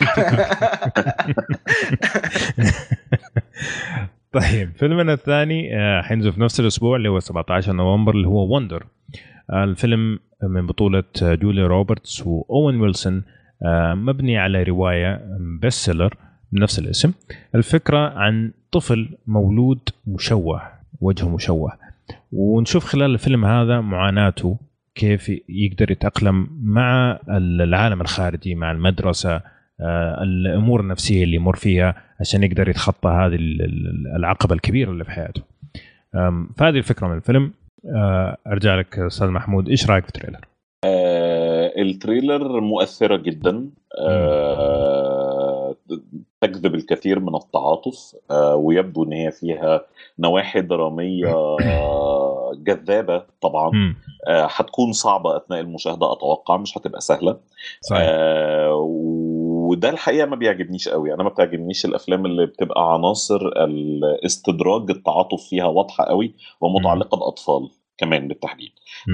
طيب فيلمنا الثاني حينزل في نفس الأسبوع اللي هو سبعة عشر نوفمبر، اللي هو وندر. الفيلم من بطولة جوليا روبرتس وأوين ويلسون، مبني على رواية بيست سيلر بنفس الاسم. الفكرة عن طفل مولود مشوه، وجهه مشوه، ونشوف خلال الفيلم هذا معاناته، كيف يقدر يتأقلم مع العالم الخارجي، مع المدرسة، الأمور النفسية اللي يمر فيها عشان يقدر يتخطى هذه العقبة الكبيرة اللي في حياته. فهذه الفكرة من الفيلم. أرجع لك أستاذ محمود، إيش رأيك في التريلر؟ آه، التريلر مؤثرة جدا، آه، تجذب الكثير من التعاطف، آه، ويبدو ان هي فيها نواحي درامية جذابة طبعا. آه، هتكون صعبة اثناء المشاهدة، اتوقع مش هتبقى سهلة. آه، وده الحقيقة ما بيعجبنيش قوي. انا ما بتعجبنيش الافلام اللي بتبقى عناصر الاستدراج التعاطف فيها واضحة قوي ومتعلقة باطفال كمان بالتحديد.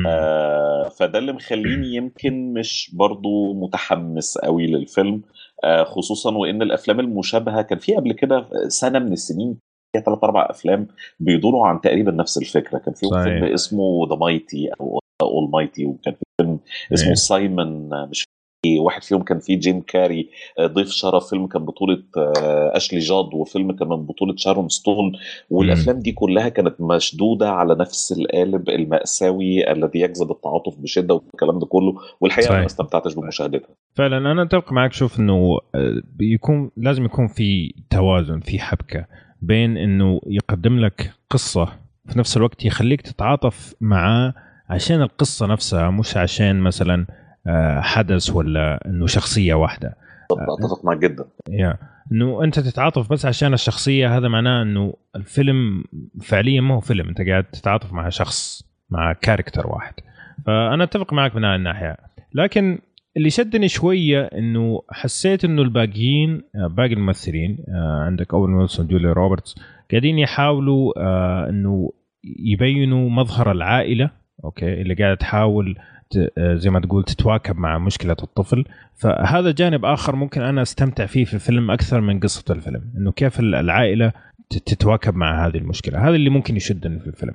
آه فده اللي مخليني يمكن مش برضو متحمس قوي للفيلم، آه خصوصا وان الافلام المشابهه كان في قبل كده سنه من السنين فيها ثلاث اربع افلام بيدوروا عن تقريبا نفس الفكره. كان في فيلم اسمه ذا مايتي او اول مايتي، وكان في فيلم اسمه سايمون، مش واحد فيهم كان فيه جيم كاري ضيف شرف، فيلم كان بطولة أشلي جاد، وفيلم كان من بطولة شارون ستون. والأفلام دي كلها كانت مشدودة على نفس القالب المأساوي الذي يجذب التعاطف بشدة والكلام ده كله، والحقيقة صحيح. أنا ما استمتعتش بمشاهدتها فعلا. أنا أتفق معك، شوف إنه بيكون لازم يكون في توازن، في حبكة بين إنه يقدم لك قصة في نفس الوقت يخليك تتعاطف معاه عشان القصة نفسها، مش عشان مثلا حدث ولا انه شخصيه واحده. اتفق معك جدا. يا انه انت تتعاطف بس عشان الشخصيه، هذا معناه انه الفيلم فعليا ما هو فيلم، انت قاعد تتعاطف مع شخص، مع كاركتر واحد. فانا اتفق معك من هذه الناحيه. لكن اللي شدني شويه انه حسيت انه الباقيين، باقي الممثلين، عندك أوين ويلسون، جوليا روبرتس، قاعدين يحاولوا انه يبينوا مظهر العائله، اوكي، اللي قاعده تحاول زي ما تقول تتواكب مع مشكلة الطفل. فهذا جانب آخر ممكن أنا استمتع فيه في الفيلم أكثر من قصة الفيلم، إنه كيف العائلة تتواكب مع هذه المشكلة. هذا اللي ممكن يشدني في الفيلم.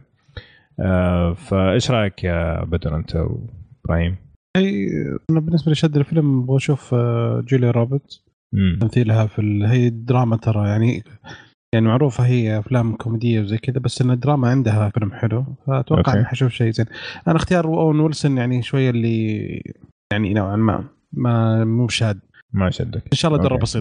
آه فإيش رأيك يا بدر أنت وإبراهيم؟ أي أنا بالنسبة لي شد الفيلم أبغى أشوف جوليا روبرتس تمثيلها في ال... هي الدراما ترى يعني يعني معروفة هي أفلام كوميدية وزي كذا، بس إن الدراما عندها فيلم حلو، فأتوقع إني حشوف شيء زين. أنا اختيار أوين ويلسون يعني شوية اللي يعني نوعا ما ما مو شاد، ما شدك إن شاء الله دور بسيط.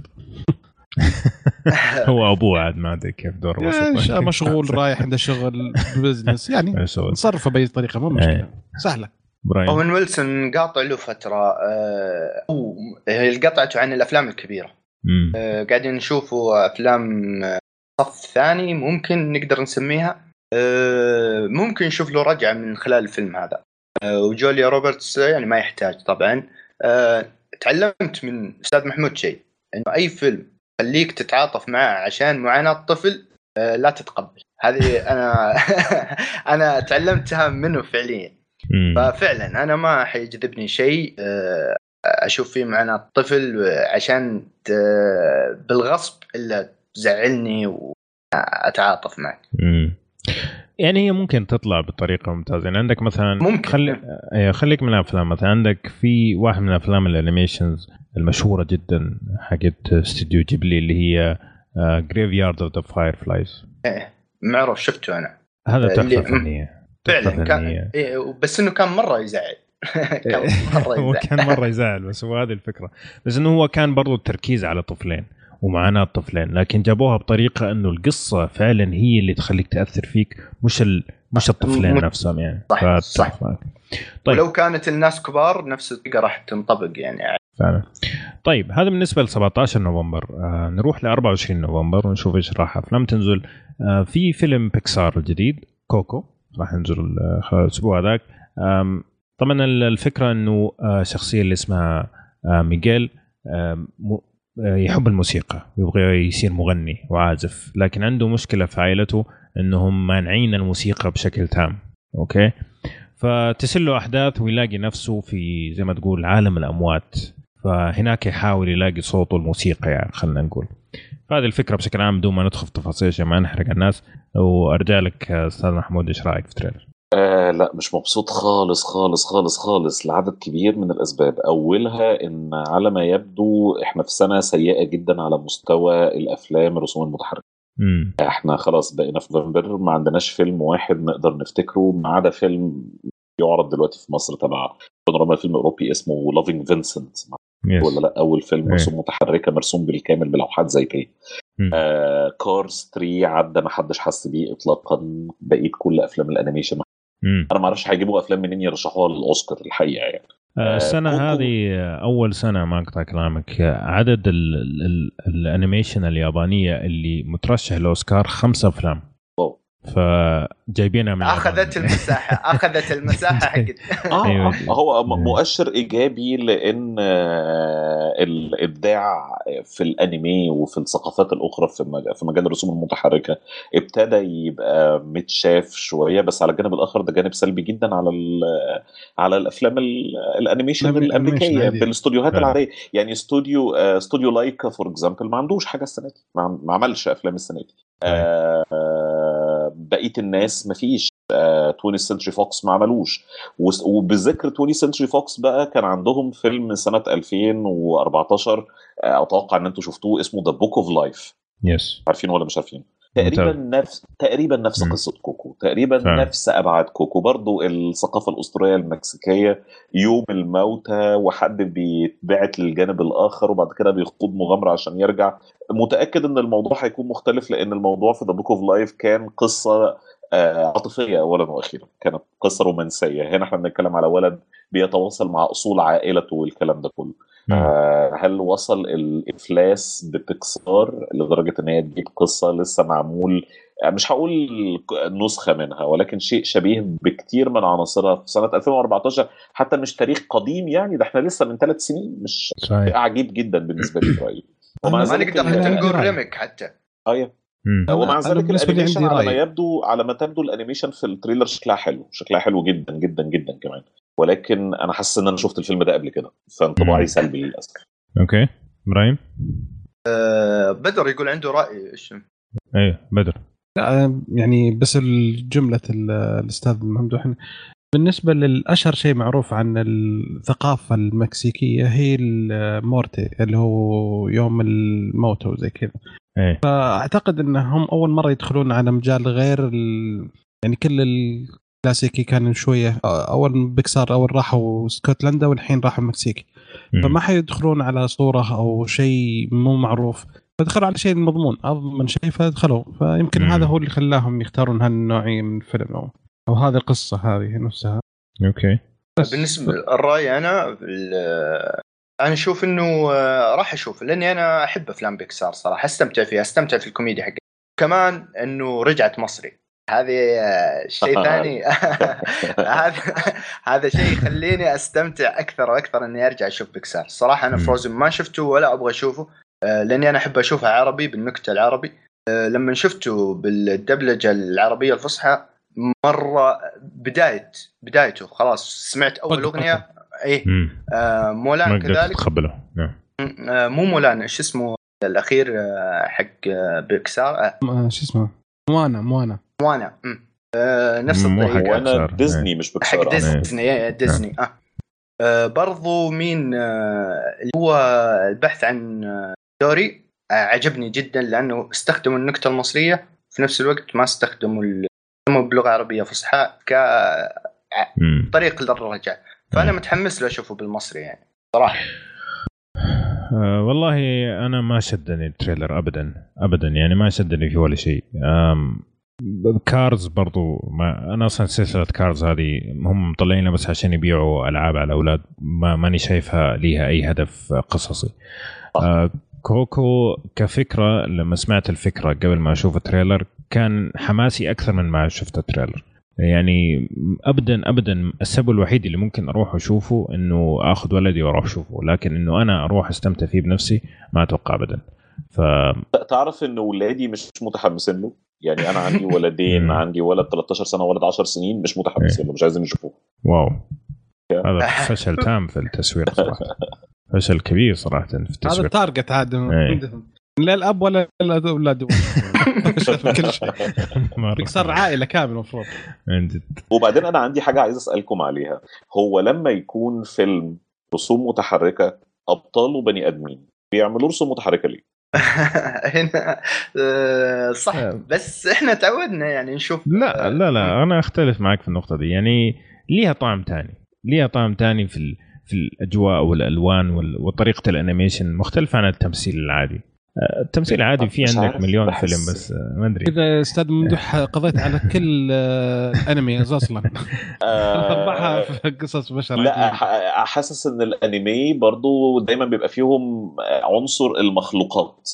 هو أبوه عاد ما أدري كيف دور بسيط، مشغول رايح عنده شغل بزنس يعني نصرفه بأي طريقة، مو مشكلة سهلة. أوين ويلسون قاطع له فترة، أو قطعته عن الأفلام الكبيرة. أه قاعدين نشوفوا أفلام صف ثاني ممكن نقدر نسميها، أه ممكن نشوف له رجعة من خلال الفيلم هذا. أه وجوليا روبرتس يعني ما يحتاج طبعا. أه تعلمت من أستاذ محمود شيء، إنه أي فيلم خليك تتعاطف معه عشان معاناة طفل أه لا تتقبل. هذه أنا أنا تعلمتها منه فعليا. ففعلا أنا ما حيجذبني شيء أه أشوف فيه معنا الطفل عشان بالغصب إلا تزعلني وأتعاطف معك. مم. يعني هي ممكن تطلع بطريقة ممتازة. يعني عندك مثلا ممكن خلي... خليك من الأفلام، مثلا عندك في واحد من الأفلام الأنيميشنز المشهورة جدا حقت استوديو جيبلي اللي هي Graveyard of the Fireflies. إيه معروف، شفته أنا. هذا تحفة فنية فعلا كان إيه، بس إنه كان مرة يزعل. هو كان مرة يزعل، بس هو هذه الفكرة. بس إنه هو كان برضو التركيز على طفلين، ومعاناة الطفلين، لكن جابوها بطريقة انه القصة فعلا هي اللي تخليك تأثر فيك، مش ال... مش الطفلين نفسهم يعني. صح صح. طيب. ولو كانت الناس كبار نفس الطريقة راح تنطبق يعني فعلا. طيب هذا بالنسبة ل سبعة عشر نوفمبر. آه نروح ل أربعة وعشرين نوفمبر ونشوف ايش راح افلام تنزل. آه في فيلم بيكسار الجديد كوكو راح ينزل الاسبوع هذاك. طبعا الفكرة انه شخصية اللي اسمها ميغيل يحب الموسيقى، يبغى يصير مغني وعازف، لكن عنده مشكلة في عائلته انهم مانعين الموسيقى بشكل تام. اوكي، فتسله احداث ويلاقي نفسه في زي ما تقول عالم الاموات، فهناك يحاول يلاقي صوته الموسيقى يعني خلينا نقول. فهذه الفكرة بشكل عام بدون ما ندخل في تفاصيل عشان ما نحرق الناس. وارجع لك استاذ محمود، ايش رايك في التريلر؟ آه لا مش مبسوط خالص خالص خالص خالص لعدد كبير من الأسباب. أولها إن على ما يبدو إحنا في سنة سيئة جدا على مستوى الأفلام الرسوم المتحركة. مم. إحنا خلاص بقينا في نوفمبر ما عندناش فيلم واحد نقدر نفتكره ما عدا فيلم يعرض دلوقتي في مصر تبع بانوراما، فيلم أوروبي اسمه لافينج فينسنت yes. ولا لا؟ أول فيلم رسوم hey. متحركة مرسوم بالكامل بلوحات زي كده. آه كارز ثلاثة عدى ما حدش حس بيه إطلاقا. بقيت كل أفلام الأنيميشن مم. انا ما اعرفش هيجيبوا افلام منين يرشحوها للاوسكار الحقيقه يعني. السنه آه هذه اول سنه ما اقطع كلامك، عدد ال ال الانيميشن اليابانيه اللي مترشح للاوسكار خمسة افلام. أوه. فجايبينها من اخذت المساحه اخذت المساحه حقت. اه هو مؤشر ايجابي لان الابداع في الانمي وفي الثقافات الاخرى في في مجال الرسوم المتحركه ابتدى يبقى متشاف شويه، بس على الجانب الاخر ده جانب سلبي جدا على على الافلام الانيميشن الامريكيه بالاستوديوهات العاديه. يعني استوديو استوديو لايكا فور اكزامبل ما عندوش حاجه السنه دي، ما عملش افلام السنه دي. بقيه الناس مفيش. توينتي سنتري فوكس ما عملوش. وبذكر توينتي سنتري فوكس بقى كان عندهم فيلم سنه ألفين وأربعتاشر اتوقع ان انتم شفتوه اسمه ذا بوك اوف لايف. يس عارفين ولا مش عارفين؟ تقريبا نفس تقريبا نفس م. قصه كوكو، تقريبا فهم. نفس ابعاد كوكو. برضو الثقافه الاسطوريه المكسيكيه، يوم الموتى وحد بيتبعت للجانب الاخر وبعد كده بيخوض مغامره عشان يرجع. متاكد ان الموضوع هيكون مختلف لان الموضوع في ذا بوك اوف لايف كان قصه عاطفيه اولا واخيرا، كانت قصه رومانسيه. هنا احنا بنتكلم على ولد بيتواصل مع اصول عائلته والكلام ده كله. آه هل وصل الافلاس ببيكسار لدرجه ان هي تجيب قصه لسه معمول، مش هقول نسخه منها ولكن شيء شبيه بكتير من عناصرها في سنه ألفين وأربعتاشر؟ حتى مش تاريخ قديم يعني، ده احنا لسه من ثلاث سنين. مش صحيح. عجيب جدا بالنسبه لي رايي. وما نقدر نقول ريميك حتى. ايوه ومع ذلك الانيميشن على ما يبدو على ما تبدو الانيميشن في التريلر شكلها حلو، شكلها حلو جدا جدا جدا كمان. ولكن انا حاسس ان انا شفت الفيلم ده قبل كده فانطباعي سلبي للاسف. اوكي ابراهيم. أه بدر يقول عنده راي. ايش ايه بدر؟ يعني بس الجمله الاستاذ ممدوح بالنسبه للاشهر شيء معروف عن الثقافه المكسيكيه هي المورتي اللي هو يوم الموت وزي كذا. ايه. فاعتقد انهم اول مره يدخلون على مجال غير ال... يعني كل الكلاسيكي كان شويه اول بيكسار اول راحوا اسكتلندا والحين راحوا المكسيك، فما حيدخلون على صوره او شيء مو معروف، فدخلوا على شيء مضمون اضمن شيء فدخلوا. فيمكن مم. هذا هو اللي خلاهم يختارون هالنوعيه من الفيلم او, أو هذه القصه هذه نفسها. اوكي. بالنسبه للراي انا انا اشوف انه راح اشوف لاني انا احب افلام بيكسار صراحه، استمتع فيها، استمتع في الكوميديا حقها. كمان انه رجعت مصري هذه شيء ثاني. هذا هذا شيء يخليني استمتع اكثر واكثر اني ارجع اشوف بيكسار. صراحه انا فروزن ما شفته ولا ابغى اشوفه لاني انا احب اشوفها عربي بالنكته العربي. لما شفته بالدبلجه العربيه الفصحى مره بدايه بدايته خلاص سمعت اول اغنيه ايه آه مولان كذلك تقبله. آه مو مولان ايش اسمه الاخير آه حق آه بيكسار آه شو اسمه موانا موانا موانا آه نفس الطريقه. موانا ديزني مش بيكسار. حق ديزني ديزني آه. آه برضو مين آه اللي هو البحث عن آه دوري آه عجبني جدا لانه استخدموا النكته المصريه في نفس الوقت ما استخدموا بلغه عربيه فصحى كطريق للرجع. فانا متحمس له اشوفه بالمصري يعني صراحه. أه والله انا ما شدني التريلر ابدا ابدا، يعني ما شدني في ولا شيء. كارز برضو ما انا اصلا سلسله كارز هذه هم مطلعينها بس عشان يبيعوا العاب على الاولاد، ما ماني شايفها ليها اي هدف قصصي. أه كوكو كفكره لما سمعت الفكره قبل ما اشوف التريلر كان حماسي اكثر من ما شفت التريلر. يعني ابدا ابدا السبب الوحيد اللي ممكن اروح اشوفه انه اخذ ولدي واروح اشوفه، لكن انه انا اروح استمتع فيه بنفسي ما اتوقع ابدا. ف تعرف ان ولادي مش متحمسين له، يعني انا عندي ولدين عندي ولد ثلاثة عشر سنه وولد عشر سنين مش متحمسين له، مش عايزين يشوفوه. واو هذا فشل تام في التسويق صراحه، فشل كبير صراحه في التسويق. هذا التارجت عاد عندهم لا الاب ولا الاولاد كل شيء بيكسر عائله كامله المفروض. وبعدين انا عندي حاجه عايز اسالكم عليها، هو لما يكون فيلم رسوم متحركه ابطاله بني ادمين بيعملوا رسوم متحركه ليه؟ هنا صح، بس احنا تعودنا يعني نشوف. لا لا لا انا اختلف معك في النقطه دي، يعني ليها طعم تاني، ليها طعم تاني في في الاجواء والالوان وطريقه الانيميشن مختلفه عن التمثيل العادي. التمثيل العادي في عندك مليون فيلم بس ما ادري اذا استاذ ممدوح قضيت على كل انمي اصلا طبعها في قصص بشر. لا حاسس ان الانمي برضو دايما بيبقى فيهم عنصر المخلوقات.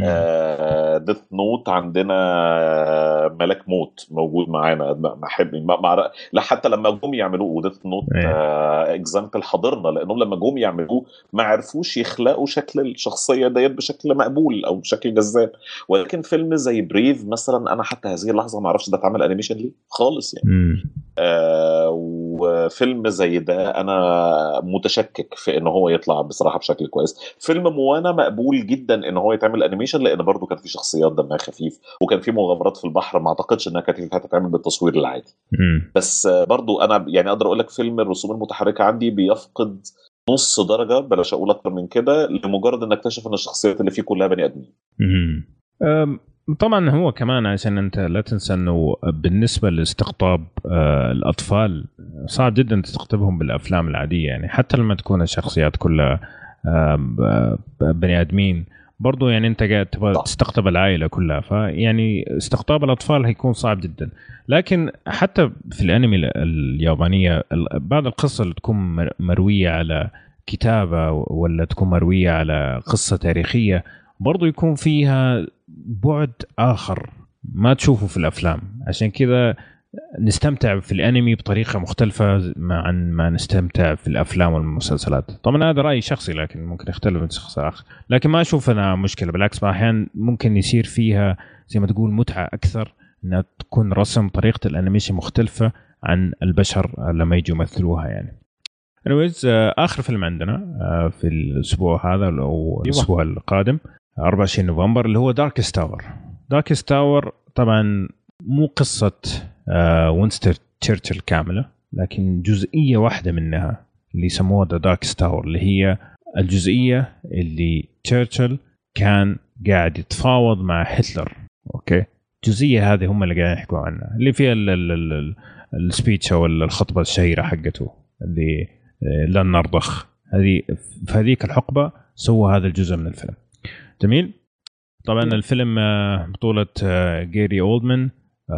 ديث نوت عندنا ملك موت موجود معانا، ما احب ما لا حتى لما جم يعملوه ديث نوت اكزامبل حضرنا، لانهم لما جم يعملوه ما عرفوش يخلقوا شكل الشخصيه ديت بشكل مقبول او بشكل جذاب. ولكن فيلم زي بريف مثلا انا حتى هذه اللحظه ما اعرفش ده اتعمل انيميشن ليه خالص يعني. آه وفيلم زي ده انا متشكك في ان هو يطلع بصراحه بشكل كويس. فيلم موانا مقبول جدا ان هو يتعمل انيميشن لان برضو كان في شخصيات دمها خفيف وكان في مغامرات في البحر، ما اعتقدش انها كانت هتتعمل بالتصوير العادي. مم. بس برضو انا يعني اقدر اقول لك فيلم الرسوم المتحركه عندي بيفقد نص درجه بلاش اقول اكتر من كده لمجرد ان اكتشف ان الشخصيات اللي فيه كلها بني ادمين. طبعا هو كمان عشان انت لا تنسى انه بالنسبه لاستقطاب الاطفال صعب جدا تستقطبهم بالافلام العاديه، يعني حتى لما تكون الشخصيات كلها بني ادمين برضو يعني انت قاعد تبغى تستقطب العائله كلها، فيعني استقطاب الاطفال هيكون صعب جدا. لكن حتى في الانمي اليابانيه بعض القصه اللي تكون مرويه على كتابه ولا تكون مرويه على قصه تاريخيه برضو يكون فيها بعد آخر ما تشوفه في الأفلام، عشان كذا نستمتع في الأنمي بطريقة مختلفة عن ما نستمتع في الأفلام والمسلسلات. طبعا هذا رأي شخصي لكن ممكن يختلف من شخص آخر، لكن ما أشوف أنا مشكلة، بالعكس أحيانا ممكن يصير فيها زي ما تقول متعة أكثر أنها تكون رسم طريقة الأنيميشن مختلفة عن البشر لما يجوا يمثلوها يعني. anyways آخر فيلم عندنا في الأسبوع هذا أو الأسبوع القادم أربعة وعشرين نوفمبر اللي هو داركست تاور. داركست تاور طبعا مو قصة وينستون تشرشل كاملة، لكن جزئية واحدة منها اللي يسموها ذا داركست تاور، اللي هي الجزئية اللي تشرشل كان قاعد يتفاوض مع هتلر. أوكي الجزئية هذه هم اللي قاعدين يحكوا عنها، اللي فيها السبيتش أو الخطبة الشهيرة حقته اللي لن نرضخ. هذه في هذيك الحقبة سوى هذا الجزء من الفيلم. جميل. طبعا الفيلم بطولة جيري أولدمان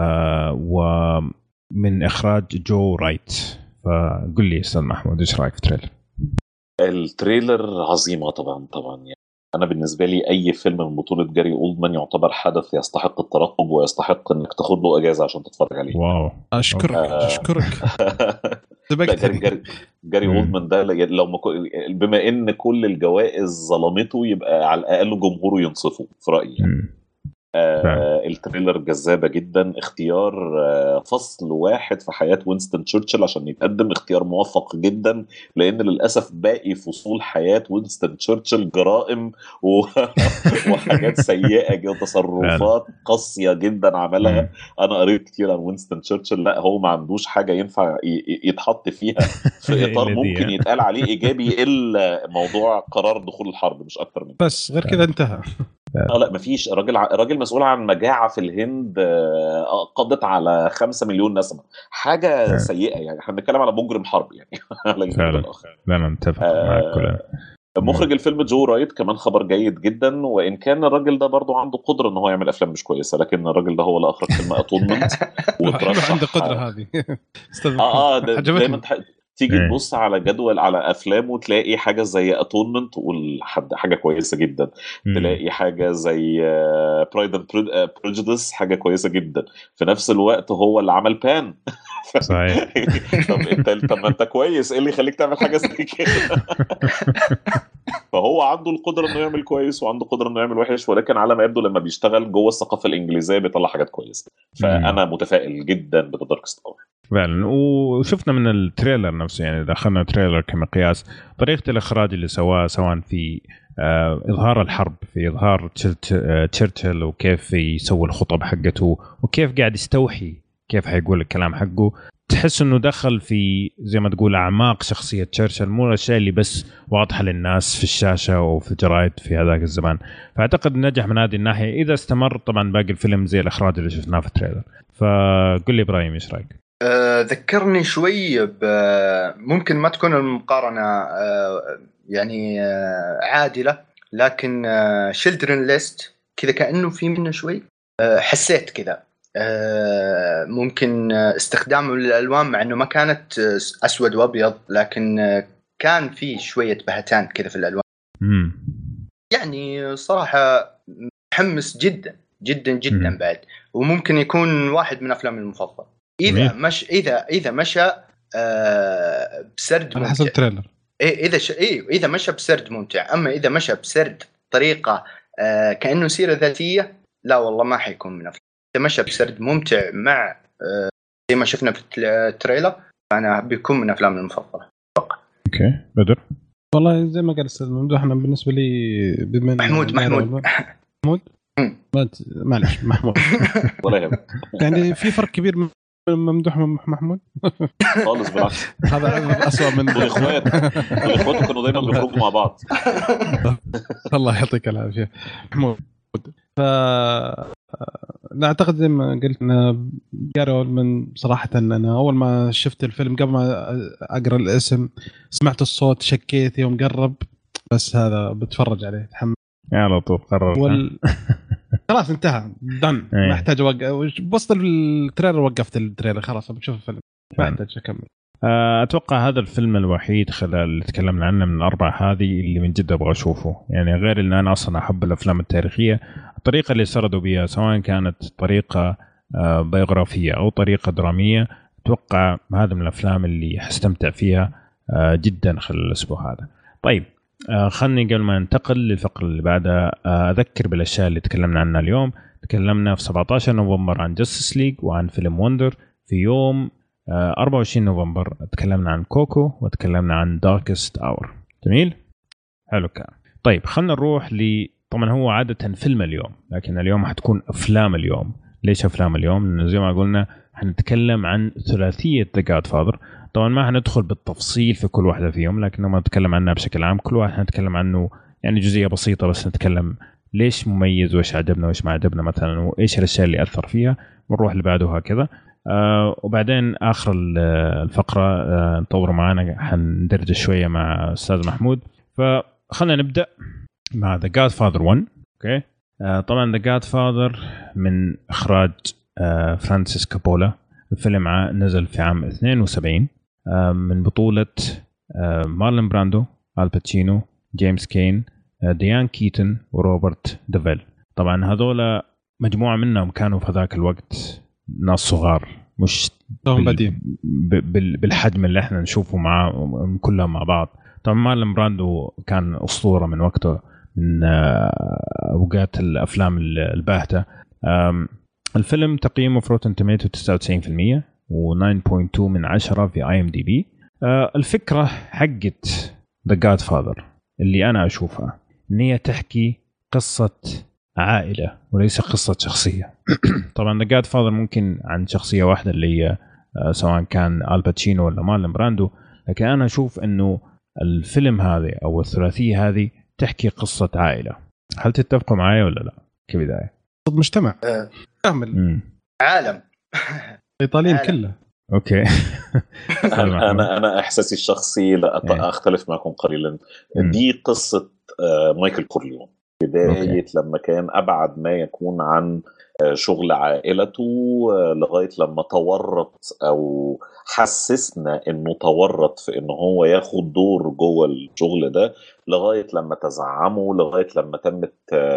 ومن إخراج جو رايت. فقل لي أستاذ محمود إيش رأيك في التريلر؟ التريلر عظيمة طبعا طبعا يعني أنا بالنسبة لي أي فيلم من بطولة جيري أولدمان يعتبر حدث يستحق الترقب ويستحق إنك تاخد له أجازة عشان تتفرج عليه. واو أشكرك آه أشكرك. جاري, جاري أولدمان ده لو ما بما إن كل الجوائز ظلمته يبقى على الأقل جمهوره ينصفه في رأيي يعني. آه التريلر جذابة جدا، اختيار آه فصل واحد في حياة وينستون تشرشل عشان يتقدم اختيار موفق جدا، لأن للأسف باقي فصول حياة وينستون تشرشل جرائم و... وحاجات سيئة وتصرفات قاسية جدا عملها. أنا قريت كتير عن وينستون تشرشل، لا هو ما عندوش حاجة ينفع يتحط فيها في إطار ممكن يتقال عليه إيجابي إلا موضوع قرار دخول الحرب، مش أكتر من بس غير كده انتهى. اه لا مفيش. راجل راجل مسؤول عن مجاعة في الهند قضت على خمسة مليون نسمة، حاجة سيئة يعني. احنا بنتكلم على مجرم حرب يعني. فعلا لا انا متفق معك كلنا. مخرج الفيلم جو رايت كمان خبر جيد جدا، وان كان الراجل ده برضو عنده قدره ان هو يعمل افلام مش كويسه، لكن الراجل ده هو اللي اخرج فيلم اتونمنت وترشح. عنده قدره هذه اه اه دا دايما تح... تيجي تبص على جدول على افلام وتلاقي حاجه زي اتونمنت والحد حاجه كويسه جدا، تلاقي حاجه زي برايد اند بريجوديس حاجه كويسه جدا، في نفس الوقت هو اللي عمل بان. صحيح. طب انت طب ما انت كويس، ايه اللي يخليك تعمل حاجه زي كده؟ فهو عنده القدره انه يعمل كويس وعنده قدره انه يعمل وحش، ولكن على ما يبدو لما بيشتغل جوه الثقافه الانجليزيه بيطلع حاجات كويسه. فانا متفائل جدا بذا دارك ستار فعلا. وشفنا من التريلر نفسه، يعني دخلنا تريلر كمقياس طريقه الاخراج اللي سواه، سواء في آه اظهار الحرب، في اظهار تشرشل وكيف يسوي الخطب حقته وكيف قاعد يستوحي كيف حيقول الكلام حقه، تحس انه دخل في زي ما تقول اعماق شخصيه تشرشل، مو الاشياء اللي بس واضحه للناس في الشاشه او في الجرايد في هذاك الزمان. فاعتقد نجح من هذه الناحيه، اذا استمر طبعا باقي الفيلم زي الاخراج اللي شفناه في التريلر. فقل لي ابراهيم ايش رايك؟ أه ذكرني شوي ممكن ما تكون المقارنه أه يعني أه عادله، لكن أه شيلدرن ليست كذا كانه في منه شوي، أه حسيت كذا أه ممكن استخدامه للالوان مع انه ما كانت اسود وابيض، لكن أه كان في شويه بهتان كذا في الالوان. امم يعني صراحه متحمس جدا جدا جدا. مم. بعد وممكن يكون واحد من افلامي المفضله اذا مم. مش اذا اذا مشى أه بسرد على حسب التريلر. إيه اذا ش... إيه اذا مشى بسرد ممتع، اما اذا مشى بسرد طريقه أه كانه سيره ذاتيه، لا والله ما حيكون من افلام. اذا مشى بسرد ممتع مع أه زي ما شفنا في التريلر، فانا بيكون من افلامي المفضله. اوكي بدر. والله زي ما قال استاذ ممدوح، انا بالنسبه لي بما محمود محمود محمود معلش محمود ولا يهمك. يعني في فرق كبير من ممدوح محمود خالص، بالعكس هذا أسوأ من الاخوات. الاخوات كانوا دايما بيخرجوا مع بعض. الله يعطيك العافيه محمود. ف لا اعتقد زي ما قلت انا قارئ من صراحه، انا اول ما شفت الفيلم قبل ما اقرا الاسم سمعت الصوت شكيت يوم قرب، بس هذا بتفرج عليه تحمل يا لطيف قرر وال... خلاص انتهى دن ما احتاج اوقف. بوسط التريلر وقفت التريلر خلاص بشوف الفيلم ما احتاج اكمل. اتوقع هذا الفيلم الوحيد خلال اللي تكلمنا عنه من الاربعه هذه اللي من جد ابغى اشوفه، يعني غير ان انا اصلا احب الافلام التاريخيه، الطريقه اللي سردوا بها سواء كانت طريقه بيوغرافيه او طريقه دراميه، اتوقع هذا من الافلام اللي حستمتع فيها جدا خلال الاسبوع هذا. طيب خلني قبل ما ننتقل للفقره اللي بعدها اذكر بالاشياء اللي تكلمنا عنها اليوم. تكلمنا في سبعة عشر نوفمبر عن جاستس ليج وعن فيلم وندر. في يوم أربعة وعشرين نوفمبر تكلمنا عن كوكو وتكلمنا عن داركست اور. جميل حلو كان. طيب خلنا نروح ل طبعا هو عاده فيلم اليوم، لكن اليوم حتكون افلام اليوم. ليش افلام اليوم؟ لانه زي ما قلنا حنتكلم عن ثلاثيه ذا جاد فاذر. طبعا ما حندخل بالتفصيل في كل واحده فيهم، لكن لما نتكلم عنها بشكل عام كل واحد حنتكلم عنه يعني جزئيه بسيطه، بس نتكلم ليش مميز وايش عجبنا وايش ما عجبنا مثلا، وايش الاشياء اللي اثر فيها، ونروح اللي بعده هكذا. آه وبعدين آخر الفقرة آه نطور معانا حندرج شوية مع أستاذ محمود. فخلنا نبدأ مع The Godfather واحد. أوكي. آه طبعا The Godfather من إخراج آه فرانسيس كابولا. الفيلم نزل في عام اثنين وسبعين، آه من بطولة آه مارلون براندو، آل باتشينو، جيمس كين، آه ديان كيتن وروبرت ديفيل. طبعا هذولا مجموعة منهم كانوا في ذاك الوقت ناس صغار، مش بال... بال... بالحجم اللي احنا نشوفه مع كلهم مع بعض. طبعا مارلون براندو كان أسطورة من وقته، من أوقات الأفلام الباهتة. الفيلم تقييمه في روتن توميتو تسعة وتسعين بالمية و تسعة فاصلة اثنين من عشرة في اي ام دي بي. الفكرة حقت The Godfather اللي أنا أشوفها إن هي تحكي قصة عائلة وليس قصة شخصية. طبعا The Godfather ممكن عن شخصية واحدة اللي هي سواء كان آل باتشينو ولا مارلون براندو، لكن أنا أشوف أنه الفيلم هذا أو الثلاثية هذه تحكي قصة عائلة. هل تتفقوا معايا ولا لا كبداية؟ مجتمع كامل، عالم إيطاليين كله اوكي. انا انا انا احساسي الشخصي لا اختلف معكم قليلا. دي قصه مايكل كورليون بدايه لما كان ابعد ما يكون عن شغل عائلته لغايه لما تورط او حسسنا انه تورط في انه هو ياخد دور جوه الشغل ده لغايه لما تزعمه لغايه لما تمت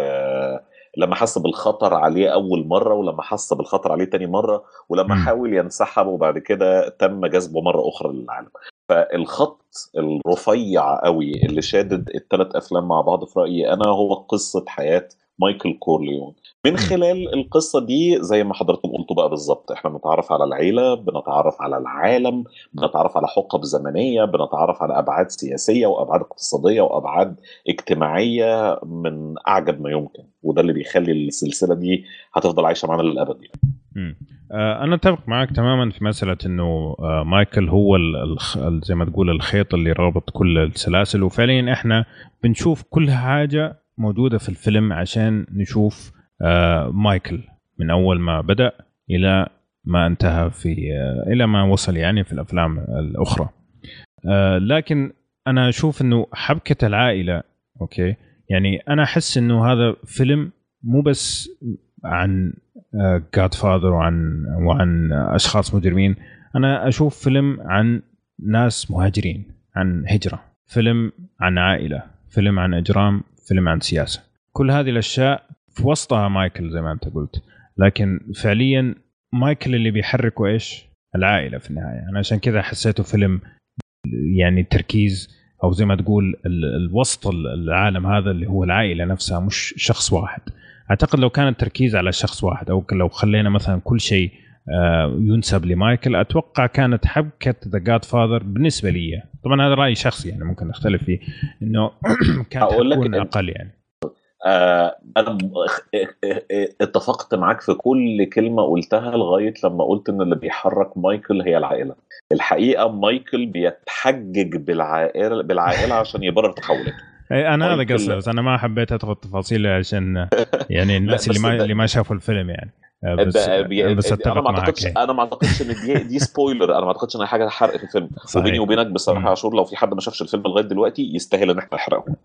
لما حس بالخطر عليه أول مرة ولما حس بالخطر عليه تاني مرة ولما م. حاول ينسحب وبعد كده تم جذبه مرة أخرى للعالم. فالخط الرفيع قوي اللي شادد الثلاث أفلام مع بعض في رأيي أنا هو قصة حياة مايكل كورليون. من خلال القصة دي زي ما حضرتكم قلتوا بقى بالظبط احنا بنتعرف على العيلة، بنتعرف على العالم، بنتعرف على حقب زمنية، بنتعرف على أبعاد سياسية وأبعاد اقتصادية وأبعاد اجتماعية من أعجب ما يمكن، وده اللي بيخلي السلسلة دي هتفضل عايشة معنا للأبد. يعني. أنا أتفق معك تماما في مسألة إنه مايكل هو زي ما تقول الخيط اللي رابط كل السلاسل، وفعليا احنا بنشوف كل حاجة موجودة في الفيلم عشان نشوف آه مايكل من أول ما بدأ إلى ما انتهى في آه إلى ما وصل يعني في الأفلام الأخرى. آه لكن أنا أشوف إنه حبكة العائلة أوكي يعني أنا أحس إنه هذا فيلم مو بس عن آه Godfather وعن وعن أشخاص مجرمين، أنا أشوف فيلم عن ناس مهاجرين، عن هجرة، فيلم عن عائلة، فيلم عن إجرام، فيلم عن سياسة. كل هذه الأشياء في وسطها مايكل زي ما أنت قلت، لكن فعليا مايكل اللي بيحركه إيش؟ العائلة في النهاية. أنا عشان كذا حسيته فيلم يعني تركيز أو زي ما تقول الوسط العالم هذا اللي هو العائلة نفسها مش شخص واحد. أعتقد لو كان التركيز على شخص واحد أو لو خلينا مثلا كل شيء ينسب لمايكل أتوقع كانت حبكة The Godfather بالنسبة لي، طبعا هذا رأي شخصي يعني ممكن نختلف فيه، إنه كانت تكون أقل يعني. آه أنا اتفقت معك في كل كلمة قلتها لغاية لما قلت إن اللي بيحرك مايكل هي العائلة. الحقيقة مايكل بيتحجج بالعائلة بالعائلة عشان يبرر تحولاته. أنا هذا قصدي، بس أنا ما حبيت أدخل تفاصيل عشان يعني الناس اللي ما اللي ما شافوا الفيلم يعني. بس, بس انا ما اعتقدش انا ما اعتقدش ان دي دي سبويلر، انا ما اعتقدش ان حاجه حرق في الفيلم. وبيني وبينك بصراحه عاشور لو في حد ما شافش الفيلم لغايه دلوقتي يستاهل ان احنا نحرقه.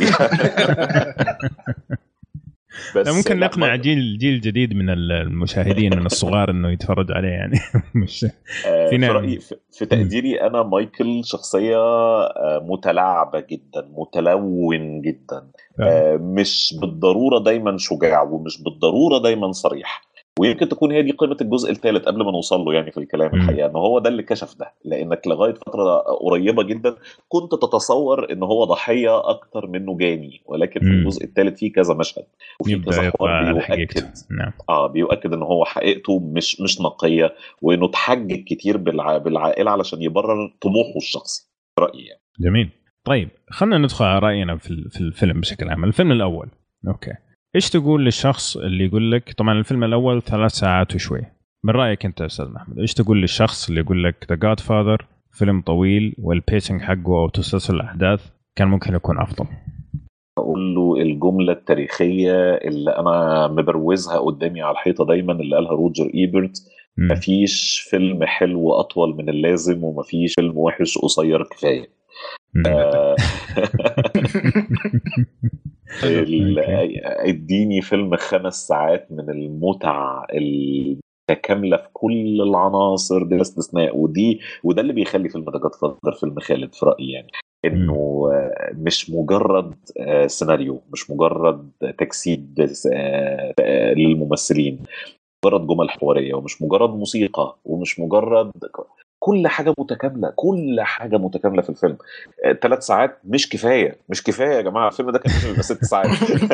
بس ممكن نقنع جيل جيل جديد من المشاهدين من الصغار انه يتفرج عليه يعني. مش في رأيي في تقديري انا مايكل شخصيه متلاعبه جدا، متلون جدا، مش بالضروره دايما شجاع ومش بالضروره دايما صريح. ويمكن تكون هي دي قيمة الجزء الثالث قبل ما نوصل له يعني في الكلام. الحقيقة انه هو ده اللي كشف ده، لانك لغاية فترة قريبة جدا كنت تتصور انه هو ضحية اكتر منه جاني، ولكن في الجزء الثالث فيه كذا مشهد وفي كذا حوار بيؤكد نعم. اه بيؤكد انه هو حقيقته مش مش نقية، وانه تحجج كتير بالع... بالعائلة علشان يبرر طموحه الشخصي رأيي يعني. جميل. طيب خلنا ندخل على رأينا في في الفيلم بشكل عام. الفيلم الأول اوكي ايش تقول للشخص اللي يقول لك، طبعا الفيلم الاول ثلاث ساعات وشوي، من رايك انت يا استاذ محمد ايش تقول للشخص اللي يقول لك The Godfather فيلم طويل والبيسنج حقه او تسلسل الاحداث كان ممكن يكون افضل؟ اقول له الجمله التاريخيه اللي انا مبروزها قدامي على الحيطه دايما اللي قالها روجر ايبرت: مفيش فيلم حلو اطول من اللازم ومفيش فيلم وحش قصير كفايه. اديني فيلم خمس ساعات من المتعة المتكاملة في كل العناصر بلا استثناء، ودي وده اللي بيخلي فيلم The Godfather فيلم خالد في رأيي يعني. انه مش مجرد سيناريو، مش مجرد تجسيد للممثلين، مجرد جمل حوارية، ومش مجرد موسيقى، ومش مجرد كل حاجة متكاملة، كل حاجة متكاملة في الفيلم. ثلاث ساعات مش كفاية، مش كفاية يا جماعة. الفيلم ده كان يبقى ست ساعات.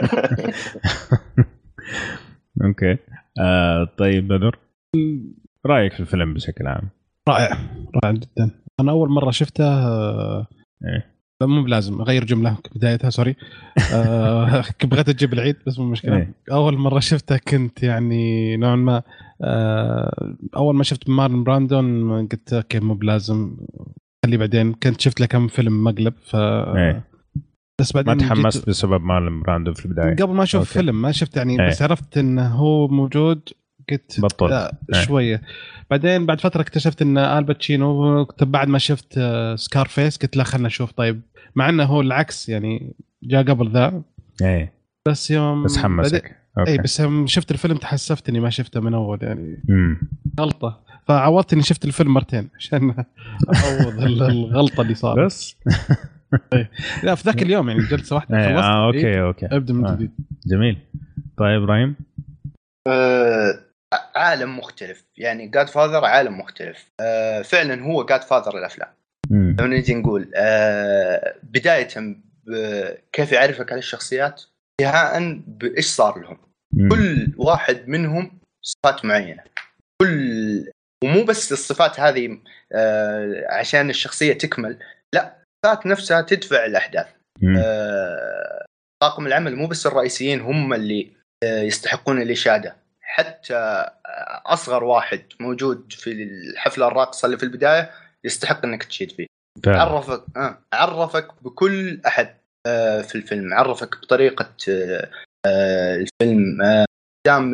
اوكي آه طيب بدر رأيك في الفيلم بشكل عام؟ رائع رائع جدا. أنا أول مرة شفته آه إيه؟ مو بلازم أغير جملة بدايتها سوري آه بغيت أجيب العيد بس مو مشكلة. إيه؟ أول مرة شفته كنت يعني نوعا ما آه أول ما شفت مارلون براندون قلت أوكي مو بلازم خلي بعدين. كنت شفت له كم فيلم مقلب ف إيه؟ بس بعدين ما تحمست جيت... بسبب مارلون براندون في البداية قبل ما أشوف فيلم ما شفت يعني. إيه؟ بس عرفت إنه هو موجود قلت بطلت آه شوية. بعدين بعد فتره اكتشفت ان الباتشينو، بعد ما شفت سكارفيس قلت لا خلنا نشوف طيب، مع انه هو العكس يعني جاء قبل ذا. ايه بس يوم بس حمسك. اي بس يوم شفت الفيلم تحسفت اني ما شفته من اول يعني امم غلطه، فعوضت اني شفت الفيلم مرتين عشان اعوض الغلطه اللي صارت بس. لا في ذاك اليوم يعني جلسه واحده خلصت. آه اوكي اوكي ابدا من آه. جديد. جميل. طيب ابراهيم. آه عالم مختلف يعني جاد فاذر عالم مختلف. آه فعلا هو جاد فاذر الافلام. لو نجي نقول آه بدايه كيف يعرفك على الشخصيات انتهاء بايش صار لهم. مم. كل واحد منهم صفات معينه، كل ومو بس الصفات هذه آه عشان الشخصيه تكمل، لا الصفات نفسها تدفع الاحداث. آه طاقم العمل مو بس الرئيسيين هم اللي آه يستحقون الاشاده، حتى آه اصغر واحد موجود في الحفله الراقصه اللي في البدايه يستحق انك تشيد فيه. فعلا. عرفك آه عرفك بكل احد آه في الفيلم، عرفك بطريقه آه آه الفيلم قدام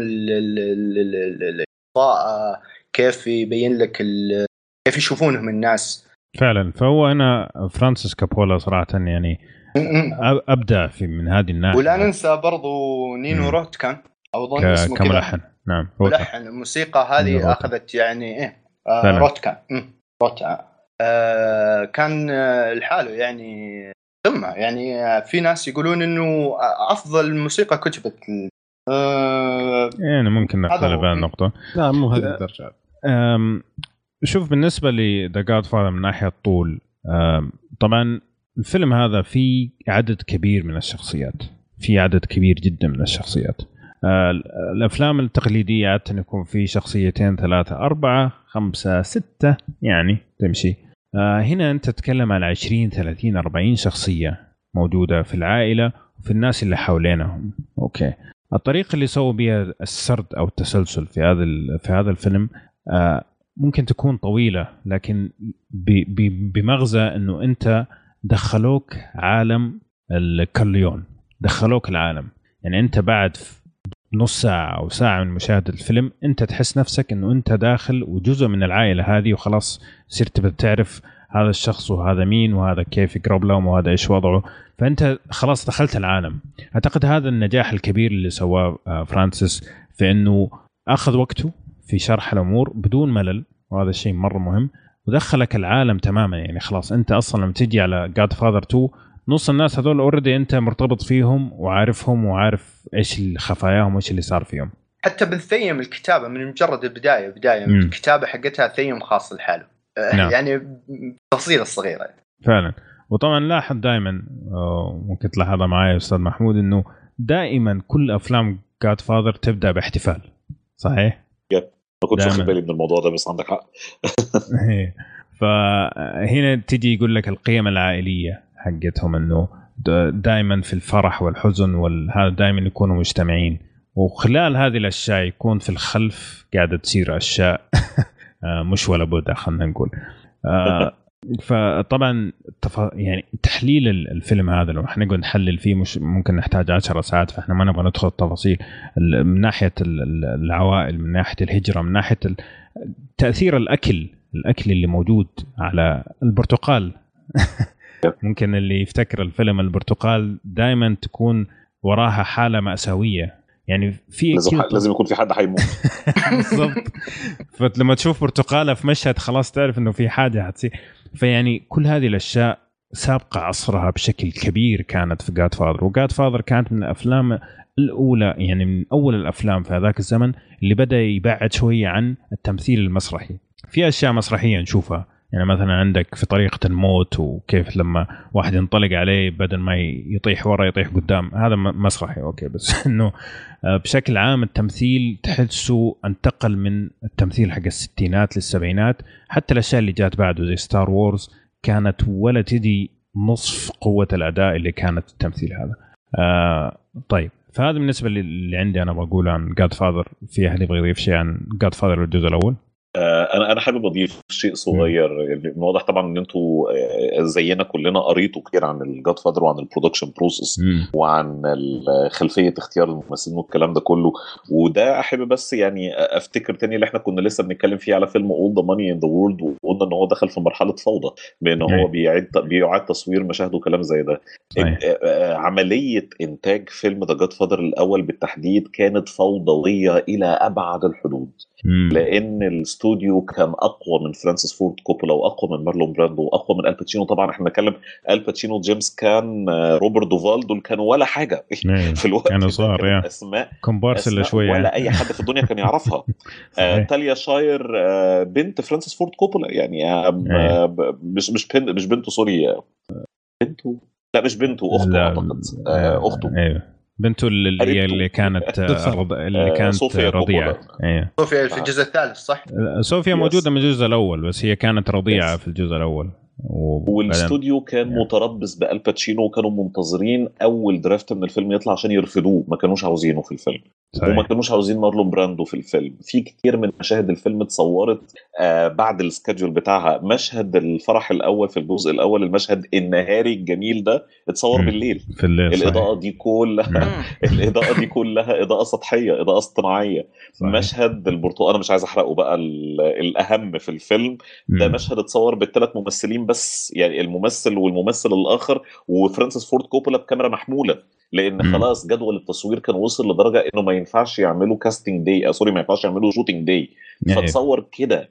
الاضاءه، كيف يبين لك كيف يشوفونهم الناس. فعلا. فهو انا فرانسيس كابولا صراحه يعني ابدع في من هذه الناحيه. ولا ننسى برضو نينو روتكان او ظن اسمه كذا كملحن. نعم ملحن الموسيقى هذه اخذت يعني ايه آه روتكان روتكان آه كان الحاله يعني قمه يعني. في ناس يقولون انه افضل موسيقى كتبت آه يعني ممكن نختلف عن النقطه. لا مو هذه الدرجه. شوف بالنسبه لذا جاد فاذر من ناحيه الطول، طبعا الفيلم هذا فيه عدد كبير من الشخصيات، في عدد كبير جدا من الشخصيات. الافلام التقليديه عاده يكون في شخصيتين ثلاثه اربعه خمسه سته يعني تمشي. هنا انت تتكلم عن عشرين ثلاثين أربعين شخصيه موجوده في العائله وفي الناس اللي حوالينهم. اوكي الطريقه اللي سووا بها السرد او التسلسل في هذا في هذا الفيلم ممكن تكون طويله، لكن بمغزى انه انت دخلوك عالم الكورليون، دخلوك العالم يعني انت بعد نص ساعه او ساعه من مشاهده الفيلم انت تحس نفسك انه انت داخل وجزء من العائله هذه، وخلاص صرت بتعرف هذا الشخص وهذا مين وهذا كيف يقرب لهم وهذا ايش وضعه، فانت خلاص دخلت العالم. اعتقد هذا النجاح الكبير اللي سواه فرانسيس في انه اخذ وقته في شرح الامور بدون ملل، وهذا الشيء مره مهم، ودخلك العالم تماما. يعني خلاص انت اصلا لما تيجي على جاد فاذر تو نص الناس هذول اوريدي انت مرتبط فيهم وعارفهم وعارف ايش خفاياهم وايش اللي صار فيهم. حتى بالثيم الكتابه من مجرد البدايه بدايه م. الكتابه حقتها ثيم خاص لحاله. نعم. يعني التفاصيل الصغيره فعلا. وطبعا لاحظ دائما ممكن تلاحظها معايا استاذ محمود انه دائما كل افلام جاد فاذر تبدا باحتفال. صحيح؟ ما كنتش واخد بالي من الموضوع ده بس عندك حق. فهنا تيجي يقول لك القيم العائليه حقتهم انه دائما في الفرح والحزن وهذا دائما يكونوا مجتمعين، وخلال هذه الاشياء يكون في الخلف قاعده تصير اشياء مش ولا بد خلينا نقول. فطبعا يعني تحليل الفيلم هذا لو حنقعد نحلل فيه مش ممكن نحتاج عشر ساعات، فاحنا ما نبغى ندخل التفاصيل من ناحيه العوائل، من ناحيه الهجره، من ناحيه تاثير الاكل الاكل اللي موجود على البرتقال. ممكن اللي يفتكر الفيلم البرتقال دائما تكون وراها حاله مأساويه، يعني في لازم, لازم يكون في حد حيموت. بالضبط. فلما تشوف برتقاله في مشهد خلاص تعرف انه في حاجه حتصير. فيعني كل هذه الاشياء سابقه عصرها بشكل كبير كانت في جاد فاذر، وجاد فاذر كانت من الافلام الاولى يعني من اول الافلام في هذاك الزمن اللي بدا يبعد شويه عن التمثيل المسرحي. في اشياء مسرحيه نشوفها يعني مثلا عندك في طريقه الموت وكيف لما واحد ينطلق عليه بدل ما يطيح ورا يطيح قدام، هذا مسرحي اوكي، بس انه بشكل عام التمثيل تحسه انتقل من التمثيل حق الستينات للسبعينات. حتى الاشياء اللي جات بعده زي ستار وورز كانت ولا تدي نصف قوه الاداء اللي كانت التمثيل هذا. آه طيب فهذا بالنسبه اللي عندي انا بقول عن جاد فاذر. في احد يبغى يضيف شيء عن جاد فاذر الجزء الاول؟ انا انا حابب اضيف شيء صغير. يعني واضح طبعا ان انتوا زينا كلنا قريتوا كتير عن الجاد فادر وعن البرودكشن بروسيس وعن خلفيه اختيار الممثلين والكلام ده كله. وده احب بس يعني افتكر تاني اللي احنا كنا لسه بنتكلم فيه على فيلم All the Money in the World، وقلنا ان هو دخل في مرحله فوضى بان هو بيعيد بيعاد تصوير مشاهد وكلام زي ده. عمليه انتاج فيلم ذا جاد فادر الاول بالتحديد كانت فوضويه الى ابعد الحدود، لان الاستوديو كان اقوى من فرانسيس فورد كوبولا واقوى من مارلون براندو واقوى من الباتشينو. طبعا احنا نتكلم الباتشينو جيمس كان روبرت دوفال، دول كانوا ولا حاجه في الوقت كانوا صغار يعني اسماء كومبارس اللي شويه ولا اي حد في الدنيا كان يعرفها. آه، تاليا شاير آه، بنت فرانسيس فورد كوبولا يعني آه، مش مش بنت مش بنته سوري بنته لا مش بنته اخته اعتقد آه، اخته ايوه بنته اللي هي اللي كانت اللي كانت رضيعه. ايوه صوفيا في الجزء الثالث صح. صوفيا موجوده من الجزء الاول بس هي كانت رضيعه في الجزء الاول. والاستوديو كان يعني متربص بالباتشينو وكانوا منتظرين اول درافت من الفيلم يطلع عشان يرفضوه، ما كانوش عاوزينه في الفيلم صحيح. وما كانوش عاوزين مارلون براندو في الفيلم. في كتير من مشاهد الفيلم اتصورت آه بعد السكادجول بتاعها. مشهد الفرح الاول في الجزء الاول، المشهد النهاري الجميل ده اتصور م. بالليل في الليل الاضاءه دي كلها الاضاءه دي كلها اضاءه سطحيه، اضاءه اصطناعيه. مشهد البرتقال انا مش عايز احرقه بقى، الاهم في الفيلم ده م. مشهد اتصور بالثلاث ممثلين بس، يعني الممثل والممثل الاخر وفرانسيس فورد كوبولا بكاميرا محموله، لان م. خلاص جدول التصوير كان وصل لدرجه انه ما ينفعش يعملوا كاستنج داي سوري ما ينفعش يعملوا شوتنج داي فتصور كده.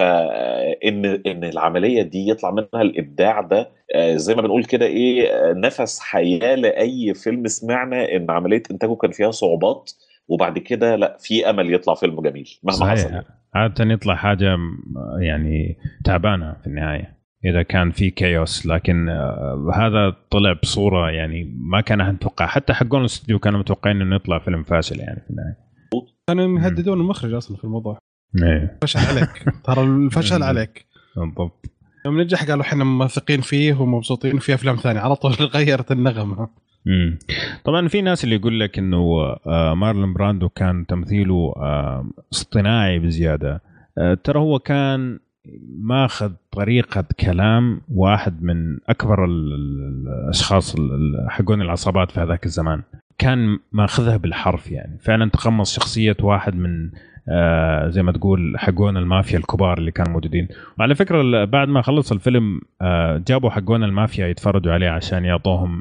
فان ان العمليه دي يطلع منها الابداع ده زي ما بنقول كده ايه نفس حياه لاي فيلم سمعنا ان عمليه انتاجه كان فيها صعوبات، وبعد كده لا في امل يطلع فيلم جميل مهما حصل. عاده يطلع حاجه يعني تعبانه في النهايه إذا كان في كيوس، لكن هذا طلع بصورة يعني ما كان نتوقع. حتى حقون الاستوديو كانوا متوقعين إنه يطلع فيلم فاشل يعني في النهاية. كانوا يهددون المخرج أصلا في الموضوع. إيه. فشل عليك ترى الفشل عليك. بالضبط. يوم نجح قالوا إحنا موثقين فيه ومبسوطين في أفلام ثانية على طول غيرت النغمة. امم طبعا في ناس اللي يقول لك إنه مارلون براندو كان تمثيله اصطناعي بزيادة. ترى هو كان ماخذ طريقة كلام واحد من أكبر الأشخاص حقون العصابات في هذاك الزمان، كان ماخذها بالحرف يعني فعلا تقمص شخصية واحد من آه زي ما تقول حقون المافيا الكبار اللي كانوا موجودين. وعلى فكرة بعد ما خلص الفيلم آه جابوا حقون المافيا يتفرجوا عليه عشان يعطوهم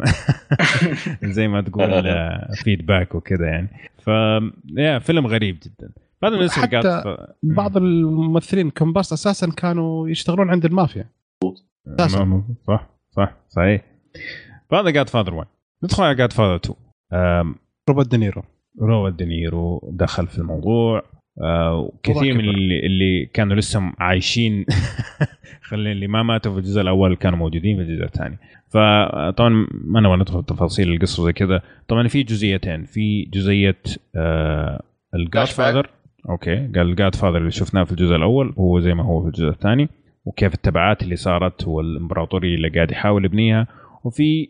زي ما تقول آه فيدباك وكده يعني. فيا فيلم غريب جدا. حتى ف... بعض الممثلين كومباست اساسا كانوا يشتغلون عند المافيا اساسا. صح صح صحيح. فهذا جاد فادر واحد. ندخل على جاد فادر اثنين. أم... روبرت دينيرو روبرت دينيرو دخل في الموضوع. أه... كثير من اللي, اللي كانوا لسه عايشين خلينا اللي ما ماتوا في الجزء الاول كانوا موجودين في الجزء الثاني. فطبعا ما نبغى ندخل في تفاصيل القصه زي كذا. طبعا في جزئيتين، في جزئيه أه... الجاد فادر اوكي قال الجاد فادر اللي شفناه في الجزء الاول هو زي ما هو في الجزء الثاني، وكيف التبعات اللي صارت والامبراطوريه اللي قاعد يحاول يبنيها. وفي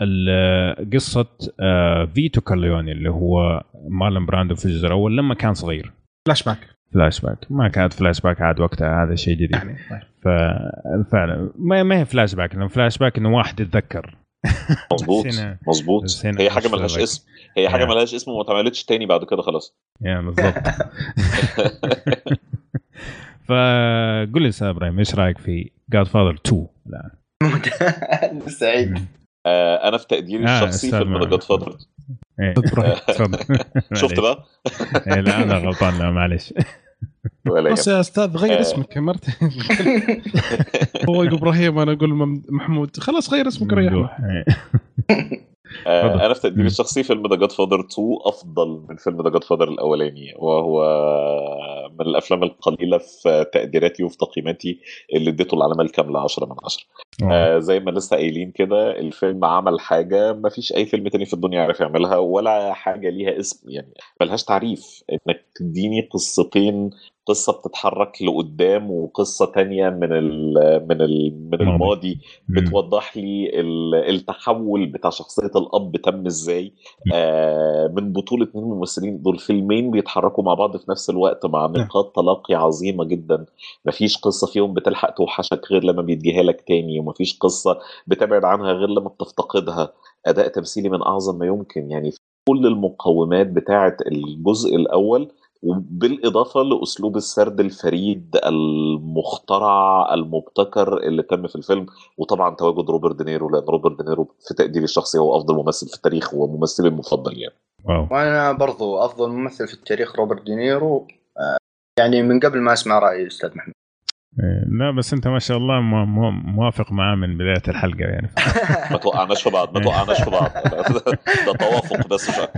قصه فيتو كارليوني اللي هو مارلون براندو في الجزء الاول لما كان صغير. فلاش باك فلاش باك ما كانت فلاش باك عاد وقتها، هذا شيء جديد يعني. ففعلا ما ما هي فلاش باك، لأنه فلاش باك انه واحد يتذكر. مظبوط مظبوط. هي حاجه ملهاش اسم، هي حاجه ملهاش اسم وما اتعملتش تاني بعد كده خلاص. يا بالضبط. فقول لي استاذ ابراهيم ايش رايك في جاد فاذر اثنين الان؟ سعيد. آه انا في تقديري الشخصي في فيلم جاد فاذر شفت بقى؟ لا انا غلطان، لا معلش. بس يا استاذ غير اسمك مرتين. هو يقول ابراهيم انا اقول محمود، خلاص غير اسمك ريح. انا في تقديري الشخصي فيلم ذا جاد فاذر اثنين افضل من فيلم ذا جاد فاذر الاولاني، وهو من الافلام القليله في تقديراتي وفي تقييماتي اللي اديته العلامه الكامله عشرة من عشرة. آه زي ما لسه قايلين كده، الفيلم عمل حاجه ما فيش اي فيلم تاني في الدنيا يعرف يعملها، ولا حاجه ليها اسم يعني ملهاش تعريف. انك تديني قصتين قصة بتتحرك لقدام وقصة تانية من ال من ال من الماضي بتوضح لي التحول بتاع شخصية الأب تم إزاي. آه من بطولة اتنين ممثلين، دول فيلمين بيتحركوا مع بعض في نفس الوقت مع نقاط تلاقي عظيمة جدا. مفيش قصة فيهم بتلحق توحشك غير لما بيديها لك تاني، ومفيش قصة بتبعد عنها غير لما بتفتقدها. أداء تمثيلي من أعظم ما يمكن، يعني في كل المقومات بتاعة الجزء الأول، وبالإضافة لأسلوب السرد الفريد المخترع المبتكر اللي تم في الفيلم. وطبعا تواجد روبرت دينيرو، لأن روبرت دينيرو في تقديري الشخصي هو أفضل ممثل في التاريخ وممثلي المفضل يعني. واو. وأنا برضو أفضل ممثل في التاريخ روبرت دينيرو، يعني من قبل ما أسمع رأي أستاذ محمد. لا بس انت ما شاء الله موافق معاه من بدايه الحلقه يعني. ما توقعناش في بعض ما توقعناش في بعض ده توافق بس مش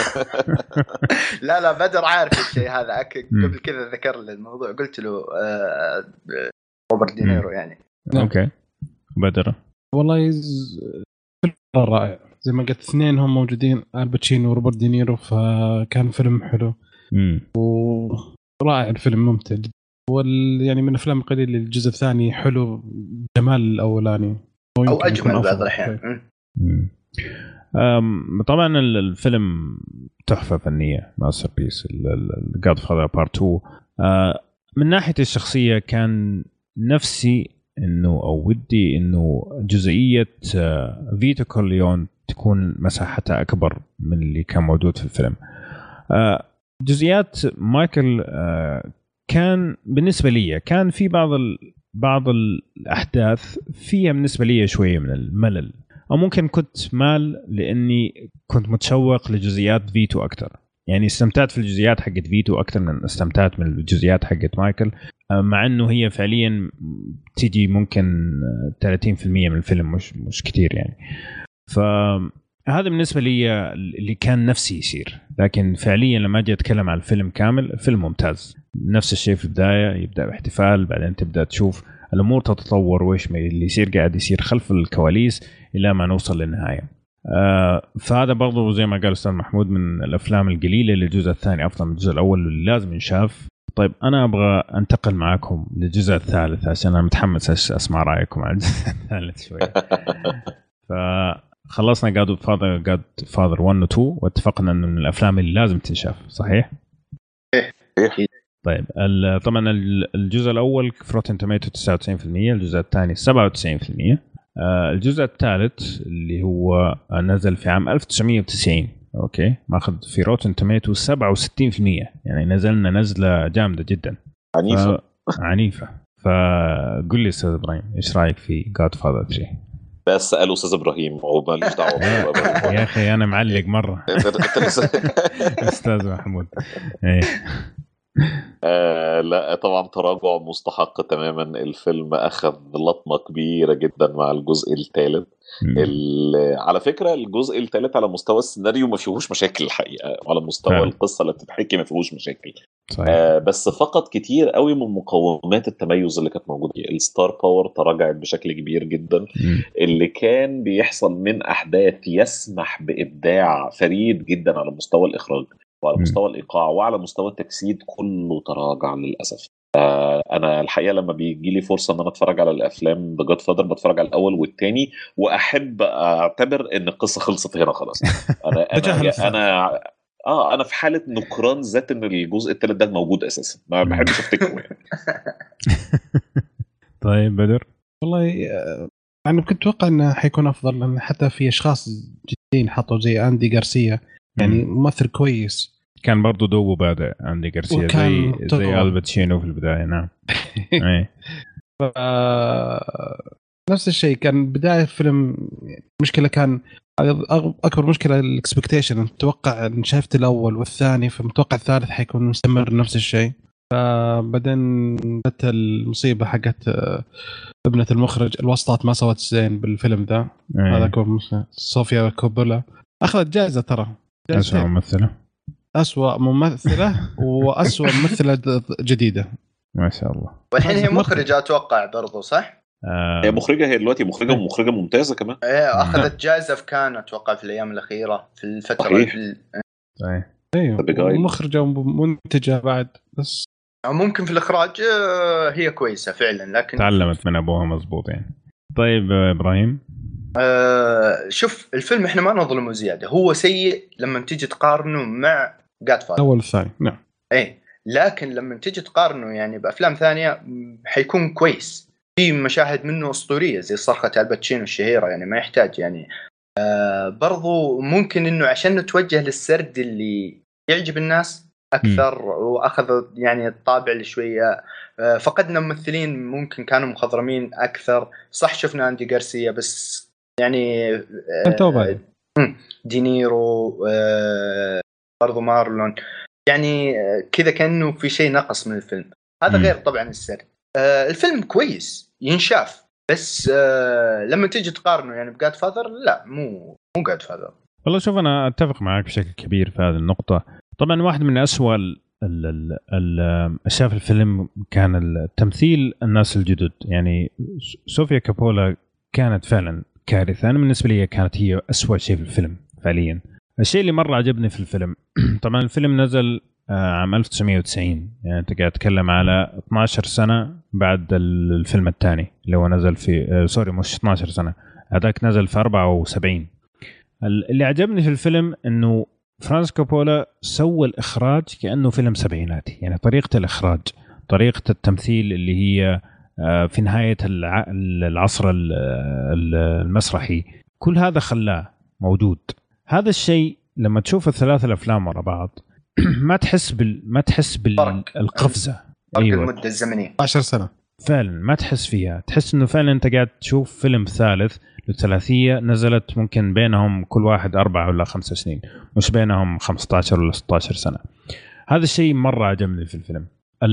لا لا بدر عارف الشيء هذا، قبل كذا ذكر لي الموضوع قلت له آه روبرت دينيرو يعني. اوكي بدر والله فيلم رائع زي ما قلت، اثنين هم موجودين الباتشينو وروبرت دينيرو، فكان فيلم حلو ورائع. الفيلم ممتع وال يعني من الافلام القليله الجزء الثاني حلو جمال الاولاني او اجمل بعض الاحيان. طبعا الفيلم تحفه فنيه ماستر بيس الجاد فاذر بارت اثنين. من ناحيه الشخصيه كان نفسي انه او ودي انه جزئيه فيتو كورليون تكون مساحتها اكبر من اللي كان موجود في الفيلم. جزئيات مايكل كان بالنسبه لي كان في بعض ال... بعض الاحداث فيها بالنسبه لي شويه من الملل، او ممكن كنت مال لاني كنت متشوق لجزئيات فيتو اكثر. يعني استمتعت في الجزئيات حقت فيتو اكثر من استمتعت من الجزئيات حقت مايكل، مع انه هي فعليا تيجي ممكن ثلاثين بالمئة من الفيلم، مش مش كتير يعني. فهذا بالنسبه لي اللي كان نفسي يصير. لكن فعليا لما اجي اتكلم عن الفيلم كامل، الفيلم ممتاز. نفس الشيء في البدايه، يبدا باحتفال، بعدين تبدا تشوف الامور تتطور وايش اللي يصير قاعد يصير خلف الكواليس الى ما نوصل للنهايه. آه فهذا برضو زي ما قال استاذ محمود من الافلام القليله اللي الجزء الثاني افضل من الجزء الاول واللي لازم ينشاف. طيب انا ابغى انتقل معكم للجزء الثالث عشان انا متحمس اسمع رايكم عن الجزء الثالث شويه. فخلصنا جاد فاذر جاد فاذر واحد و اثنين واتفقنا انه من الافلام اللي لازم تنشاف، صحيح؟ ايه. طيب طبعا الجزء الاول روتن توميتو تسعة وتسعين بالمئة، الجزء الثاني سبعة وتسعين بالمئة، الجزء الثالث اللي هو نزل في عام ألف وتسعمئة وتسعين اوكي ماخذ في روتن توميتو سبعة وستين بالمئة، يعني نزلنا نزله جامده جدا عنيفه ف... عنيفه. فقل لي استاذ ابراهيم ايش رايك في جاد فاذر ثلاثة؟ بس قالوا استاذ ابراهيم هو ماليش دعوه. يا اخي انا معلق مره استاذ محمود. ايه آه لا طبعا تراجع مستحق تماما. الفيلم اخذ لطمه كبيره جدا مع الجزء الثالث. على فكره الجزء الثالث على مستوى السيناريو ما فيهوش مشاكل الحقيقه، على مستوى فعلا. القصه اللي بتتحكي ما فيهوش مشاكل. آه بس فقط كتير قوي من مقومات التميز اللي كانت موجوده. الستار باور تراجعت بشكل كبير جدا. م. اللي كان بيحصل من احداث يسمح بابداع فريد جدا على مستوى الاخراج وعلى مستوى الايقاع وعلى مستوى التجسيد كله تراجع للاسف. آه انا الحقيقه لما بيجي لي فرصه ان انا اتفرج على الافلام بجاد فادر بتفرج على الاول والثاني واحب اعتبر ان القصه خلصت هنا خلاص. انا انا انا اه انا في حاله نكران ذات ان الجزء الثالث ده موجود اساسا، ما بحبش افتكره يعني. طيب بدر والله انا كنت اتوقع انه حيكون افضل، لان حتى في اشخاص جديين حطوا زي اندي غارسيا يعني ممثل كويس، كان برضو دوبه بادئ عندي غارسيا زي زي الباتشينو في البدايه. نعم. اي نفس الشيء كان بدايه الفيلم. مشكله كان اكبر مشكله الاكسبكتيشن، اتوقع ان شفت الاول والثاني فمتوقع الثالث حيكون مستمر نفس الشيء. فبعدين جت المصيبه حقت ابنه المخرج، الوسطات ما سوت زين بالفيلم ذا. هذا كون صوفيا كوبولا اخذت جائزه ترى، أسوأ ممثلة أسوأ ممثلة وأسوأ ممثلة جديدة ما شاء الله. والحين هي مخرجة أتوقع برضو صح؟ آه هي مخرجة، هي دلوقتي مخرجة ومخرجة ممتازة كمان. إيه أخذت جائزة في كان أتوقع في الأيام الأخيرة في الفترة. صحيح. أيوة مخرجة ومنتجة بعد. بس ممكن في الاخراج هي كويسه فعلا، لكن تعلمت من ابوها مزبوط يعني. طيب ابراهيم، أه شوف الفيلم احنا ما نظلمه زياده، هو سيء لما تيجي تقارنه مع جاد فاذر اول ثاني. نعم ايه، لكن لما تيجي تقارنه يعني بافلام ثانيه حيكون كويس. في مشاهد منه اسطوريه زي صرخه الباتشينو الشهيره، يعني ما يحتاج يعني. أه برضو ممكن انه عشان نتوجه للسرد اللي يعجب الناس اكثر م. واخذ يعني الطابع اللي شويه أه فقدنا ممثلين ممكن كانوا مخضرمين اكثر. صح شفنا اندي غارسيا بس يعني أه دينيرو أه برضو مارلون، يعني كذا كأنه في شيء نقص من الفيلم هذا. م. غير طبعا السرد. أه الفيلم كويس ينشاف، بس أه لما تيجي تقارنه يعني بجاد فاذر لا، مو مو جاد فاذر. والله شوف أنا أتفق معك بشكل كبير في هذه النقطة. طبعا واحد من أسوأ الأشياء في الفيلم كان التمثيل الناس الجدد. يعني صوفيا كابولا كانت فعلا كارثة. أنا بالنسبة لي كانت هي أسوأ شيء في الفيلم فعليا. الشيء اللي مرة عجبني في الفيلم طبعا الفيلم نزل عام ألف وتسعمية وتسعين، يعني أنت قاعد تتكلم على اثنا عشر سنة بعد الفيلم الثاني اللي هو نزل في سوري مش اثنا عشر سنة، هذاك نزل في أربعة وسبعين. اللي عجبني في الفيلم إنه فرانس كوبولا سوى الإخراج كأنه فيلم سبعيناتي، يعني طريقة الإخراج، طريقة التمثيل اللي هي في نهاية العصر المسرحي، كل هذا خلاه موجود. هذا الشيء لما تشوف الثلاث الأفلام ورا بعض ما تحس بال ما تحس بالقفزة. أيوة. المدة الزمنية عشر سنة فعلا ما تحس فيها، تحس إنه فعلا أنت قاعد تشوف فيلم ثالث للثلاثية نزلت ممكن بينهم كل واحد أربعة ولا خمسة سنين، مش بينهم خمسة عشر ولا ستة عشر سنة. هذا الشيء مرة عجبني في الفيلم.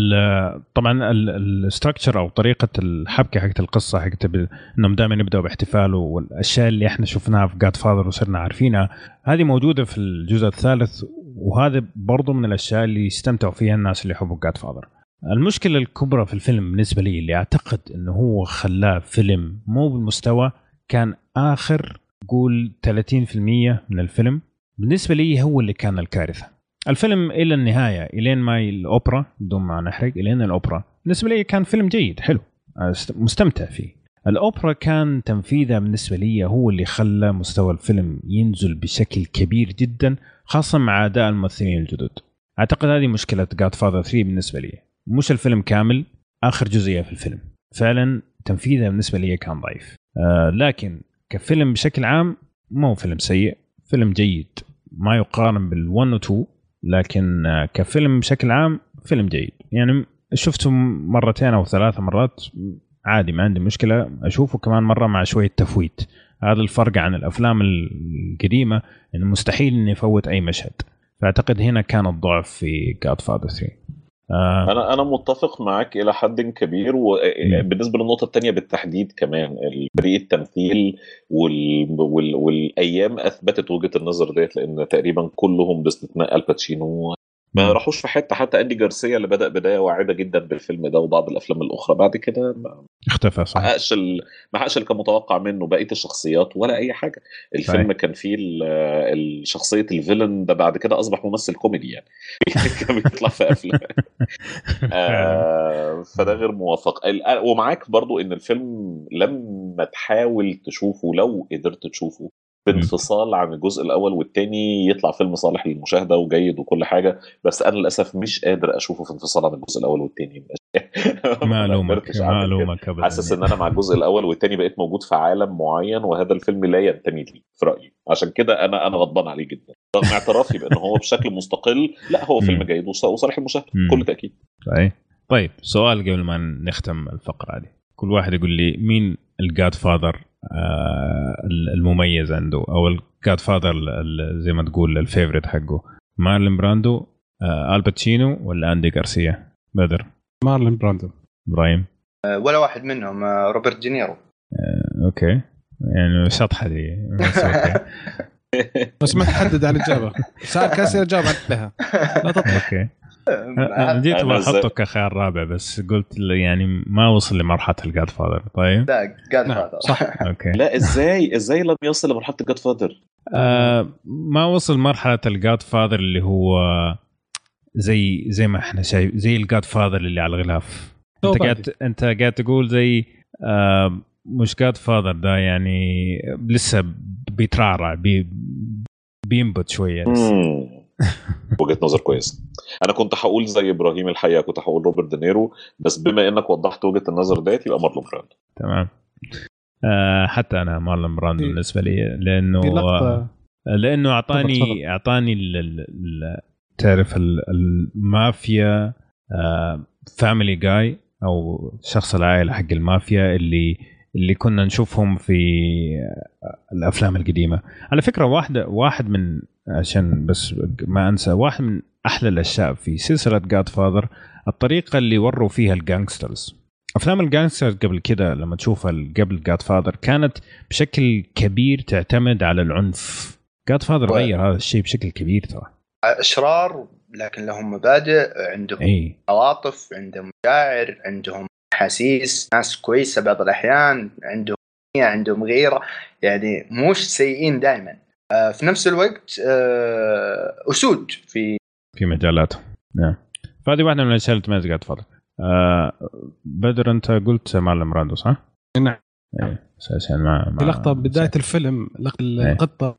طبعا الستراكشر او طريقه الحبكه حقت القصه حقت انهم دائما يبداوا باحتفال، والاشياء اللي احنا شفناها في جاد فاذر وصرنا عارفينها هذه موجوده في الجزء الثالث، وهذا برضو من الاشياء اللي يستمتعوا فيها الناس اللي يحبوا جاد فاذر. المشكله الكبرى في الفيلم بالنسبه لي اللي اعتقد انه هو خلاه فيلم مو بالمستوى كان اخر قول ثلاثين بالمية من الفيلم بالنسبه لي هو اللي كان الكارثه. الفيلم إلى النهاية إلين ما الأوبرا بدون ما نحرق إلين الأوبرا بالنسبة لي كان فيلم جيد حلو مستمتع فيه. الأوبرا كان تنفيذها بالنسبة لي هو اللي خلى مستوى الفيلم ينزل بشكل كبير جدا، خاصة مع أداء الممثلين الجدد. أعتقد هذه مشكلة God Father ثري بالنسبة لي، مش الفيلم كامل، آخر جزئية في الفيلم فعلا تنفيذها بالنسبة لي كان ضعيف. آه لكن كفيلم بشكل عام مو فيلم سيء، فيلم جيد ما يقارن بالون وتو، لكن كفيلم بشكل عام فيلم جيد. يعني شفته مرتين أو ثلاثة مرات عادي ما عندي مشكلة، أشوفه كمان مرة مع شوية تفويت. هذا الفرق عن الأفلام القديمة إنه مستحيل إني أفوت أي مشهد، فأعتقد هنا كان الضعف في Godfather ثري. آه انا انا متفق معك الى حد كبير. وبالنسبه للنقطه الثانيه بالتحديد كمان فريق التمثيل وال... وال... والايام اثبتت وجهه النظر ديت، لان تقريبا كلهم باستثناء الباتشينو ما راحوش في حته. حتى اندي غارسيا اللي بدا بدايه واعده جدا بالفيلم ده وبعض الافلام الاخرى بعد كده ما اختفى، صح، ما حققش ال... ما حققش اللي كان متوقع منه بقيه الشخصيات ولا اي حاجه. الفيلم صحيح. كان فيه الشخصيه الفيلن ده بعد كده اصبح ممثل كوميدي يعني كان بيطلع في افلام آه فده غير موافق. ومعاك برضو ان الفيلم لما تحاول تشوفه لو قدرت تشوفه بانفصال عن الجزء الاول والتاني يطلع فيلم صالح للمشاهده وجيد وكل حاجه، بس انا للاسف مش قادر اشوفه في انفصال عن الجزء الاول والتاني. معلومك معلومك حاسس ان انا مع الجزء الاول والتاني بقيت موجود في عالم معين، وهذا الفيلم لا ينتمي لي في رايي. عشان كده انا انا غضبان عليه جدا رغم اعترافي بان هو بشكل مستقل لا هو فيلم جيد وصالح للمشاهده بكل تاكيد. طيب طيب سؤال قبل ما نختم الفقره هذه، كل واحد يقول لي مين الجاد فاذر المميز عنده، او الجاد فاذر زي ما تقول الفيفوريت حقه، مارلين براندو، الباتشينو، ولا اندي غارسيا؟ بدر. مارلين براندو. ابراهيم؟ ولا واحد منهم، روبرت دينيرو. اوكي يعني شطحه دي بس ما تحدد على الاجابه، سؤال كاسر جاوب عليها لا تطلع. اوكي انا جيت بحطه كخيار رابع بس قلت يعني ما وصل لمرحله الجاد فاذر. طيب لا جاد فاذر صح. اوكي لا ازاي ازاي لم يصل لمرحله الجاد فاذر؟ آه ما وصل مرحله الجاد فاذر اللي هو زي زي ما احنا شايف زي الجاد فاذر اللي على الغلاف. انت قاعد انت قاعد تقول زي آه مش جاد فاذر ده يعني لسه بيترعرع بي بينبت شويه لسه. وجهة نظر كويس. انا كنت هقول زي ابراهيم الحقيقه، كنت هقول روبرت دينيرو، بس بما انك وضحت وجهة النظر ديت يبقى مارلون براندو. تمام. آه حتى انا مارلون براندو بالنسبه لي لانه لانه اعطاني اعطاني تعرف المافيا فاميلي جاي او شخص العائله حق المافيا اللي اللي كنا نشوفهم في الافلام القديمه. على فكره واحده واحد من عشان بس ما انسى واحد من احلى الاشياء في سلسله جاد فاذر الطريقه اللي وروا فيها الجانغسترز. افلام الجانغسترز قبل كده لما تشوفها قبل جاد فاذر كانت بشكل كبير تعتمد على العنف. جاد فاذر غير هذا الشيء بشكل كبير ترى. اشرار لكن لهم مبادئ، عندهم أي. عواطف، عندهم مشاعر، عندهم احاسيس، ناس كويسه بعض الاحيان، عندهم عندهم غيره، يعني مش سيئين دائما. آه في نفس الوقت آه اسود في في مجالاتهم. نعم. فهذه واحده من الاشياء اللي تميز جاد فاذر. آه بدر انت قلت مارلون براندو صح؟ نعم. اساسا مع في لقطه بدايه الفيلم القطه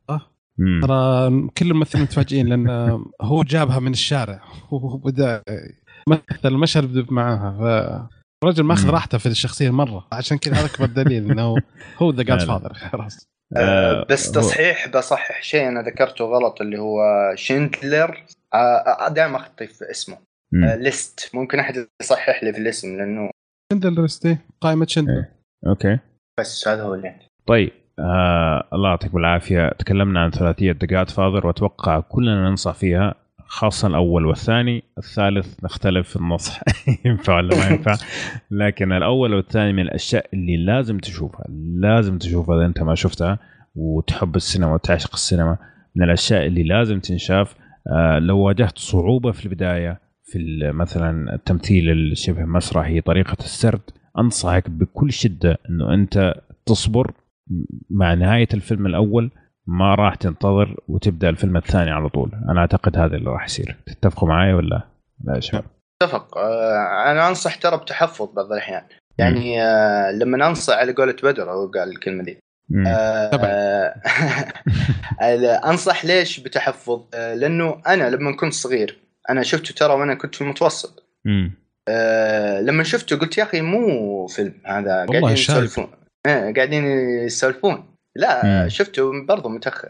ترى كل الممثلين متفاجئين لان هو جابها من الشارع وبدا مثل المشهد معاها، فالرجل ماخذ راحته في الشخصيه مره، عشان كذا هذا اكبر دليل انه هو ذا جاد فاذر خلاص. آه بس تصحيح بصحح شيء انا ذكرته غلط اللي هو شيندلر. آه دائما اخطي في اسمه. آه ليست ممكن احد يصحح لي في الاسم لانه شندلر ليست قائمه شندلر. اوكي بس هذا هو اللي طيب. آه الله يعطيك بالعافيه. تكلمنا عن ثلاثيه ذا جاد فاذر واتوقع كلنا ننصح فيها، خاصه الاول والثاني. الثالث نختلف في النصح ينفع ولا ما ينفع، لكن الاول والثاني من الاشياء اللي لازم تشوفها لازم تشوفها اذا انت ما شفتها وتحب السينما وتعشق السينما. من الاشياء اللي لازم تنشاف. آه لو واجهت صعوبه في البدايه في مثلا التمثيل الشبه مسرحي طريقه السرد، انصحك بكل شده انه انت تصبر مع نهايه الفيلم الاول، ما راح تنتظر وتبدا الفيلم الثاني على طول. انا اعتقد هذا اللي راح يصير. تتفقوا معي ولا لا يا شباب؟ اتفق. آه انا انصح ترى بتحفظ بعض الاحيان، يعني آه لما ننصح على قولة بدر هو قال الكلمه دي. آه انصح ليش بتحفظ؟ آه لانه انا لما كنت صغير انا شفته ترى وانا كنت في المتوسط. آه لما شفته قلت يا اخي مو فيلم هذا، قاعدين يسولفون آه قاعدين يسولفون لا مم. شفته برضو متأخر.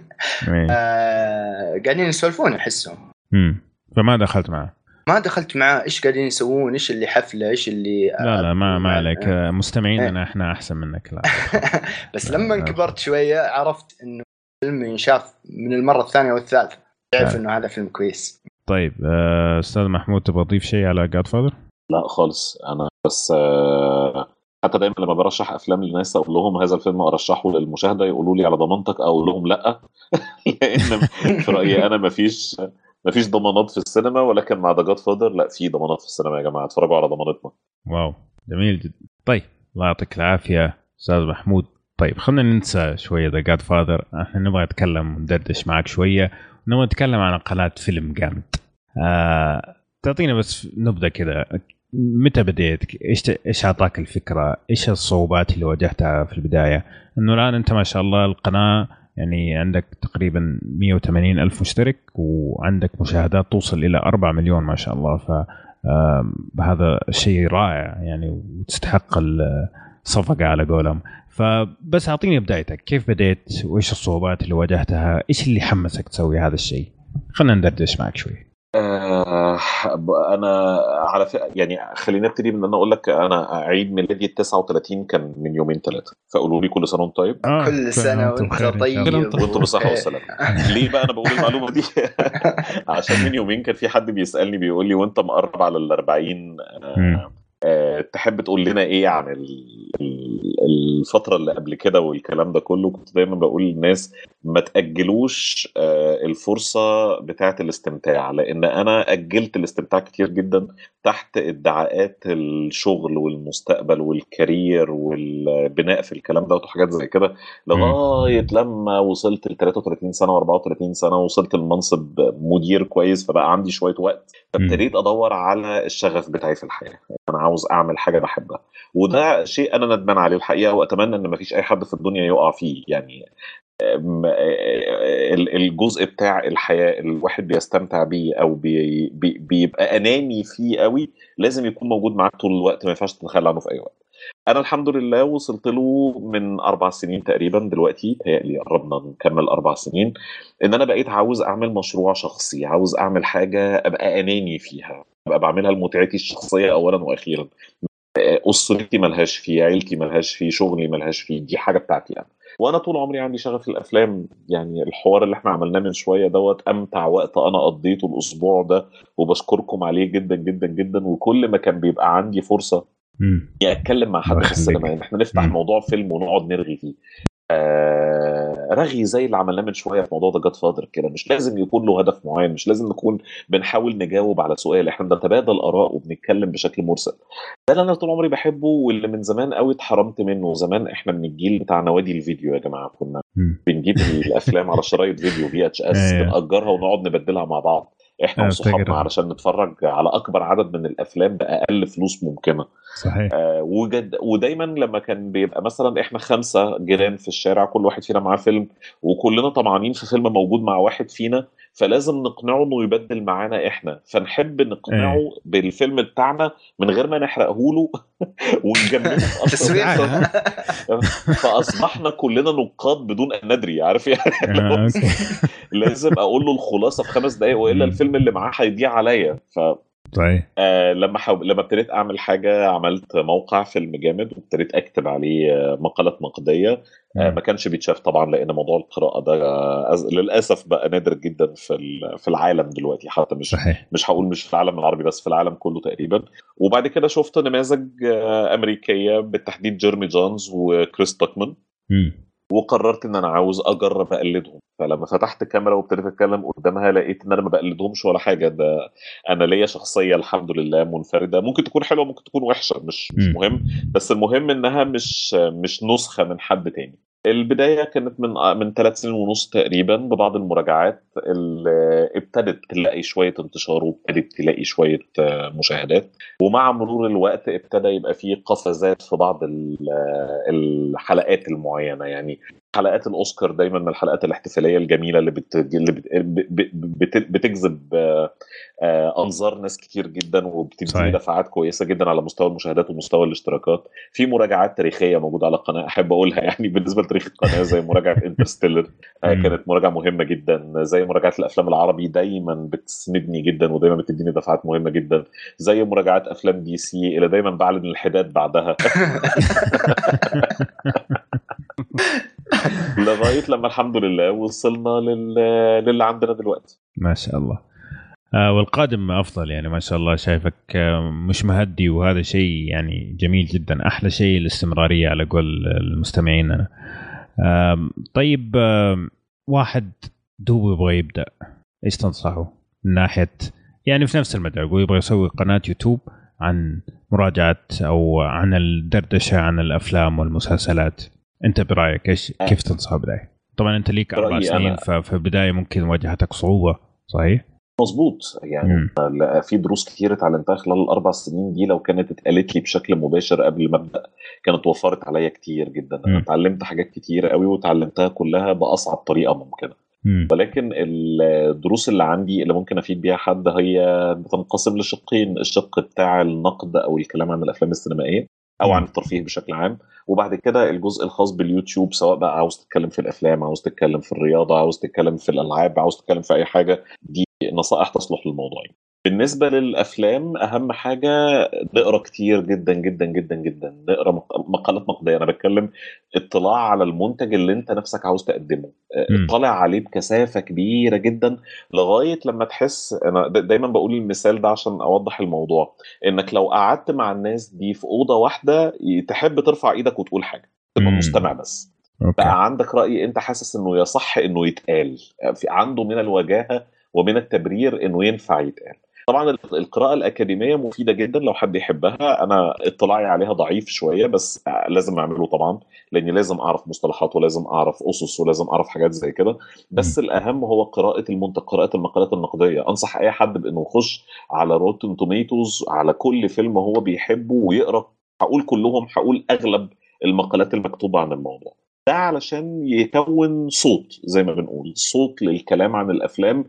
آه قاعدين يسولفون احسهم. فما دخلت معه ما دخلت معاه ايش قاعدين يسوون، ايش اللي حفله، ايش اللي لا لا ما ما عليك. آه. مستمعيننا احنا احسن منك. لا بس لما لا كبرت شويه عرفت انه فيلم ينشاف من المره الثانيه والثالثه، تعرف انه هذا فيلم كويس. طيب استاذ محمود تبغى تضيف شيء على جاد فاذر؟ لا خالص. انا بس حتى دايما لما برشح افلام للناس اقول لهم هذا الفيلم ارشحه للمشاهده، يقولوا لي على ضمانتك، اقول لهم لا لان في رايي انا مفيش مفيش ضمانات في السينما، ولكن مع جاد فاذر لا في ضمانات في السينما يا جماعه، اتفرجوا على ضمانتنا. واو جميل جدا. طيب الله يعطيك العافيه استاذ محمود. طيب خلينا ننسى شويه ذا جاد فاذر، احنا نبغى نتكلم وندردش معك شويه ونبغى نتكلم عن نقلات فيلم جامد. آه، تعطينا بس نبذه كده، متى بديت؟ ايش ايش اعطاك الفكره؟ ايش الصعوبات اللي واجهتها في البدايه؟ انه الان انت ما شاء الله القناه يعني عندك تقريبا مية وثمانين ألف مشترك وعندك مشاهدات توصل إلى أربعة مليون ما شاء الله، فهذا شيء رائع يعني وتستحق الصفقة على قولهم. فبس أعطيني بدايتك، كيف بديت وإيش الصعوبات اللي واجهتها؟ إيش اللي حمسك تسوي هذا الشيء؟ خلنا ندردش معك شوي. آه انا على ف... يعني خلينا نبتدي من ان اقول لك انا عيد ميلادي تسعة وثلاثين كان من يومين ثلاثه، فقولوا لي كل سنه وانت طيب. آه كل سنه وانت طيب وانت بصحه وسلامه. ليه بقى انا بقول المعلومه دي؟ عشان من يومين كان في حد بيسالني بيقول لي وانت مقرب على الأربعين آه أه تحب تقول لنا ايه عن الفتره اللي قبل كده والكلام ده كله. كنت دايما بقول للناس ما تاجلوش أه الفرصة بتاعة الاستمتاع، لأن أنا أجلت الاستمتاع كتير جدا تحت ادعاءات الشغل والمستقبل والكارير والبناء في الكلام ده وحاجات زي كده، لغاية لما وصلت ل ثلاثة وثلاثين سنة وأربعة وثلاثين سنة وصلت المنصب مدير كويس، فبقى عندي شوية وقت، فابتديت أدور على الشغف بتاعي في الحياة. أنا عاوز أعمل حاجة بحبها، وده شيء أنا ندمان عليه الحقيقة، وأتمنى أن مفيش أي حد في الدنيا يقع فيه. يعني الجزء بتاع الحياة الواحد بيستمتع بيه أو بي بي بيبقى أناني فيه قوي، لازم يكون موجود معاك طول الوقت، ما ينفعش تتخلى عنه في أي وقت. أنا الحمد لله وصلت له من أربع سنين تقريبا دلوقتي، تهيألي قربنا نكمل أربع سنين، إن أنا بقيت عاوز أعمل مشروع شخصي، عاوز أعمل حاجة أبقى أناني فيها، أبقى بعملها لمتعتي الشخصية أولا وأخيرا. أسرتي ملهاش فيه، عيلتي ملهاش فيه، شغلي ملهاش فيه، دي حاجة بتاعتي أنا. وانا طول عمري عندي شغف الافلام. يعني الحوار اللي احنا عملناه من شويه دوت امتع وقت انا قضيته الاسبوع ده، وبشكركم عليه جدا جدا جدا. وكل ما كان بيبقى عندي فرصه يعني اتكلم مع حد في السينما، يعني احنا نفتح مم. موضوع فيلم ونقعد نرغي فيه، آه رغي زي اللي عملناه من شويه في موضوع ذا جاد فادر كده. مش لازم يكون له هدف معين، مش لازم نكون بنحاول نجاوب على سؤال، احنا بنتبادل اراء وبنتكلم بشكل مرسل. ده اللي انا طول عمري بحبه، واللي من زمان قوي اتحرمت منه. زمان احنا من الجيل بتاع نوادي الفيديو يا جماعه، كنا بنجيب الافلام على شرايط فيديو في اتش اس، بنأجرها ونقعد نبدلها مع بعض احنا وصحابنا علشان نتفرج على اكبر عدد من الافلام باقل فلوس ممكنه. صحيح. آه وجد ودايما لما كان بيبقى مثلا احنا خمسه جيران في الشارع، كل واحد فينا معاه فيلم، وكلنا طمعانين في فيلم موجود مع واحد فينا، فلازم نقنعه انه يبدل معانا احنا، فنحب نقنعه ايه. بالفيلم بتاعنا من غير ما نحرقه له ونجمله في اكتر. فاصبحنا كلنا نقاد بدون ان ندري، عارف يعني. لازم اقول له الخلاصه في خمس دقائق، والا الفيلم اللي معاه هيضيع عليا. ف طيب آه لما حو... لما ابتديت اعمل حاجه، عملت موقع فيلم جامد وابتديت اكتب عليه آه مقالات نقديه. آه ما كانش بيتشاف طبعا، لان موضوع القراءه ده آه للاسف بقى نادر جدا في في العالم دلوقتي، حتى مش صحيح. مش هقول مش في العالم العربي بس، في العالم كله تقريبا. وبعد كده شفت نماذج آه امريكيه، بالتحديد جيرمي جونز وكريس توكمان، وقررت ان انا عاوز اجرب اقلدهم. فلما فتحت كاميرا وابتديت اتكلم قدامها، لقيت ان انا ما بقلدهمش ولا حاجه. ده انا ليا شخصيه الحمد لله منفرده، ممكن تكون حلوه ممكن تكون وحشه، مش مش مهم، بس المهم انها مش مش نسخه من حد تاني. البدايه كانت من من ثلاث سنين ونص تقريبا، ببعض المراجعات اللي ابتدت تلاقي شويه انتشار وابتدت تلاقي شويه مشاهدات. ومع مرور الوقت ابتدى يبقى فيه قفزات في بعض الحلقات المعينه. يعني حلقات الاوسكار دايما من الحلقات الاحتفاليه الجميله اللي, بت... اللي بت... بت... بتجذب انظار ناس كتير جدا، وبتدي دفعات كويسه جدا على مستوى المشاهدات ومستوى الاشتراكات. في مراجعات تاريخيه موجوده على القناه احب اقولها، يعني بالنسبه لتاريخ القناه، زي مراجعه انترستيلر كانت مراجعه مهمه جدا، زي مراجعات الافلام العربي دايما بتسندني جدا ودايما بتديني دفعات مهمه جدا، زي مراجعات افلام دي سي اللي دايما بعلن الحداد بعدها. لغايه لما الحمد لله وصلنا لل... للي عندنا دلوقتي. ما شاء الله. آه والقادم افضل يعني، ما شاء الله. شايفك آه مش مهدي، وهذا شيء يعني جميل جدا. احلى شيء الاستمراريه على قول المستمعين. أنا آه طيب، آه واحد دوب يبغى يبدا، ايش تنصحه من ناحيه يعني في نفس المجال، يبغى يبغى يسوي قناه يوتيوب عن مراجعه او عن الدردشه عن الافلام والمسلسلات؟ انت برايك ايش كيف تنصح بدايه؟ طبعا انت ليك اربع سنين، ففي البدايه ممكن واجهتك صعوبه، صحيح؟ مظبوط. يعني لا، في دروس كتير اتعلمتها خلال الاربع سنين دي، لو كانت اتقالت لي بشكل مباشر قبل ما ابدا كانت وفرت عليا كتير جدا. انا اتعلمت حاجات كتير قوي، وتعلمتها كلها باصعب طريقه ممكنه. مم. ولكن الدروس اللي عندي اللي ممكن افيد بيها حد هي بتنقسم لشقين: الشق بتاع النقد او الكلام عن الافلام السينمائيه او عن الترفيه بشكل عام، وبعد كده الجزء الخاص باليوتيوب، سواء بقى عاوز تتكلم في الافلام، عاوز تتكلم في الرياضه، عاوز تتكلم في الالعاب، عاوز تتكلم في اي حاجه. دي نصائح تصلح للموضوع. بالنسبه للافلام، اهم حاجه نقرا كتير جدا جدا جدا جدا، نقرا مقالات نقديه. انا بتكلم اطلاع على المنتج اللي انت نفسك عاوز تقدمه، اطلع عليه بكثافه كبيره جدا، لغايه لما تحس. انا دايما بقول المثال ده عشان اوضح الموضوع، انك لو قعدت مع الناس دي في اوضه واحده تحب ترفع ايدك وتقول حاجه، تبقى مستمع بس. بقى عندك رأي انت حاسس انه يصح انه يتقال، في عنده من الوجاهة ومن التبرير انه ينفع يتقال. طبعا القراءة الأكاديمية مفيدة جدا لو حد يحبها، أنا اطلاعي عليها ضعيف شوية بس لازم أعمله طبعا، لأني لازم أعرف مصطلحات ولازم أعرف أسس ولازم أعرف حاجات زي كده. بس م. الأهم هو قراءة المنتج، قراءة المقالات النقدية. أنصح أي حد بأنه يخش على روتن توميتوز على كل فيلم هو بيحبه ويقرأ، هقول كلهم، هقول أغلب المقالات المكتوبة عن الموضوع ده، علشان يكون صوت زي ما بنقول، صوت للكلام عن الأفلام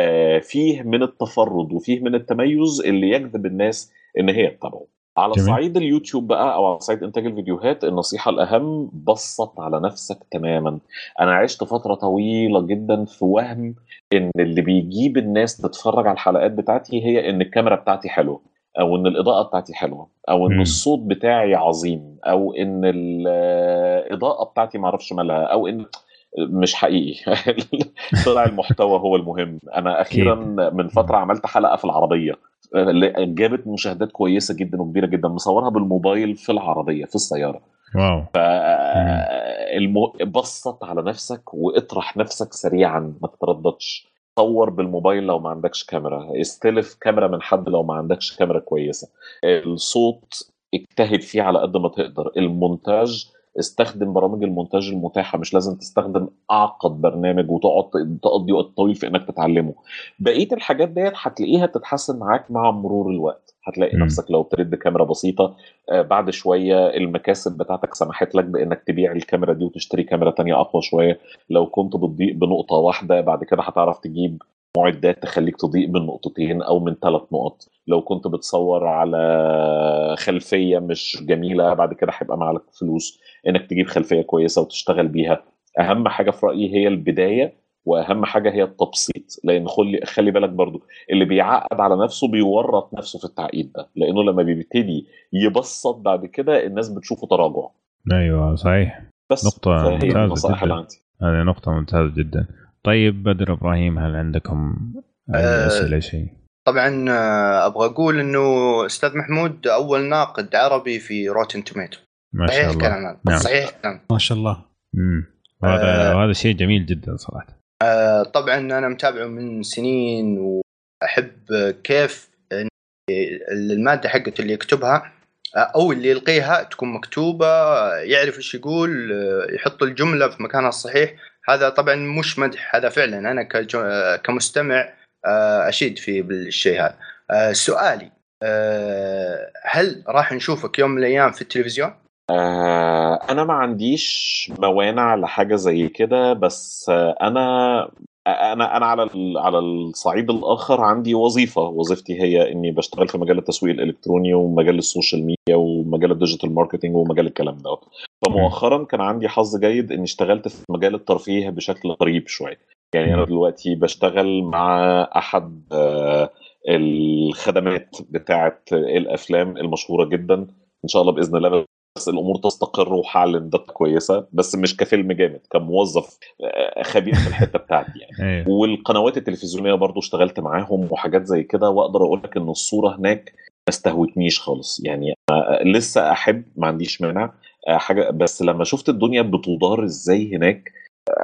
فيه من التفرد وفيه من التميز اللي يجذب الناس ان هي تتابعه. على جميل. صعيد اليوتيوب بقى او على صعيد انتاج الفيديوهات، النصيحه الاهم بسط على نفسك تماما. انا عشت فتره طويله جدا في وهم ان اللي بيجيب الناس تتفرج على الحلقات بتاعتي هي ان الكاميرا بتاعتي حلوه، او ان الاضاءه بتاعتي حلوه، او ان م. الصوت بتاعي عظيم، او ان الاضاءه بتاعتي معرفش مالها، او ان مش حقيقي. طلع المحتوى هو المهم. انا اخيرا من فتره عملت حلقه في العربيه جابت مشاهدات كويسه جدا وكبيره جدا، مصورها بالموبايل في العربيه في السياره. واو. فالمو... بسط على نفسك واطرح نفسك سريعا، ما تترددش. صور بالموبايل لو ما عندكش كاميرا، استلف كاميرا من حد لو ما عندكش كاميرا كويسه. الصوت اجتهد فيه على قد ما تقدر. المونتاج استخدم برامج المونتاج المتاحة، مش لازم تستخدم أعقد برنامج وتقعد تقضي وقت طويل في إنك تتعلمه. بقية الحاجات ديت هتلاقيها تتحسن معاك مع مرور الوقت. هتلاقي م. نفسك لو ابتديت بكاميرا بسيطة آه بعد شوية المكاسب بتاعتك سمحت لك بإنك تبيع الكاميرا دي وتشتري كاميرا تانية أقوى شوية. لو كنت بتضيء بنقطة واحدة بعد كده هتعرف تجيب معدات تخليك تضيء من نقطتين أو من ثلاث نقط. لو كنت بتصور على خلفية مش جميلة بعد كده هيبقى معك فلوس انك تجيب خلفيه كويسه وتشتغل بيها. اهم حاجه في رايي هي البدايه، واهم حاجه هي التبسيط. لان خلي خلي بالك برضو اللي بيعقد على نفسه بيورط نفسه في التعقيد ده، لانه لما بيبتدي يبسط بعد كده الناس بتشوفه تراجع. ايوه صحيح. بس نقطه ممتازه جدا. هذه نقطه ممتازه جدا. طيب بدر ابراهيم، هل عندكم اي اسئله شيء؟ طبعا ابغى اقول انه استاذ محمود اول ناقد عربي في روتن توميتو. ما شاء الله. نعم. صحيح كلام. ما شاء الله. امم هذا آه هذا شيء جميل جدا صراحه. آه طبعا انا متابعه من سنين واحب كيف الماده حقته اللي يكتبها او اللي يلقيها تكون مكتوبه، يعرف ايش يقول، يحط الجمله في مكانها الصحيح. هذا طبعا مش مدح، هذا فعلا انا كمستمع اشيد في بالشيء هذا. سؤالي، هل راح نشوفك يوم من الايام في التلفزيون؟ آه انا ما عنديش موانع لحاجه زي كده، بس آه انا انا انا على على الصعيد الاخر عندي وظيفه. وظيفتي هي اني بشتغل في مجال التسويق الالكتروني ومجال السوشيال ميديا ومجال الديجيتال ماركتنج ومجال الكلام ده. فمؤخرا كان عندي حظ جيد اني اشتغلت في مجال الترفيه بشكل قريب شويه. يعني انا دلوقتي بشتغل مع احد آه الخدمات بتاعه الافلام المشهوره جدا. ان شاء الله باذن الله بس الامور تستقر وحعلن ده كويسه، بس مش كفيلم جامد، كموظف خبير في الحته بتاعتي يعني. والقنوات التلفزيونيه برضو اشتغلت معاهم وحاجات زي كده، واقدر اقول لك ان الصوره هناك ما استهوتنيش خالص. يعني لسه احب، ما عنديش مانع حاجه، بس لما شفت الدنيا بتدار ازاي هناك.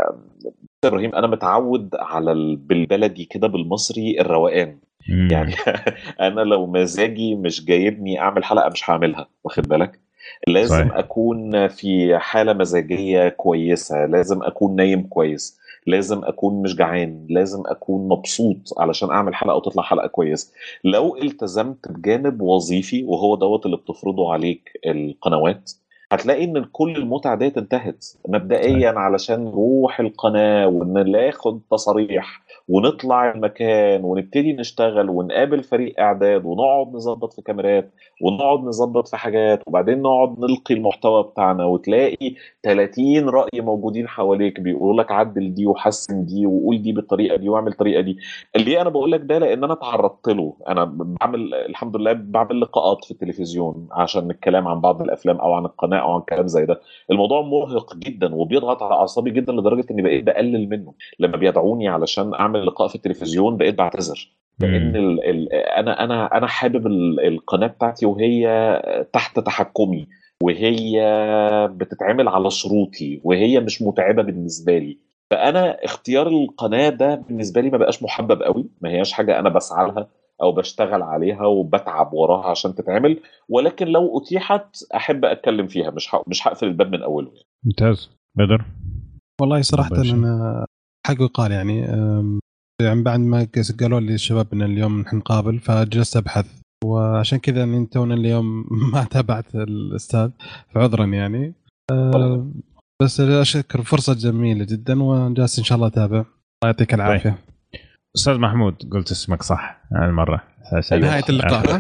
ابراهيم انا متعود على بالبلدي كده بالمصري الروقان. يعني انا لو مزاجي مش جايبني اعمل حلقه مش هعملها، واخد بالك؟ لازم صحيح. أكون في حالة مزاجية كويسة، لازم أكون نايم كويس، لازم أكون مش جعان، لازم أكون مبسوط علشان أعمل حلقة وتطلع حلقة كويسة. لو التزمت بجانب وظيفي وهو دوت اللي بتفرضه عليك القنوات، هتلاقي ان كل المتعة ديت انتهت مبدئيا، علشان نروح القناة وناخد تصاريح ونطلع المكان ونبتدي نشتغل ونقابل فريق اعداد ونقعد نظبط في كاميرات ونقعد نظبط في حاجات، وبعدين نقعد نلقي المحتوى بتاعنا وتلاقي ثلاثين رأي موجودين حواليك بيقولوا لك عدل دي وحسن دي وقول دي بالطريقة دي واعمل الطريقة دي. اللي انا بقول لك ده لان انا تعرضت له. انا بعمل الحمد لله بعمل لقاءات في التلفزيون عشان الكلام عن بعض الافلام او عن القناة او عن كلام زي ده. الموضوع مرهق جدا وبيضغط على اعصابي جدا لدرجة اني بقيت بقلل منه. لما بيدعوني علشان اعمل لقاء في التلفزيون بقيت بعتذر، لان ال ال انا انا انا حابب القناه بتاعتي وهي تحت تحكمي، وهي بتتعمل على شروطي وهي مش متعبة بالنسبة لي، فأنا اختيار القناة ده بالنسبة لي ما بقاش محبب قوي، ما هياش حاجة أنا بسعى لها أو بشتغل عليها وبتعب وراها عشان تتعمل، ولكن لو أتيحت أحب أتكلم فيها، مش مش هقفل الباب من أوله. ممتاز. بدر؟ والله صراحة أنا حق يقال يعني يعني بعد ما قالوا لي الشباب إن اليوم نقابل فجلست أبحث، وعشان كذا أنت تونا اليوم ما تابعت الأستاذ فعذرا يعني. أه بس أشكر فرصة جميلة جدا وجالس إن شاء الله أتابع. الله يعطيك العافية. أستاذ محمود قلت اسمك صح المرة نهاية اللقاء.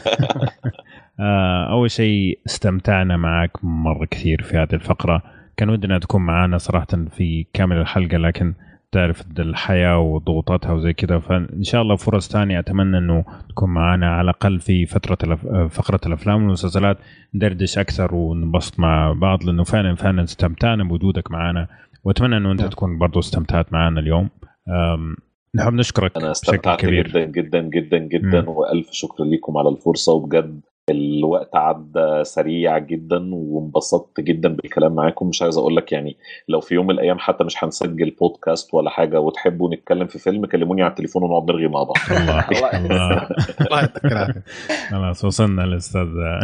أول شيء استمتعنا معك مرة كثير في هذه الفقرة، كان ودنا تكون معنا صراحة في كامل الحلقة، لكن تعرف الحياة وضغوطاتها وزي كده، فإن شاء الله فرص تانية أتمنى أنه تكون معنا على الأقل في فترة فقرة الأفلام والمسلسلات، ندردش أكثر ونبسط مع بعض، لأنه فعلا فعلا استمتعنا بوجودك معنا، وأتمنى أنه أنت تكون برضو استمتعت معنا اليوم. نحب نشكرك أنا استمتعت كبير. جدا جدا جدا جدا م. وألف شكر لكم على الفرصة، وبجد الوقت عدى سريع جدا وانبسطت جدا بالكلام معاكم. مش عايز اقول لك يعني لو في يوم من الايام حتى مش هنسجل بودكاست ولا حاجه وتحبوا نتكلم في فيلم كلموني على التليفون ونقعد نرغي مع بعض. الله الله الله يعطيك العافيه. خلاص وصلنا للاستاذ.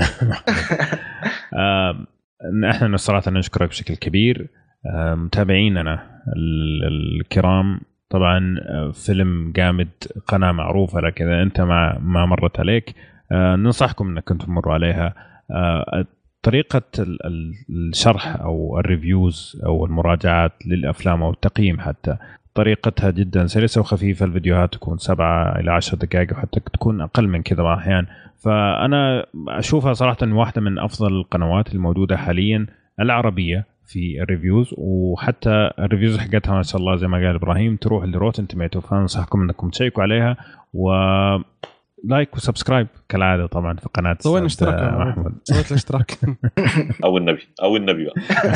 احنا صراحه نشكرك بشكل كبير. متابعيننا الكرام طبعا فيلم جامد، قناه معروفه، لكن انت ما ما مرت عليك آه ننصحكم انك كنتم تمروا عليها. آه طريقه الشرح او الريفيوز او المراجعات للافلام او التقييم حتى طريقتها جدا سلسه وخفيفه، الفيديوهات تكون سبعة الى عشر دقائق وحتى تكون اقل من كذا احيانا، فانا اشوفها صراحه واحده من افضل القنوات الموجوده حاليا العربيه في الريفيوز، وحتى الريفيوز حقتها ما شاء الله زي ما قال ابراهيم تروح لروتن توميتو، فانصحكم انكم تشيكوا عليها و لايك وسبسكرايب كالعاده طبعا في قناه سوينا اشتراك محمود. سويت الاشتراك او النبي او النبي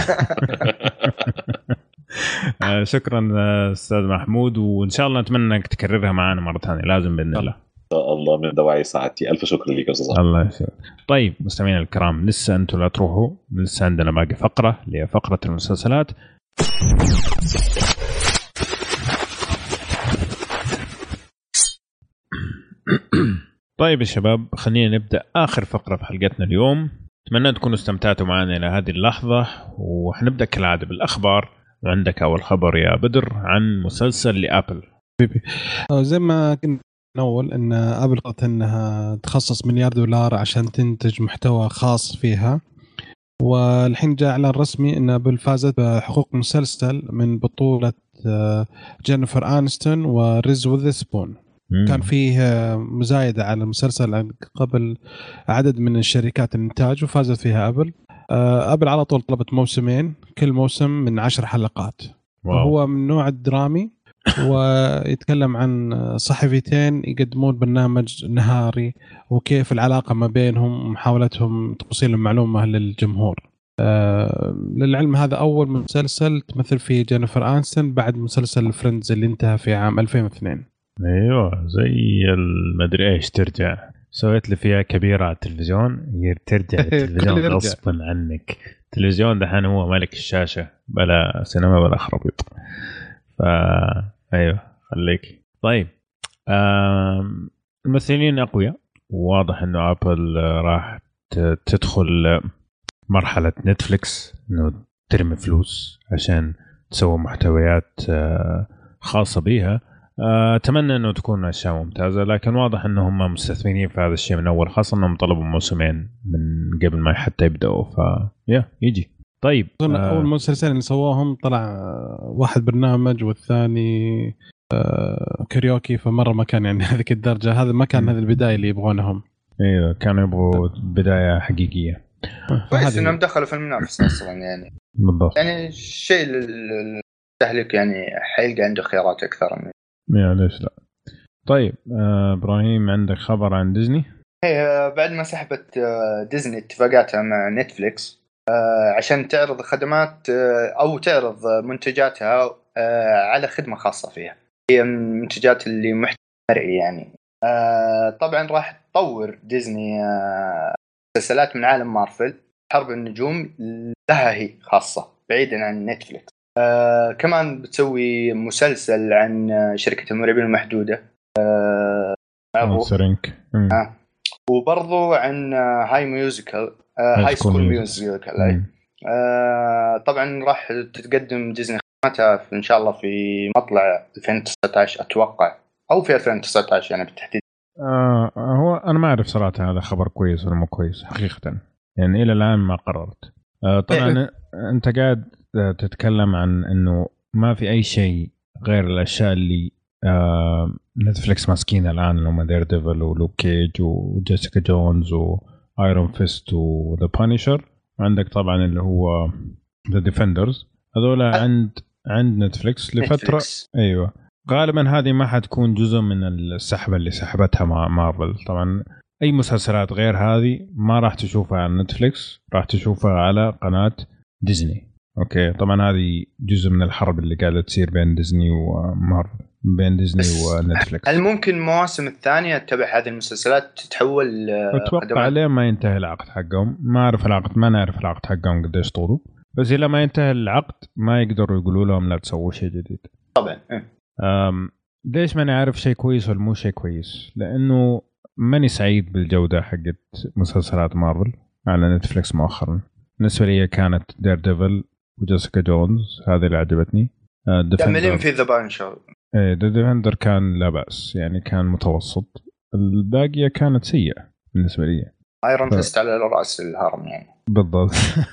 شكرا استاذ محمود، وان شاء الله نتمنى انك تكررها معنا مره ثانيه لازم باذن الله. ان شاء الله من دواعي ساعتي. الف شكر لك يا استاذ. الله يسلمك. طيب مستمعينا الكرام لسه انتم لا تروحوا، لسه عندنا باقي فقره اللي هي فقره المسلسلات. طيب يا شباب خلينا نبدأ آخر فقرة في حلقتنا اليوم. أتمنى تكونوا استمتعتوا معنا إلى هذه اللحظة، وحنبدأ كالعادة بالأخبار. وعندك أول خبر يا بدر عن مسلسل لأبل. زي ما كنا أول إن أبل قالت إنها تخصص مليار دولار عشان تنتج محتوى خاص فيها، والحين جاء إعلان رسمي إن أبل فازت بحقوق مسلسل من بطولة جينيفر آنستون وريز ويذرسبون. كان فيه مزايدة على المسلسل قبل عدد من الشركات الإنتاج وفازت فيها أبل. أبل على طول طلبت موسمين، كل موسم من عشر حلقات. وهو من نوع الدرامي ويتكلم عن صحفيتين يقدمون برنامج نهاري وكيف العلاقة ما بينهم ومحاولتهم توصيل المعلومة للجمهور. للعلم هذا أول مسلسل تمثل فيه جينيفر آنستون بعد مسلسل فريندز اللي انتهى في عام ألفين واثنين. ايوه زي المدري ايش ترجع سويت لي فيها كبيره على التلفزيون، ترجع التلفزيون غصبا عنك. التلفزيون دحين هو مالك الشاشه بلا سينما بلا خرابيط، فا ايوه خليك. طيب الممثلين اقوياء، واضح انه ابل راح تدخل مرحله نتفليكس انه ترمي فلوس عشان تسوي محتويات خاصه بيها. أتمنى أنه تكون أشياء ممتازة، لكن واضح أنهم مستثمرين في هذا الشيء من أول، خاصة أنهم طلبوا موسمين من قبل ما حتى يبدأوا، فيا يجي. طيب أول آه مسلسلين اللي سواهم طلع واحد برنامج والثاني آه كاريوكي، فمرة ما كان يعني هذيك الدرجة، هذا ما كان هذه البداية اللي يبغونهم. إيه كانوا يبغوا بداية حقيقية. كويس إنهم دخلوا في المنافسة أصلا يعني. بالضبط. يعني الشيء التهلك يعني حيلقى عنده خيارات أكثر من يا ليش لا. طيب آه ابراهيم عندك خبر عن ديزني؟ هي بعد ما سحبت آه ديزني اتفاقاتها مع نتفليكس آه عشان تعرض خدمات آه او تعرض منتجاتها آه على خدمة خاصة فيها، هي المنتجات اللي محتوى مرئي يعني. آه طبعا راح تطور ديزني آه مسلسلات من عالم مارفل حرب النجوم لها هي خاصة بعيدا عن نتفليكس. آه كمان بتسوي مسلسل عن شركة المرعبين المحدودة آه سرينك آه. وبرضو عن هاي ميوزيكال آه هاي سكول ميوزيكال آه طبعا راح تتقدم ديزني خدمتها إن شاء الله في مطلع ألفين وتسعة عشر أتوقع أو في ألفين وتسعة عشر يعني بالتحديد. آه هو أنا ما أعرف صراحة هذا خبر كويس ولا مو كويس حقيقة يعني إلى الآن ما قررت. آه طبعا أنت قاعد تتكلم عن إنه ما في أي شيء غير الأشياء اللي آه نتفليكس ماسكينها الآن اللي هم دير ديفل ولوك كيج وجيسيكا جونز وآيرون فيست وذا بانيشر. عندك طبعا اللي هو ذا ديفندرز هذول عند عند نتفليكس لفترة نتفليكس. أيوة غالبا هذه ما حتكون جزء من السحبة اللي سحبتها مع مارفل. طبعا أي مسلسلات غير هذه ما راح تشوفها على نتفليكس راح تشوفها على قناة ديزني. أوكي طبعا هذه جزء من الحرب اللي قاعدة تصير بين ديزني ومارفل بين ديزني ونتفليكس. هل ممكن المواسم الثانية تبع هذه المسلسلات تتحول؟ أتوقع عليه ما ينتهي العقد حقهم. ما أعرف العقد ما نعرف العقد حقهم قديش طوله بس إذا ما ينتهي العقد ما يقدروا يقولوا لهم لا تسووا شيء جديد طبعا. أم ليش ما نعرف شيء كويس ولا مو شيء كويس؟ لأنه ماني سعيد بالجودة حقت مسلسلات مارفل على نتفليكس مؤخرا. بالنسبة لي كانت دير ديفل وجيسيكا جونز هذه اللي عجبتني. تعملين في ذا بانشر ايه ذا ديفندر كان لا بأس يعني كان متوسط. الباقية كانت سيئة بالنسبة لي. ايرون فيست على رأس الهرم يعني بالضبط.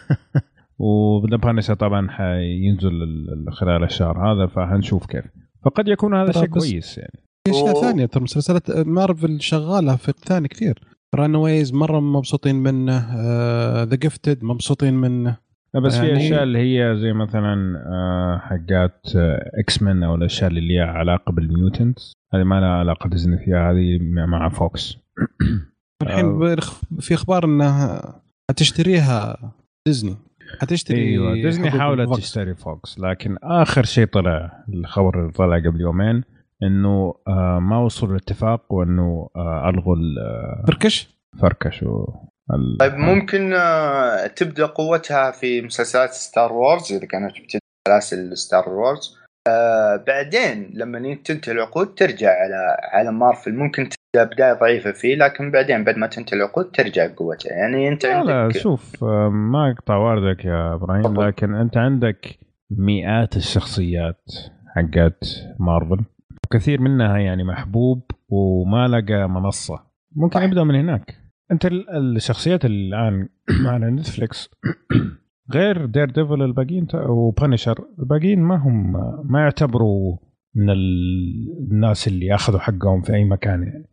وذا بانشر طبعا حينزل خلال الشهر هذا فهنشوف كيف. فقد يكون هذا شيء كويس يعني. اشياء ثانيه ترى مسلسلات مارفل شغاله في ثاني كثير. رانويز مره مبسوطين منه. ذا جيفتد مبسوطين منه. بس يعني في اشياء اللي هي زي مثلا حقات اكس مان او الاشياء اللي لها علاقه بالميوتنتس هذه ما لها علاقه ديزني فيها هذه مع فوكس. الحين في اخبار انها هتشتريها ديزني هتشتري. ايوه ديزني حاولت فوكس. تشتري فوكس لكن اخر شيء طلع الخبر اللي طلع قبل يومين انه آه ما وصلوا لاتفاق وانه آه الغوا فركش فركش و ال... طيب ممكن آه تبدا قوتها في مسلسلات ستار وورز اذا كانت بتبدا سلاسل ستار وورز آه بعدين لما تنتهي العقود ترجع على عالم مارفل. ممكن تبدا بدايه ضعيفه فيه لكن بعدين بعد ما تنتهي العقود ترجع قوتها يعني. انت لا عندك لا شوف آه ما اقطع واردك يا ابراهيم طبعا. لكن انت عندك مئات الشخصيات حقات مارفل وكثير منها يعني محبوب وما لقى منصة. ممكن يبدأ من هناك. انت الشخصيات اللي الآن على نتفليكس غير دير ديفل الباقيين وبانيشر الباقيين ما هم ما يعتبروا من الناس اللي أخذوا حقهم في أي مكان يعني.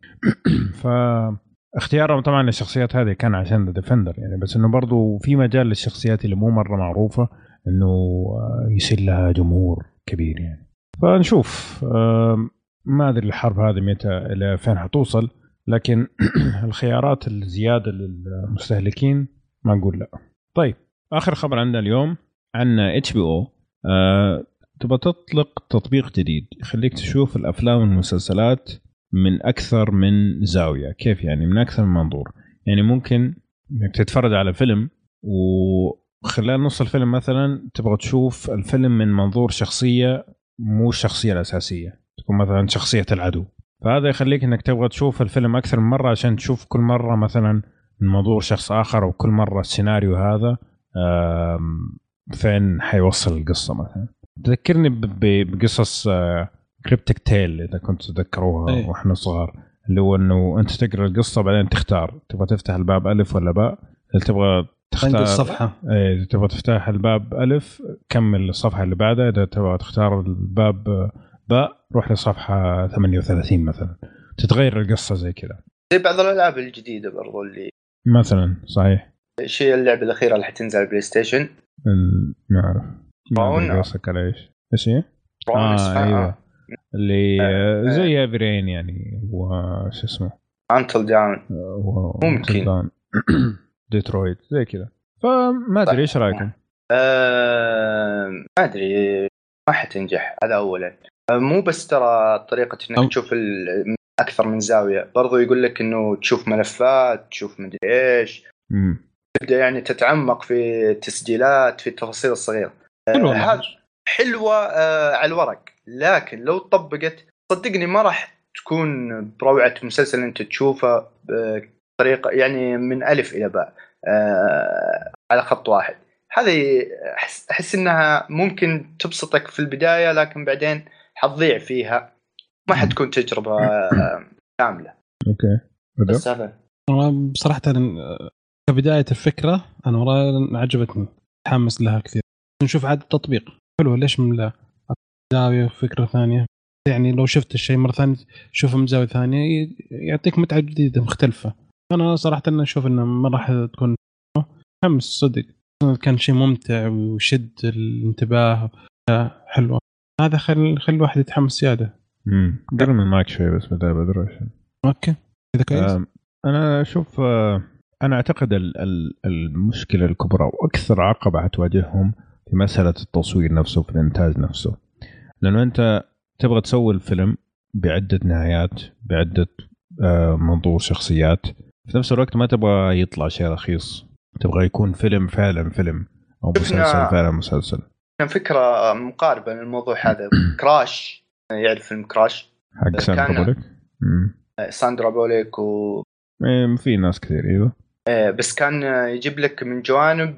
فاختيارهم طبعا للشخصيات هذه كان عشان ديفندر يعني بس إنه برضو في مجال للشخصيات اللي مو مرة معروفة إنه يصير لها جمهور كبير يعني. فنشوف ما أدري الحرب هذه متى إلى فين حتوصل لكن الخيارات الزيادة للمستهلكين ما نقول لا. طيب آخر خبر عندنا اليوم عنا إتش بي أو أه تبغى تطلق تطبيق جديد يخليك تشوف الأفلام والمسلسلات من أكثر من زاوية. كيف يعني من أكثر من منظور؟ يعني ممكن إنك تتفرج على فيلم وخلال نص الفيلم مثلا تبغى تشوف الفيلم من منظور شخصية مو الشخصية الأساسية تكون مثلا شخصية العدو. فهذا يخليك انك تبغى تشوف الفيلم اكثر من مره عشان تشوف كل مره مثلا من منظور شخص اخر وكل مره السيناريو هذا فين حيوصل القصه. مثلا تذكرني بقصص كريبتيك تيل اذا كنت تذكروها أيه. واحنا صغار اللي هو انه انت تقرا القصه بعدين تختار تبغى تفتح الباب الف ولا باء. هل تبغى تختار الصفحه ايه اذا تبغى تفتح الباب الف كمل الصفحه اللي بعدها. اذا تبغى تختار الباب باء روح لصفحة ثمانية وثلاثين مثلا. تتغير القصة زي كذا زي بعض الألعاب الجديدة برضو اللي مثلا صحيح شيء اللعبة الأخيرة اللي حتنزل بلاي ستيشن ما أعرف ما أعرف قصك على إيش إيش هي آه أيوة اللي آه زي أفرين يعني وش اسمه أنتل داون ممكن ديترويت زي كذا. فما أدري إيش رأيكم؟ آه ما أدري ما حتنجح هذا أولا. مو بس ترى طريقة إنك أو. تشوف أكثر من زاوية برضو يقول لك إنه تشوف ملفات تشوف مدري إيش تبدأ يعني تتعمق في التسجيلات في التفاصيل الصغيرة. حلوة هذا حلوة آه على الورق، لكن لو طبقت صدقني ما راح تكون بروعة مسلسل أنت تشوفه بطريقة يعني من ألف إلى باء آه على خط واحد. هذه أحس, أحس إنها ممكن تبسطك في البداية، لكن بعدين حتضيع فيها، ما حتكون تجربة آه كاملة. أوكي. بس هذا بصراحة كبداية الفكرة أنا والله عجبتني، تحمس لها كثير. نشوف عاد التطبيق حلو، ليش من لا زاوية فكرة ثانية، يعني لو شفت الشيء مرة ثانية شوفه من زاوية ثانية يعطيك متعة جديدة مختلفة. أنا صراحة أنا أشوف إنه ما راح تكون حمس صدق، كان شيء ممتع وشد الانتباه حلوة. هذا خل خل الواحد يتحمس زيادة. امم قرب من معك شوي بس بدأ بدر عشان أوكي إذا كويس. أنا أشوف أنا أعتقد المشكلة الكبرى وأكثر عقبة هتواجههم في مسألة التصوير نفسه في الإنتاج نفسه، لأنه أنت تبغى تسوي الفيلم بعدة نهايات بعدة منظور شخصيات، في نفس الوقت ما تبغى يطلع شيء رخيص، تبغى يكون فيلم فعلا فيلم أو مسلسل فعلا مسلسل. كان فكرة مقاربة للموضوع هذا. كراش، يعرف فيلم كراش حق ساندرا بوليك؟ ساندرا بوليك و في ناس كثير ايوه، بس كان يجيب لك من جوانب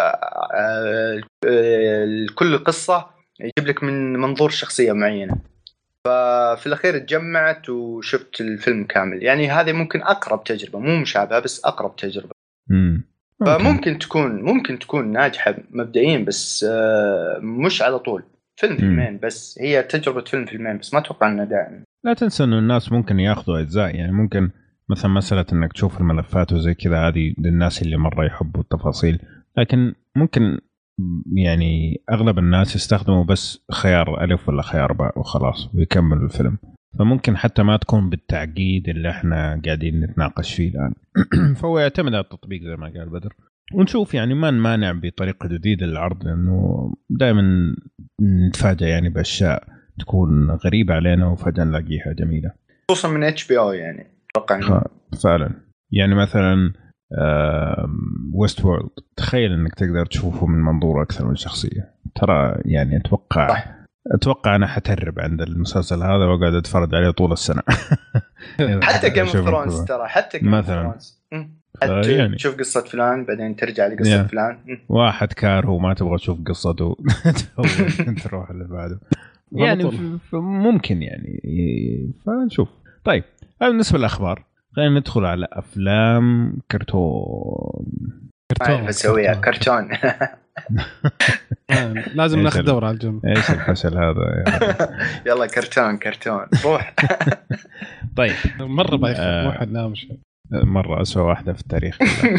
كل قصة، يجيب لك من منظور شخصية معينة، ففي الأخير تجمعت وشفت الفيلم كامل. يعني هذه ممكن أقرب تجربة، مو مشابهة بس أقرب تجربة. امم فممكن تكون ممكن تكون ناجحة مبدئيا، بس مش على طول. فيلم فيلمين بس، هي تجربة فيلم فيلمين بس، ما أتوقع أنه دائما. لا تنسى إنه الناس ممكن يأخذوا أجزاء، يعني ممكن مثلا مسألة إنك تشوف الملفات وزي كذا هذه للناس اللي مرة يحبوا التفاصيل، لكن ممكن يعني أغلب الناس يستخدموا بس خيار ألف ولا خيار باء وخلاص ويكملوا الفيلم، فممكن حتى ما تكون بالتعقيد اللي احنا قاعدين نتناقش فيه الآن. فهو يعتمد على التطبيق زي ما قال بدر، ونشوف يعني ما نمانع بطريقة جديدة للعرض، لأنه دائما نتفاجأ يعني بأشياء تكون غريبة علينا وفجأة نلاقيها جميلة، خصوصا من اتش بي او. يعني أتوقع فعلا يعني مثلا ويست وورلد، تخيل انك تقدر تشوفه من منظور اكثر من شخصيه. ترى يعني اتوقع صح. اتوقع انا حترب عند المسلسل هذا واقعد اتفرج عليه طول السنه. حتى جيم اوف ثرونز ترى، حتى جيم اوف ثرونز يعني تشوف قصه فلان بعدين ترجع لقصه يعني فلان. واحد كاره وما تبغى تشوف قصته تروح اللي بعده. يعني ممكن يعني فنشوف. طيب هذا بالنسبه للاخبار، خلينا ندخل على افلام كرتون. كرتون بسويها كرتون. لازم ناخذ دوره على الجنب. ايش الفشل هذا؟ يلا كرتون كرتون روح. طيب مره بايخ واحد نامش، مره اسوء واحده في التاريخ.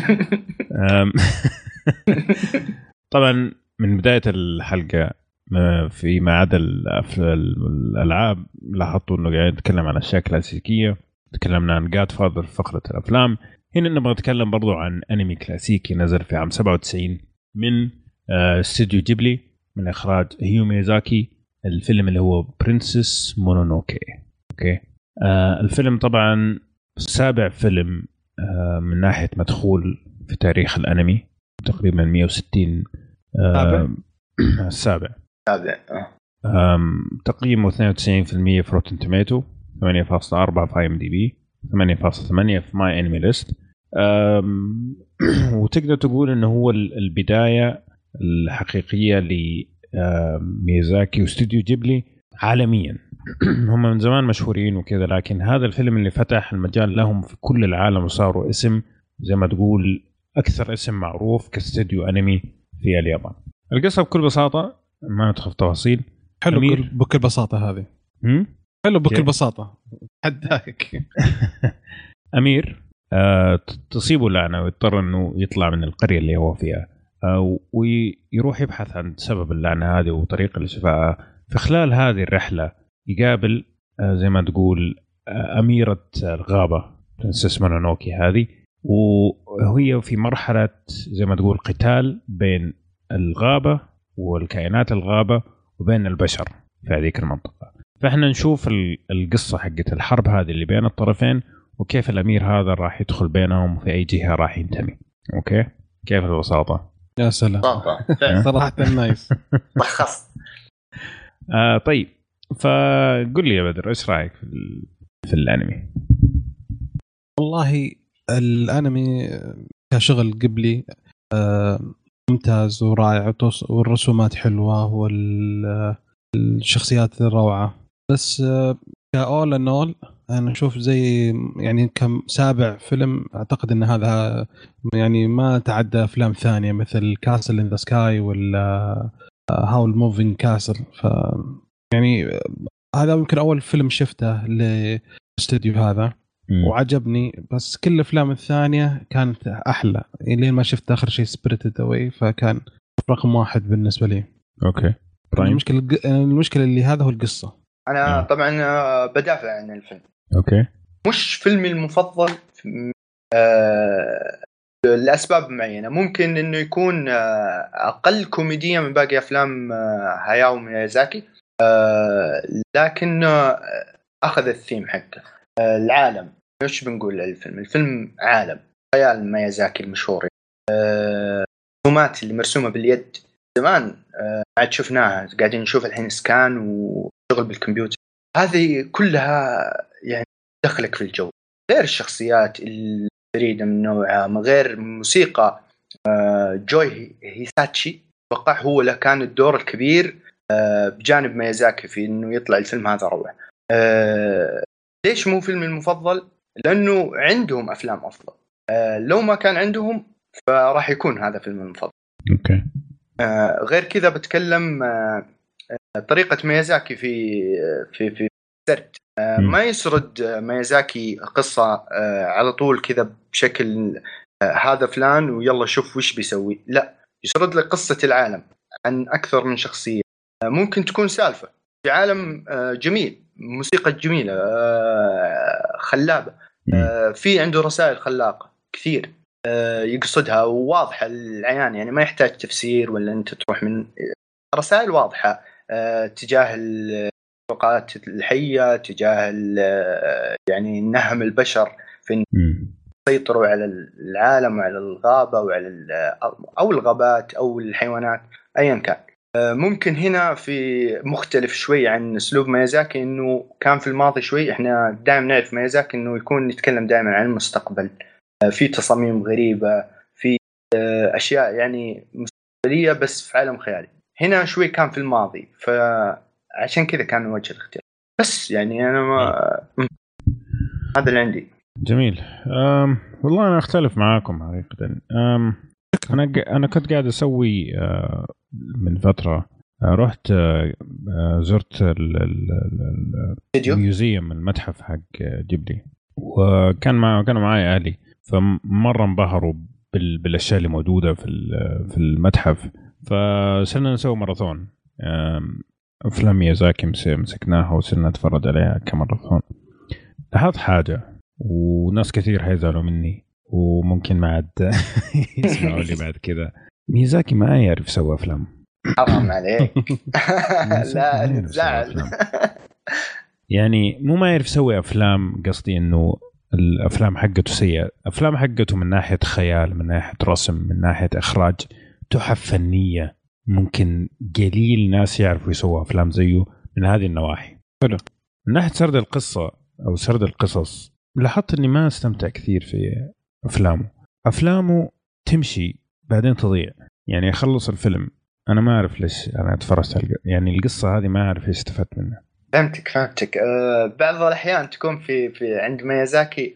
طبعا من بدايه الحلقه فيما عدا الالعاب لاحظتوا انه قاعد نتكلم عن اشياء كلاسيكيه. تكلمنا عن جاد فاذر في فقرة الأفلام، هنا نبغى نتكلم برضو عن أنمي كلاسيكي نزل في عام سبعة وتسعين من استوديو جيبلي من إخراج هيو ميازاكي، الفيلم اللي هو برنسس مونونوكي. أوكي. آه الفيلم طبعا سابع فيلم آه من ناحية مدخول في تاريخ الأنمي، تقريبا مئة وستين آه السابع سابع آه تقييمه اثنين وتسعين بالمئة في روتن توميتو، ثمانية فاصلة أربعة في اي ام دي بي، ثمانية فاصلة ثمانية في ماي انمي ليست. وتقدر تقول انه هو البدايه الحقيقيه لميازاكي واستوديو جيبلي عالميا. هم من زمان مشهورين وكذا، لكن هذا الفيلم اللي فتح المجال لهم في كل العالم وصاروا اسم زي ما تقول اكثر اسم معروف كاستوديو انمي في اليابان. القصه بكل بساطه ما ندخل في تفاصيل. حلو بكل بساطه هذه. حلو بكل بساطة حداك. أمير آه تصيبه لعنة ويضطر أنه يطلع من القرية اللي هو فيها آه ويروح يبحث عن سبب اللعنة هذه وطريقة لشفائها. في خلال هذه الرحلة يقابل آه زي ما تقول آه أميرة الغابة برنسس مونونوكي هذه، وهي في مرحلة زي ما تقول قتال بين الغابة والكائنات الغابة وبين البشر في هذه المنطقة. فإحنا نشوف القصة حقت الحرب هذه اللي بين الطرفين وكيف الأمير هذا راح يدخل بينهم في أي جهة راح ينتمي. أوكي. كيف البساطة؟ يا سلام صراحة نايس رخص. آه طيب فقل لي يا بدر ايش رايك في ال... في الانمي؟ والله الانمي كشغل قبلي آه ممتاز ورائع والرسومات حلوة والشخصيات روعة، بس كأول نول أنا أشوف زي يعني كم سابع فيلم أعتقد أن هذا يعني ما تعدى أفلام ثانية مثل كاسل إن ذا سكاي ولا هاول موفينج كاسل. ف يعني هذا يمكن أول فيلم شفته للاستوديو هذا م. وعجبني، بس كل الأفلام الثانية كانت أحلى لين ما شفت آخر شيء سبيريتد أواي، فكان رقم واحد بالنسبة لي. أوكي طيب. المشكلة المشكلة اللي هذا هو القصة. أنا م. طبعا بدافع عن الفيلم. أوكي. مش فيلمي المفضل آه لأسباب معينة. ممكن إنه يكون آه أقل كوميدية من باقي أفلام آه هاياو ميازاكي، آه لكن آه أخذ الثيم حقه آه العالم. إيش بنقول للفيلم؟ الفيلم عالم خيال ميازاكي المشهور. الرسومات آه اللي مرسومة باليد زمان آه عاد شفناها، قاعدين نشوف الحين سكان وشغل بالكمبيوتر. هذه كلها يعني دخلك في الجو، غير الشخصيات الفريدة من نوعها، من غير موسيقى جوي هيساتشي. توقع هو له كان الدور الكبير بجانب ميازاكي في إنه يطلع الفيلم هذا روعة. ليش مو فيلمي المفضل؟ لأنه عندهم أفلام أفضل، لو ما كان عندهم فراح يكون هذا فيلم المفضل. أوكي. غير كذا بتكلم طريقة ميازاكي في في في سرد ما يسرد ميازاكي قصة على طول كذا بشكل هذا فلان ويلا شوف وش بيسوي، لا، يسرد لك قصة العالم عن أكثر من شخصية. ممكن تكون سالفة في عالم جميل، موسيقى جميلة خلابة، في عنده رسائل خلاقة كثير يقصدها وواضحة للعيان، يعني ما يحتاج تفسير ولا أنت تروح من رسائل واضحة تجاه الطبقات الحية، تجاه يعني نهم البشر في يسيطروا على العالم وعلى الغابة وعلى أو الغابات أو الحيوانات أيا كان. ممكن هنا في مختلف شوي عن أسلوب ميازاكي، إنه كان في الماضي شوي. إحنا دائما نعرف ميازاكي إنه يكون يتكلم دائما عن المستقبل، في تصاميم غريبة، في أشياء يعني مستقبلية بس في عالم خيالي. هنا شوي كان في الماضي، فعشان كذا كان وجه الاختلاف. بس يعني أنا ما هذا اللي عندي. جميل. أم والله أنا أختلف معاكم حقيقة. أم أنا أنا كنت قاعد أسوي من فترة، رحت زرت الميوزيوم المتحف حق جيبلي، وكان مع كانوا معي أهلي، فمرة انبهروا بالأشياء اللي موجودة في في المتحف، فصرنا نسوي ماراثون أفلام ميازاكي، مسكناها وصرنا نتفرج عليها كماراثون. لاحظت حاجة وناس كثير هيزعلوا مني وممكن ما عاد يسمعوا لي بعد كذا، ميازاكي ما يعرف يسوي أفلام. حرام عليك. لا تزعل. يعني مو ما يعرف يسوي أفلام، قصدي إنه الأفلام حقته سيئة. أفلام حقته من ناحية خيال، من ناحية رسم، من ناحية إخراج، تحف فنية. ممكن قليل ناس يعرفوا يسووا أفلام زيه من هذه النواحي. حلو. من ناحية سرد القصة أو سرد القصص، لاحظت إني ما استمتع كثير في أفلامه. أفلامه تمشي بعدين تضيع، يعني يخلص الفيلم أنا ما أعرف ليش أنا اتفرجت على يعني القصة هذه، ما أعرف إيش استفدت منها. فهمتك فهمتك أه بعض الأحيان تكون في في عند ميازاكي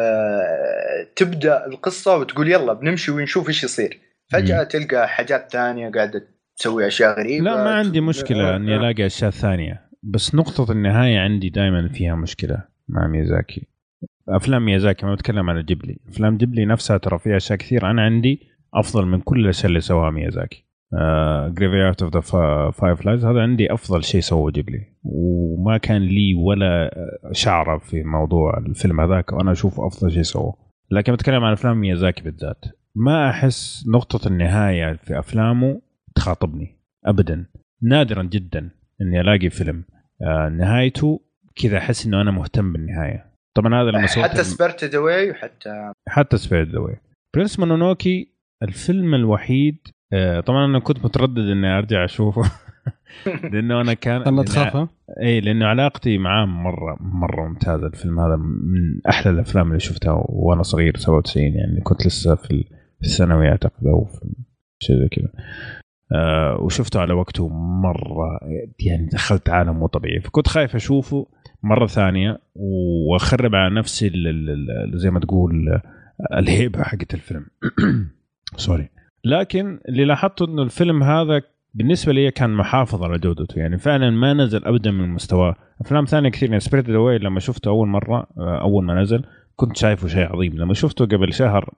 أه تبدأ القصة وتقول يلا بنمشي ونشوف إيش يصير، فجأة م. تلقى حاجات ثانية قاعدة تسوي أشياء غريبة. لا ما عندي مشكلة أني ألاقي أشياء ثانية، بس نقطة النهاية عندي دائما فيها مشكلة مع ميازاكي. أفلام ميازاكي ما بتكلم عن جيبلي، أفلام جيبلي نفسها ترى فيها أشياء كثير أنا عندي أفضل من كل الأشياء اللي سواها ميازاكي. Graveyard of the Fireflies هذا عندي أفضل شيء سواه جيبلي، وما كان لي ولا شعرة في موضوع الفيلم هذاك وأنا أشوف أفضل شيء سواه. لكن بتكلم عن أفلام ميازاكي بالذات، ما أحس نقطة النهاية في أفلامه تخاطبني أبدا. نادرا جدا إني ألاقي فيلم نهايته كذا أحس إنه أنا مهتم بالنهاية. طبعا هذا لما حتى سبيرتد أواي وحتى حتى سبيرتد أواي برنس مونونوكي الفيلم الوحيد طبعا انا كنت متردد اني ارجع اشوفه لانه انا كان انا تخاف اي لانه علاقتي معاه مره مره ممتازه. الفيلم هذا من احلى الافلام اللي شفتها وانا صغير سبعة وتسعين، يعني كنت لسه في الثانوي اعتقد او في شيء زي كذا. أه وشفته على وقته مرة، يعني دخلت عالم مو طبيعي، فكنت خايف أشوفه مرة ثانية وأخرب على نفسي زي ما تقول الهيبة حقت الفيلم سوري. لكن اللي لاحظته إنه الفيلم هذا بالنسبة لي كان محافظ على جودته، يعني فعلا ما نزل أبدا من مستواه. أفلام ثانية كثير يعني سبيريتد أواي لما شفته أول مرة أول ما نزل كنت شايفه شيء عظيم، لما شفته قبل شهر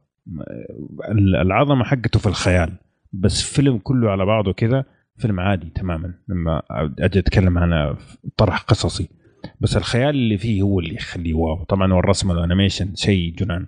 العظمة حقته في الخيال، بس فيلم كله على بعضه كذا فيلم عادي تماما. لما أجي أتكلم عن طرح قصصي بس الخيال اللي فيه هو اللي يخليه واو. طبعا والرسم والأنيميشن شيء جنان.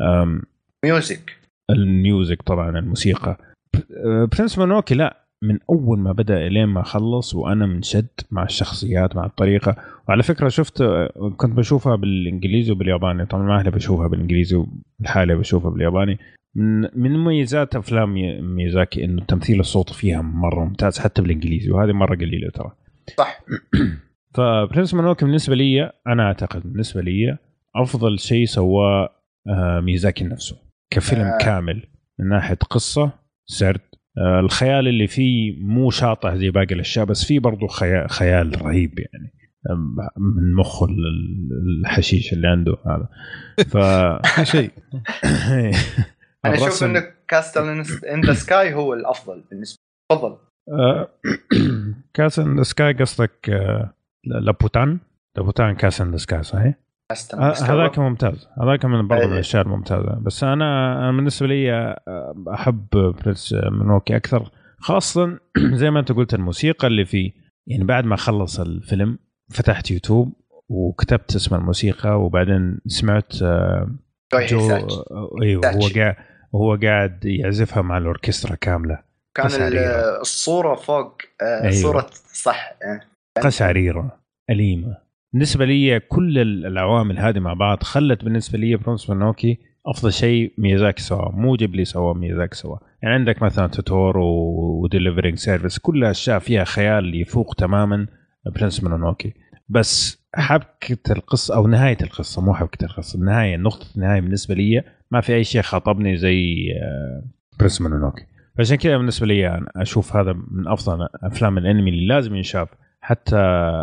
ميوزك الميوزك طبعا الموسيقى. برنس مونوكي لا من أول ما بدأ إلين ما خلص وأنا منشد مع الشخصيات مع الطريقة. وعلى فكرة شفت كنت بشوفها بالإنجليزي وبالياباني، طبعا ما أهلي بشوفها بالإنجليزي والحالة بشوفها بالياباني. من من مميزات أفلام ميازاكي إنه تمثيل الصوت فيها مرة ممتاز حتى بالإنجليزي، وهذه مرة قليلة ترى. صح. فبرنس مونوكي بالنسبة لي أنا أعتقد بالنسبة لي أفضل شيء سواه ميازاكي نفسه كفيلم آه. كامل من ناحية قصة سرد. آه الخيال اللي فيه مو شاطح زي باقي الأشياء، بس فيه برضو خيال, خيال رهيب يعني من مخه الحشيش اللي عنده هذا. ف شيء أنا أشوف إنه كاستل إن ذا سكاي هو الأفضل بالنسبة لي. تفضل. كاستل إن ذا سكاي قصدك لابوتان لابوتان كاستل إن ذا سكاي صحيح؟ هذاك ممتاز، هذاك من برضو من الأشياء الممتازة. بس أنا أنا بالنسبة لي أحب برنس مونوكي أكثر، خاصة زي ما أنت قلت الموسيقى اللي فيه. يعني بعد ما خلص الفيلم فتحت يوتيوب وكتبت اسم الموسيقى وبعدين سمعت جو ايوه هو قاعد هو قاعد يعزفها مع الاوركسترا كامله. كان الصوره فوق أيوة. صوره صح قشعريره أليمة. بالنسبه لي كل العوامل هذه مع بعض خلت بالنسبه لي برنس مونوكي افضل شيء ميازاكي سوا، مو جيبلي سوا ميازاكي سوا. يعني عندك مثلا توتورو وديليفرينج سيرفيس كلها اشياء فيها خيال يفوق تماما برنس مونوكي. بس حبكة القصة أو نهاية القصة مو حبكة القصة، النهاية نقطة النهاية بالنسبة لي ما في أي شيء خاطبني زي برنس مونوكي. فعشان كده بالنسبة لي أنا أشوف هذا من أفضل أفلام الأنمي اللي لازم ينشاف. حتى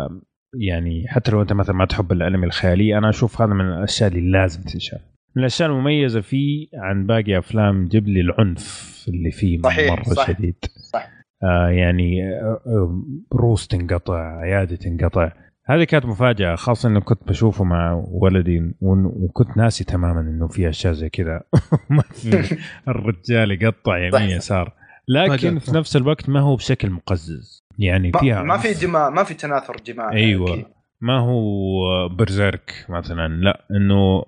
يعني حتى لو أنت مثلا ما تحب الأنمي الخيالي أنا أشوف هذا من الأشياء اللي لازم تنشاف. من الأشياء المميزة فيه عن باقي أفلام جيبلي العنف اللي فيه مرة صح شديد صح. آه يعني آه روس تنقطع، عيادة تنقطع. هذه كانت مفاجأة، خاصة إنه كنت بشوفه مع ولدي وكنت ناسي تماما إنه في أشياء زي كذا ما في الرجال يقطع يمين يسار، لكن في نفس الوقت ما هو بشكل مقزز. يعني فيها ما في دماء، ما في تناثر دماء. أيوة أكيد. ما هو برزيرك مثلا، لا إنه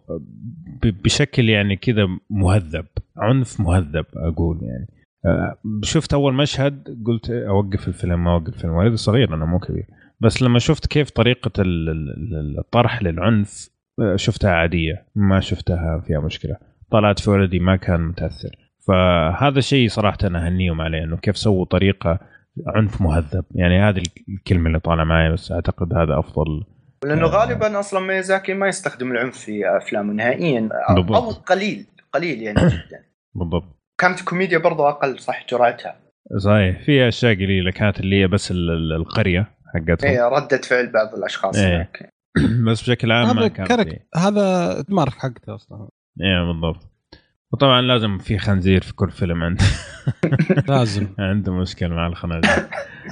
بشكل يعني كذا مهذب، عنف مهذب أقول. يعني شفت أول مشهد قلت أوقف الفيلم، ما أوقف الفيلم، ولدي صغير أنا مو كبير، بس لما شفت كيف طريقة الطرح للعنف شفتها عادية، ما شفتها فيها مشكلة. طلعت في ولدي ما كان متأثر، فهذا شيء صراحة أنا أهنيهم عليه إنه كيف سووا طريقة عنف مهذب. يعني هذه الكلمة اللي طالعة معي، بس أعتقد هذا أفضل، لأنه غالبا أصلا ميازاكي ما يستخدم العنف في أفلامه نهائيا، أو قليل قليل يعني جدا. بالضبط. كانت كوميديا برضو أقل صح جرعتها. صحيح في أشياء قليلة كانت اللي هي بس القرية حقتهم. إيه ردة فعل بعض الأشخاص. إيه. بس بشكل عام ما كان هذا تمارك حقته أصلا. إيه بالضبط. وطبعا لازم في خنزير في كل فيلم عنده. لازم عنده مشكلة مع الخنازير.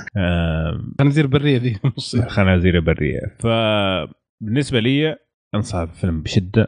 خنازير برية دي. خنازير برية. فبالنسبة لي أنصح الفيلم بشدة،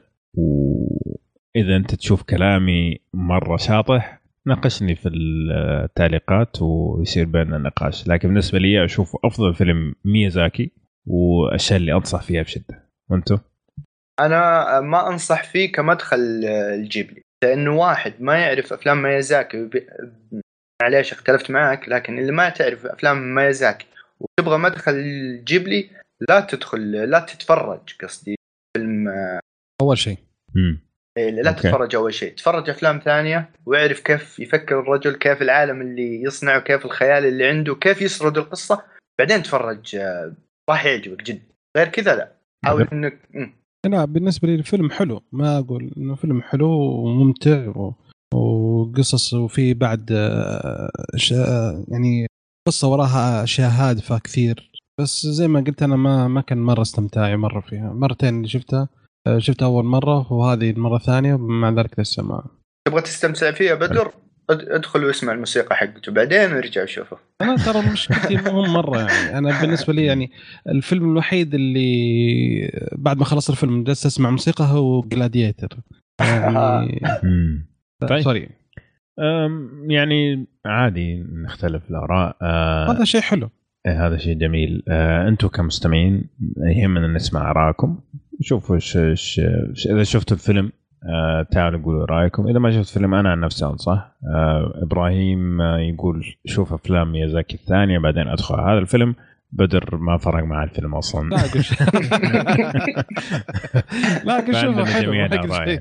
وإذا أنت تشوف كلامي مرة شاطح ناقشني في التعليقات ويصير بيننا نقاش. لكن بالنسبة لي أشوف أفضل فيلم ميازاكي والأشياء اللي أنصح فيها بشدة. وأنتو؟ أنا ما أنصح فيه كمدخل الجيبلي، لأنه واحد ما يعرف أفلام ميازاكي ب... معليش اختلفت معك، لكن اللي ما تعرف أفلام ميازاكي وتبغى مدخل الجيبلي لا تدخل لا تتفرج. قصدي فيلم أول شيء لا أوكي. تتفرج أول شيء، تفرج أفلام ثانية ويعرف كيف يفكر الرجل، كيف العالم اللي يصنعه، كيف الخيال اللي عنده، كيف يسرد القصة، بعدين تفرج راح يعجبك جدا. غير كذا لا، حاول إنك م. أنا بالنسبة لي الفيلم حلو، ما أقول إنه فيلم حلو وممتع و... وقصص، وفي بعد شا... يعني قصة وراها أشياء هادفة كثير، بس زي ما قلت أنا ما ما كان مرة استمتاعي مرة فيها. مرتين اللي شفتها شفتها أول مرة وهذه المرة الثانية، مع ذلك لسه ما. تبغى تستمتع فيها بدر ادخل واسمع الموسيقى حقته بعدين ارجع وشوفه. أنا ترى مشكلتي مهم مرة يعني. أنا بالنسبة لي يعني الفيلم الوحيد اللي بعد ما خلص الفيلم جلست أسمع موسيقى هو جلادياتر يعني. طيب سوري يعني عادي نختلف الآراء. آه هذا شيء حلو. آه هذا شيء جميل. آه أنتم كمستمعين يهمنا نسمع آراءكم. شوفوا ش... ش... ش... إذا شفتوا الفيلم آه تعالوا قولوا رأيكم. إذا ما شفت الفيلم أنا عن نفسي أنصح. آه إبراهيم آه يقول شوف أفلام ميازاكي الثانية بعدين أدخل هذا الفيلم. بدر ما فرق مع الفيلم أصلا. لا أقول شيء. لا أقول شوفه حلو.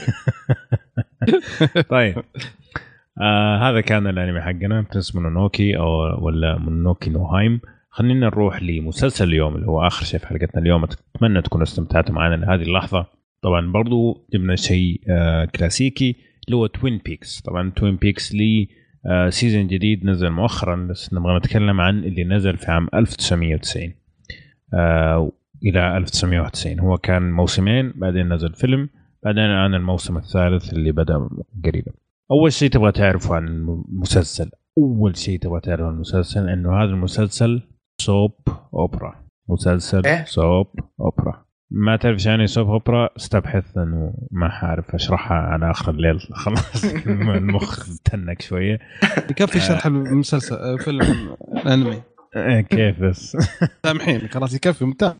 طيب آه هذا كان الانمي حقنا اسمه مونوكي او ولا مونوكي نو هايم. خلينا نروح لمسلسل اليوم اللي هو اخر شيء في حلقتنا اليوم. اتمنى تكونوا استمتعتوا معنا لهذه اللحظه. طبعا برضو جبنا شيء آه كلاسيكي اللي هو توين بيكس. طبعا توين بيكس لي آه سيزن جديد نزل مؤخرا، بس نبغى نتكلم عن اللي نزل في عام ألف وتسعمية وتسعين آه الى ألف وتسعمية وواحد وتسعين. هو كان موسمين بعدين نزل فيلم، بعدين الآن الموسم الثالث اللي بدأ قريبا. أول شيء تبغى تعرفه عن المسلسل أول شيء تبغى تعرفه عن المسلسل إنه هذا المسلسل سوب أوبرا. مسلسل إيه؟ سوب أوبرا. ما تعرف يعني سوب أوبرا استبحث إنه ما حعرف أشرحها على آخر الليل. خلاص المخ تنك شوية. يكفي شرح المسلسل فيلم أنمي كيف بس سامحين خلاص يكفي ممتاز.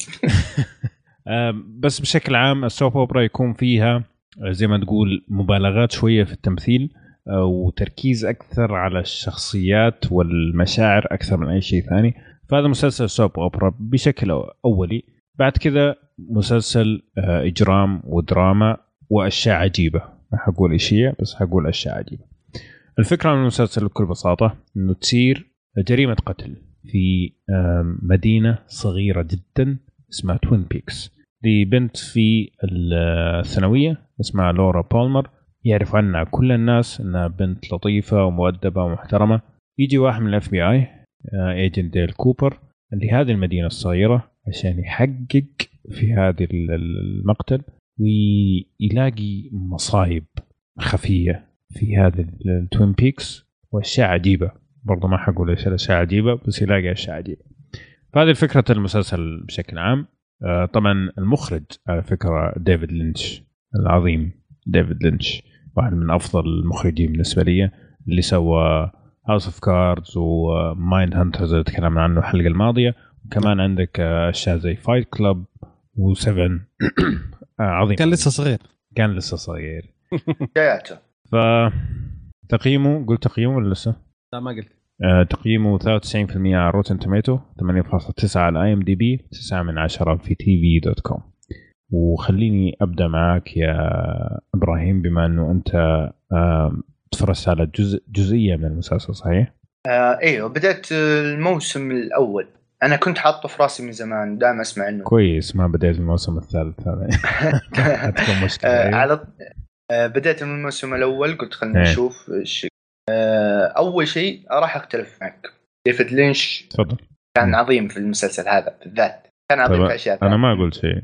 بس بشكل عام السوب أوبرا يكون فيها زي ما تقول مبالغات شوية في التمثيل وتركيز أكثر على الشخصيات والمشاعر أكثر من أي شيء ثاني. فهذا مسلسل سوب أوبرا بشكل أولي. بعد كذا مسلسل إجرام ودراما وأشياء عجيبة. ما حقول إشياء بس حقول أشياء عجيبة. الفكرة من المسلسل بكل بساطة إنه تصير جريمة قتل في مدينة صغيرة جدا اسمها توين بيكس. دي بنت في الثانوية اسمها لورا بالمر. يعرف عنها كل الناس انها بنت لطيفة ومؤدبة ومحترمة. يجي واحد من الاف بي اي ايجنت ديل كوبر لهذه المدينة الصغيرة عشان يحقق في هذه المقتل ويلاقي مصايب خفية في هذه التوين بيكس واشياء عجيبة. برضو ما حقول ايش الاشياء عجيبة بس يلاقي اشياء عجيبة. فهذه الفكرة المسلسل بشكل عام. طبعا المخرج على فكرة ديفيد لينش العظيم. ديفيد لينش واحد من أفضل المخرجين بالنسبة لي، اللي سوى هاوس اوف كاردز ومايند هانترز اللي تكلمنا عنه الحلقة الماضية. وكمان عندك أشياء زي فايت كلاب وسفن. عظيم. كان لسه صغير كان لسه صغير جاياته. فتقييمه قلت تقييمه ولا لسه؟ لا ما قلت. آه تقييمه ثلاثة وتسعين بالمئة على روتن توميتو، ثمانية فاصلة تسعة على اي ام دي بي، تسعة من عشرة في تي في دوت كوم. وخليني ابدا معك يا ابراهيم بما انه انت آه تفرجت على جزء جزئيه من المسلسل صحيح؟ آه ايوه بدأت الموسم الاول. انا كنت حاطه في راسي من زمان دائما اسمع عنه. كويس ما بدأت الموسم الثالث هذا. هتكون مشكله. آه على آه بدأت من الموسم الاول قلت خلينا نشوف ايش. أول شيء راح أختلف معك. ديفيد لينش تفضل. كان عظيم في المسلسل هذا بالذات. كان عظيم في أشياء أنا ما أقول شيء.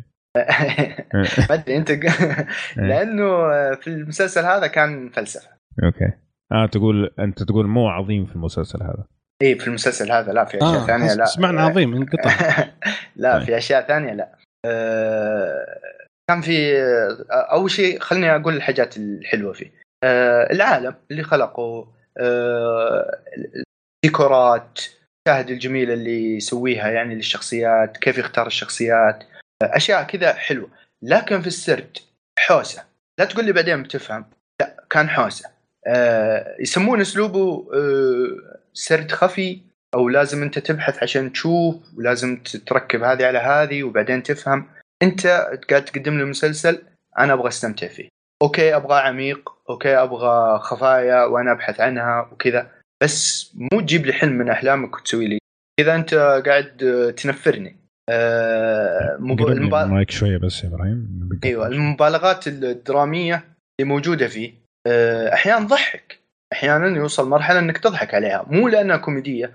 ما أدري أنت. لأنه في المسلسل هذا كان فلسفة. أوكي. آه تقول أنت تقول مو عظيم في المسلسل هذا. إيه في المسلسل هذا لا في أشياء آه ثانية لا. اسمعنا عظيم انقطع. لا في أشياء ثانية لا. آه كان في أول شيء خلني أقول الحاجات الحلوة فيه. آه العالم اللي خلقه. آه، ديكورات شاهد الجميلة اللي يسويها يعني للشخصيات، كيف يختار الشخصيات، أشياء كذا حلوة. لكن في السرد حوسة. لا تقول لي بعدين بتفهم. لا كان حوسة. آه، يسمون أسلوبه آه، سرد خفي أو لازم أنت تبحث عشان تشوف ولازم تركب هذه على هذه وبعدين تفهم. أنت قاعد تقدم لي مسلسل أنا أبغى استمتع فيه. اوكي ابغى عميق، اوكي ابغى خفايا وانا ابحث عنها وكذا، بس مو تجيب لي حلم من احلامك وتسوي لي كذا، انت قاعد تنفرني. آه مب... المبال... مايك شويه بس يا ابراهيم. ايوه المبالغات الدراميه اللي موجوده فيه آه احيانا ضحك، احيانا يوصل مرحله انك تضحك عليها، مو لانها كوميديه،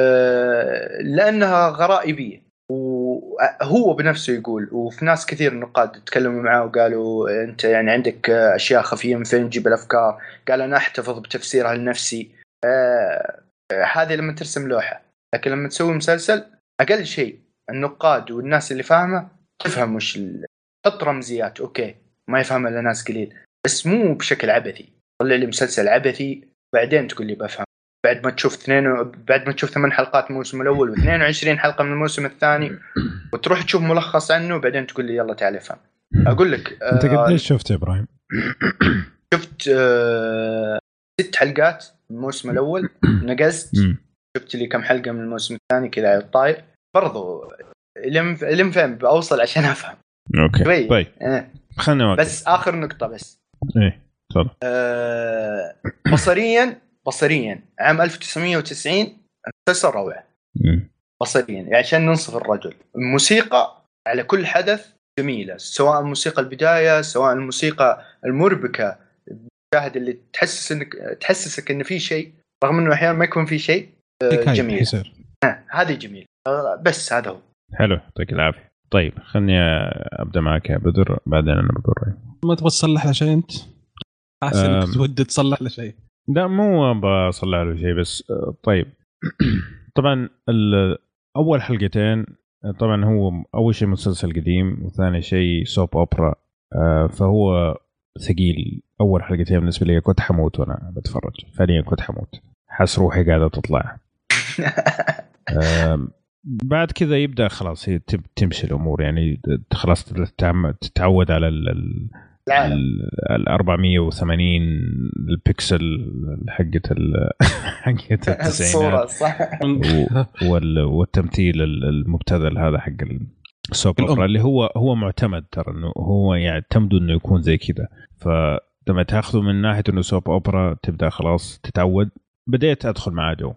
آه لانها غرائبيه. وهو بنفسه يقول، وفي ناس كثير نقاد تكلموا معاه وقالوا انت يعني عندك اشياء خفيه، من فين تجيب الافكار؟ قال انا احتفظ بتفسيرها لنفسي. آه هذه لما ترسم لوحه، لكن لما تسوي مسلسل اقل شيء النقاد والناس اللي فاهمه تفهم وش ال... حط رمزيات، اوكي ما يفهمها الا ناس قليل، بس مو بشكل عبثي. طلع لي مسلسل عبثي بعدين تقول لي بفهم، بعد ما تشوف اثنين و... بعد ما تشوف ثمان حلقات من الموسم الاول واثنين وعشرين حلقه من الموسم الثاني وتروح تشوف ملخص عنه وبعدين تقول لي يلا تعال افهم. اقول لك انت آه... قديش شفت يا ابراهيم؟ شفت آه... ست حلقات من الموسم الاول، نقزت شفت لي كم حلقه من الموسم الثاني كذا على الطاير برضو، لم لم فهم باوصل عشان افهم. اوكي طيب, طيب. آه. خلنا وقت. بس اخر نقطه بس ايه تفضل. آه... بصريا بصريا عام ألف وتسعمية وتسعين مسلسل روعه بصريا، يعني عشان ننصف الرجل. الموسيقى على كل حدث جميله، سواء الموسيقى البدايه سواء الموسيقى المربكه المشاهد اللي تحسس انك تحسسك ان في شيء رغم انه احيانا ما يكون في شيء. آه جميل آه هذه جميل. آه بس هذا هو حلو. يعطيك العافيه. طيب خلني ابدا معك يا بدر بعدين انا بدر. ما تبغى تصلح له شيء انت؟ احسن تود تصلح له شيء. لا مو بصلح له شيء بس. طيب طبعا اول حلقتين طبعا هو اول شيء مسلسل قديم، وثاني شيء سوب اوبرا، فهو ثقيل. اول حلقتين بالنسبه لي كنت حموت وانا بتفرج، فعليا كنت حموت، حس روحي قاعده تطلع. بعد كذا يبدا خلاص هي تمشي الامور، يعني خلاص تتعود على ال ال أربعمية وثمانين البكسل حقت ال حقت التسعينات والتمثيل المبتذل هذا حق السوب اوبرا اللي هو هو معتمد ترى انه هو يعتمد انه يكون زي كذا. فلما تاخذه من ناحيه انه سوب اوبرا تبدا خلاص تتعود. بديت ادخل مع جو.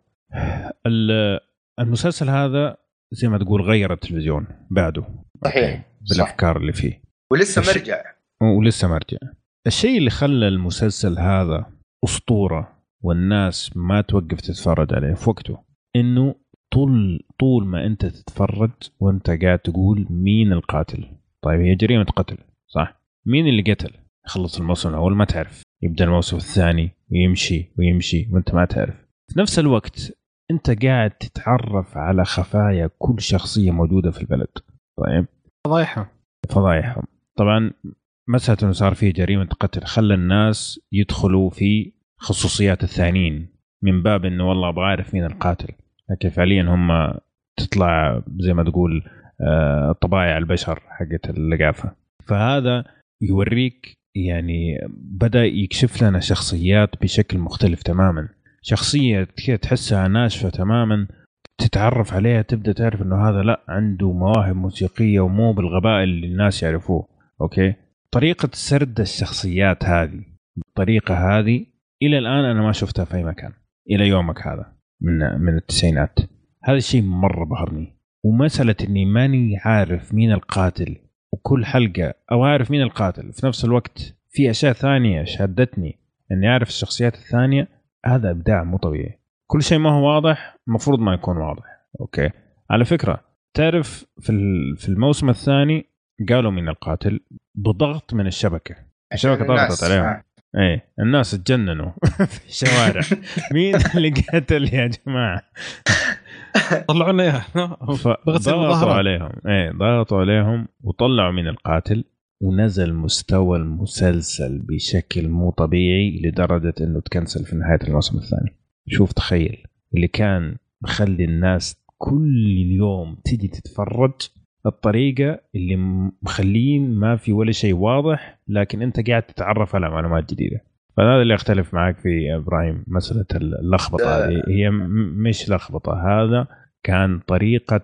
المسلسل هذا زي ما تقول غير التلفزيون بعده صحيح بالافكار اللي فيه، ولسه مرجع ولسه مرجع. الشيء اللي خلى المسلسل هذا أسطورة والناس ما توقف تتفرج عليه في وقته إنه طول طول ما أنت تتفرج وأنت قاعد تقول مين القاتل. طيب هي جريمة قتل صح؟ مين اللي قتل؟ خلص الموسم الأول ما تعرف، يبدأ الموسم الثاني ويمشي ويمشي وأنت ما تعرف. في نفس الوقت أنت قاعد تتعرف على خفايا كل شخصية موجودة في البلد. طيب فضايحهم فضايحهم طبعا. مسألة أنه صار فيه جريمة قتل خلى الناس يدخلوا في خصوصيات الثانيين من باب أنه والله أبغى أعرف مين القاتل، لكن فعليا هم تطلع زي ما تقول طبائع البشر حقت اللقافة. فهذا يوريك يعني بدأ يكشف لنا شخصيات بشكل مختلف تماما. شخصية تحسها ناشفة تماما تتعرف عليها تبدأ تعرف أنه هذا لا عنده مواهب موسيقية ومو بالغباء اللي الناس يعرفوه. أوكي طريقة سرد الشخصيات هذه بالطريقة هذه إلى الآن أنا ما شفتها في أي مكان إلى يومك هذا من من التسعينات. هذا الشيء مرة بهرني. ومسألة إني ماني عارف مين القاتل وكل حلقة أو عارف مين القاتل في نفس الوقت في أشياء ثانية شهدتني إني أعرف الشخصيات الثانية، هذا إبداع مو طبيعي. كل شيء ما هو واضح مفروض ما يكون واضح. أوكي على فكرة تعرف في في الموسم الثاني قالوا من القاتل بضغط من الشبكة. الشبكة ضغطت عليهم. ايه الناس اتجننوا في الشوارع. مين اللي قتل يا جماعة؟ طلعوا لنا اياه. ضغطوا عليهم. ايه ضغطوا عليهم وطلعوا من القاتل، ونزل مستوى المسلسل بشكل مو طبيعي لدرجة انه تكنسل في نهاية الموسم الثاني. شوف تخيل اللي كان مخلي الناس كل يوم تيجي تتفرج الطريقة اللي مخلين ما في ولا شيء واضح لكن أنت قاعد تتعرف على معلومات جديدة. فهذا اللي أختلف معك في إبراهيم. مسألة اللخبطة هذه هي مش لخبطة، هذا كان طريقة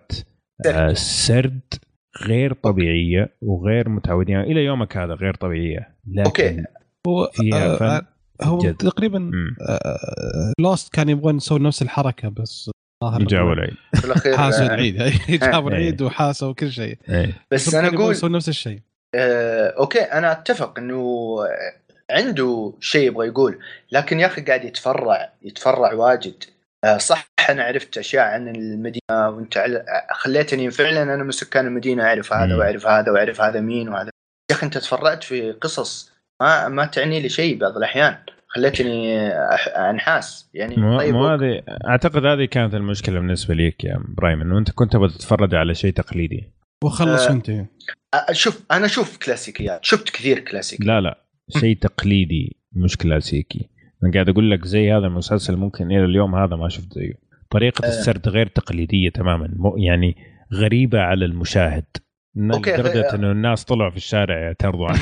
سرد غير طبيعية وغير متعودين إلى يومك هذا غير طبيعية. لكن هو فيها فن آه هو جد. تقريبا آه لوست كان يبغون يسوي نفس الحركه بس ظاهر جابوا العيد في الاخير حاسوا العيد جابوا العيد وحاسوا وكل شيء. بس انا اقول يسوي نفس الشيء. آه اوكي انا اتفق انه عنده شيء يبغى يقول، لكن يا اخي قاعد يتفرع يتفرع واجد. آه صح انا عرفت اشياء عن المدينه وانت خليتني فعلا انا من سكان المدينه اعرف هذا واعرف هذا واعرف هذا مين وهذا. يا اخي انت تفرعت في قصص ما ما تعني لي شيء بعض الاحيان، خليتني انحاس يعني. مو طيب مو هذه اعتقد هذه كانت المشكله بالنسبه ليك يا ابراهيم، انه انت كنت بتتفرج على شيء تقليدي وخلص آه انت شوف انا شوف كلاسيكيات، شفت كثير كلاسيكي. لا لا شيء تقليدي مش كلاسيكي. انا قاعد اقول لك زي هذا المسلسل ممكن الى اليوم هذا ما شفت زيه. طريقه آه. السرد غير تقليديه تماما، يعني غريبه على المشاهد لدرجه انه الناس طلعوا في الشارع يعترضوا عنه.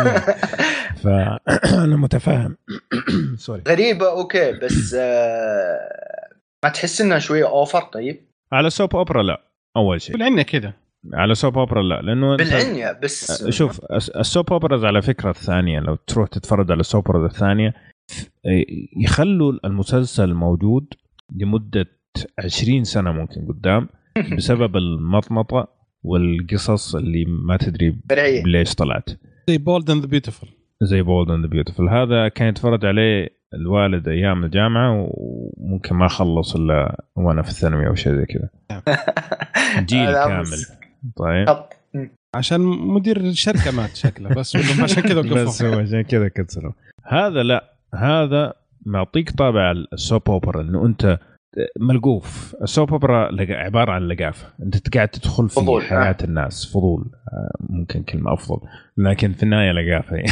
فانا متفاهم. سوري غريبه اوكي بس آه ما تحس انها شويه اوفر؟ طيب على سوب اوبرا لا، اول شيء بالعنية كده على سوب اوبرا لا، لانه بالعنية بس شوف السوب اوبرا على فكره الثانيه لو تروح تتفرج على السوب اوبرا الثانيه يخلوا المسلسل موجود لمده عشرين سنه ممكن قدام بسبب المطمطه والقصص اللي ما تدري ليش طلعت. زي بولد اند ذا بيوتيفول زي بولد اند ذا بيوتيفول هذا كان يتفرج عليه الوالد ايام الجامعه وممكن ما خلص الا وانا في الثانويه او شيء زي كذا. جيل كامل. طيب عشان مدير الشركه مات شكله بس ولا عشان كذا وقفوا بس هو عشان كذا كسروا. هذا لا هذا معطيك طابع السوب اوبرا انه انت ملقوف. السوب اوبرا عباره عن لقافه، انت قاعد تدخل في فضول. حياه آه. الناس فضول ممكن كلمه افضل لكن في النهايه لقافه.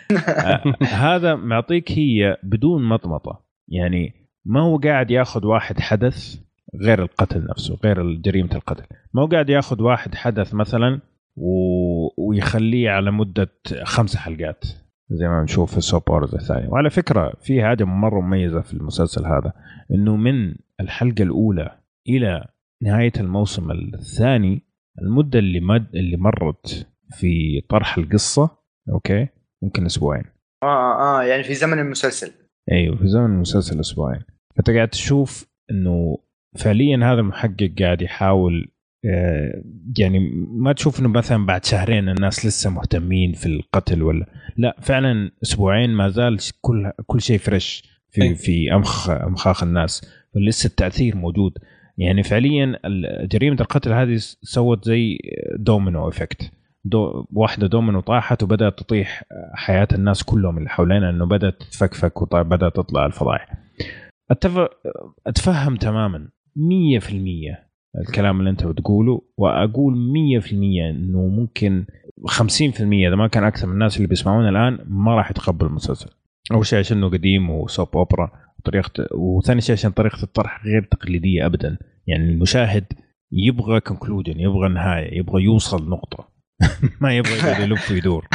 هذا معطيك هي بدون مطمطه، يعني ما هو قاعد ياخذ واحد حدث غير القتل نفسه غير جريمه القتل، ما هو قاعد ياخذ واحد حدث مثلا و... ويخليه على مده خمس حلقات زي ما نشوف في السوب اوبرا الثانيه. وعلى فكره في حاجه مره مميزه في المسلسل هذا انه من الحلقه الاولى الى نهايه الموسم الثاني المده اللي مد اللي مرت في طرح القصه اوكي ممكن اسبوعين. اه اه يعني في زمن المسلسل. ايوه في زمن المسلسل اسبوعين. فانت قاعد تشوف انه فعليا هذا المحقق قاعد يحاول آه يعني ما تشوف انه مثلا بعد شهرين الناس لسه مهتمين في القتل ولا لا، فعلا اسبوعين ما زال كل كل شيء فريش في في امخ امخاخ الناس ولسه التاثير موجود. يعني فعليا جريمه القتل هذه سوت زي دومينو افكت، دو واحده دومينو طاحت وبدات تطيح حياه الناس كلهم اللي حولنا، انه بدات تفكفك وبدات تطلع الفضائح. أتف... اتفهم تماما مية في المية الكلام اللي انت بتقوله، واقول مية في المية انه ممكن خمسين في المية اذا ما كان اكثر من الناس اللي بيسمعونا الان ما راح يتقبل المسلسل. اول شيء عشان انه قديم وسوب اوبرا طريقته، وثاني شيء عشان طريقه الطرح غير تقليديه ابدا. يعني المشاهد يبغى كونكلوجن، يبغى نهايه، يبغى يوصل نقطه ما يبغى يقعد يلف ويدور.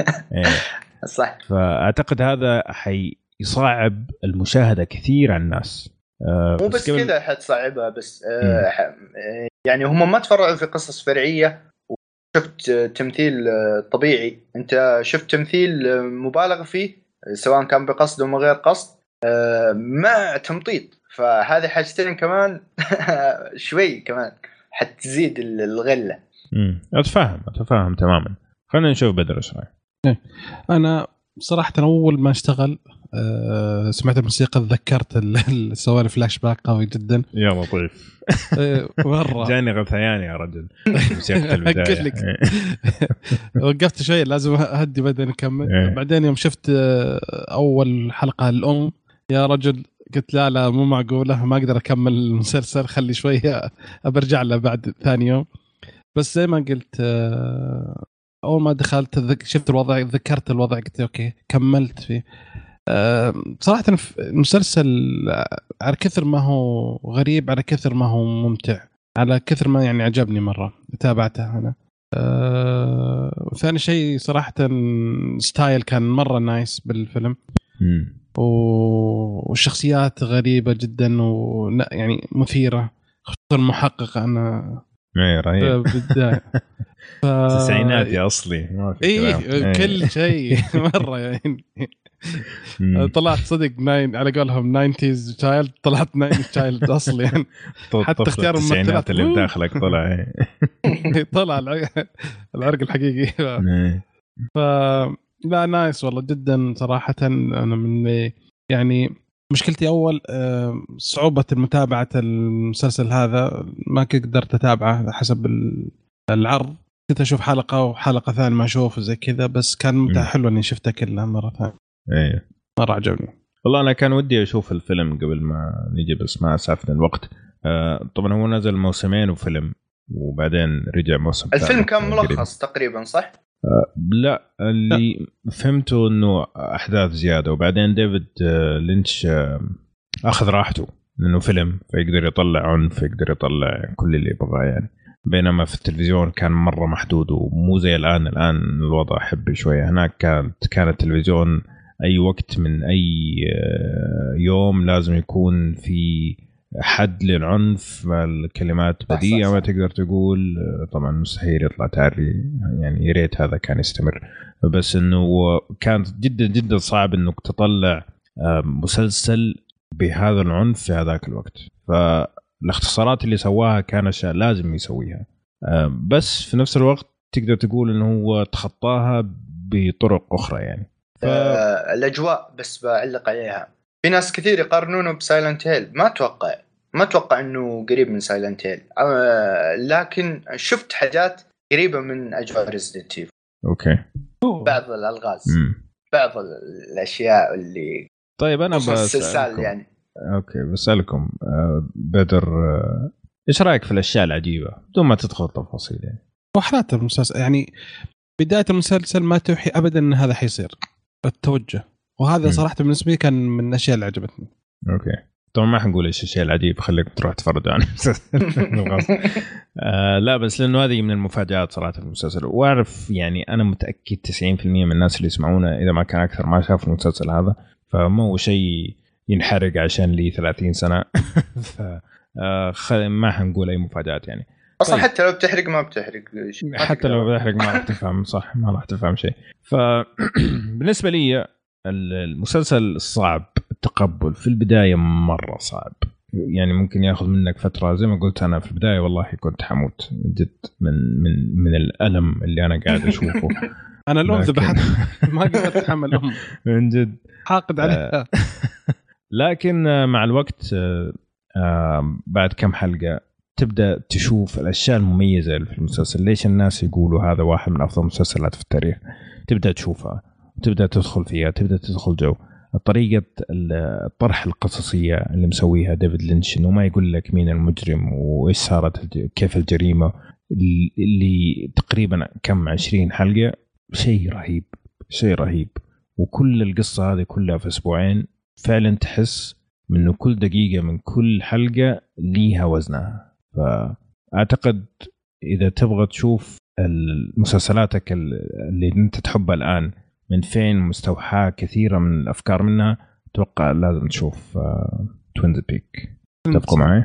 صح. فاعتقد هذا حيصعب المشاهده كثير على الناس. آه مو بس, بس كذا حتصعبها بس آه يعني هم ما تفرعوا في قصص فرعيه وشفت تمثيل طبيعي، انت شفت تمثيل مبالغ فيه سواء كان بقصد او غير قصد آه مع تمطيط. فهذه حاجتين كمان شوي كمان حتزيد الغله. امم اتفهم اتفهم تماما. خلينا نشوف بدر ايش رايك. انا صراحه اول ما اشتغل أه سمعت الموسيقى تذكرت السوالف فلاش باك قوي جدا. يا لطيف. مره جاني غثيان يا رجل موسيقى البدايه. وقفت شوي لازم اهدي بعدين نكمل. بعدين يوم شفت اول حلقه الام يا رجل قلت لا لا مو معقوله ما اقدر اكمل المسلسل، خلي شويه ابرجع له بعد ثاني يوم. بس زي ما قلت اول ما دخلت شفت الوضع ذكرت الوضع قلت اوكي كملت فيه. صراحه المسلسل على كثر ما هو غريب على كثر ما هو ممتع على كثر ما يعني عجبني مره تابعته انا. أه ثاني شيء صراحه ستايل كان مره نايس بالفيلم والشخصيات غريبه جدا ويعني مثيره، خصوصا المحقق انا اي رهيب بالبدايه ف... تسعيناتي اصلي ما في إيه كل شيء مره يعني طلعت صدق ناين على قولهم ناينتيز تشايلد طلعت ناينتيز تشايلد اصلي يعني حتى اختيار الممثلات اللي بداخلك طلع طلع العرق الحقيقي ف لا نايس والله جدا صراحه. انا من يعني مشكلتي اول صعوبه متابعه المسلسل هذا ما قدرت اتابعه حسب العرض كنت اشوف حلقه وحلقه ثانيه ما اشوف زي كذا بس كان حلو اني شفته كله مره ثانيه. ايه مره عجبني والله. انا كان ودي اشوف الفيلم قبل ما نجي بس ما اسعفنا الوقت. آه طبعا هو نزل موسمين وفيلم وبعدين رجع موسم الفيلم كان ملخص تقريبا صح؟ آه لا اللي لا. فهمته انه احداث زياده وبعدين ديفيد آه لينش آه اخذ راحته لانه فيلم فيقدر يطلع عنف يقدر يطلع كل اللي يبغاه يعني. بينما في التلفزيون كان مرة محدود ومو زي الآن. الآن الوضع حب شوية. هناك كانت كان التلفزيون أي وقت من أي يوم لازم يكون في حد للعنف. الكلمات بذيئة ما تقدر تقول. طبعا مستحيل يطلع تعري يعني. يا ريت هذا كان يستمر بس إنه كان جدا جدا صعب إنك تطلع مسلسل بهذا العنف في هذاك الوقت. ف الاختصارات اللي سواها كان أشياء لازم يسويها بس في نفس الوقت تقدر تقول إنه هو تخطاها بطرق أخرى يعني. ف... الأجواء بس بعلق عليها. في ناس كثير يقارنونه بسايلنت هيل. ما أتوقع ما أتوقع إنه قريب من سايلنت هيل لكن شفت حاجات قريبة من أجواء ريزيدنت ايفل. أوكي. بعض الألغاز م. بعض الأشياء اللي طيب أنا بسألكم يعني. اوكي بسألكم بدر ايش رايك في الاشياء العجيبه بدون ما تدخل تفاصيل يعني؟ وحالات المسلسل يعني بدايه المسلسل ما توحي ابدا ان هذا حيصير التوجه وهذا م. صراحه بالنسبه لي كان من الاشياء اللي عجبتني. اوكي طبعا ما حنقول ايش الشيء العجيب خليك تروح تفرج عنه. آه لا بس لانه هذه من المفاجآت صراحه المسلسل. واعرف يعني انا متاكد تسعين بالمئة من الناس اللي يسمعونا اذا ما كان اكثر ما شافوا المسلسل هذا فما هو شيء ينحرق عشان لي ثلاثين سنة. ف ما حنقول أي مفاجآت يعني. أصلا طيب. حتى لو بتحرق ما بتحرق شيء. حتى لو بتحرق ما راح تفهم صح ما راح تفهم شيء. فبالنسبة لي المسلسل الصعب التقبل في البداية مرة صعب يعني. ممكن يأخذ منك فترة زي ما قلت أنا في البداية والله كنت حموت جد من من من الألم اللي أنا قاعد أشوفه. أنا الأم ذبحت ما قدرت أتحمل أم من جد حاقد عليها. لكن مع الوقت بعد كم حلقة تبدأ تشوف الأشياء المميزة في المسلسل. ليش الناس يقولوا هذا واحد من أفضل المسلسلات في التاريخ؟ تبدأ تشوفها تبدأ تدخل فيها تبدأ تدخل جو. طريقة الطرح القصصية اللي مسويها ديفيد لينش إنه ما يقول لك مين المجرم وإيش صارت كيف الجريمة اللي تقريبا كم عشرين حلقة. شيء رهيب شيء رهيب. وكل القصة هذه كلها في أسبوعين فعلا تحس منه كل دقيقة من كل حلقة ليها وزنها. فأعتقد إذا تبغى تشوف المسلسلاتك اللي أنت تحبها الآن من فين مستوحاة كثيرة من الأفكار منها أتوقع لازم تشوف توينز بيك. تتفقوا معي؟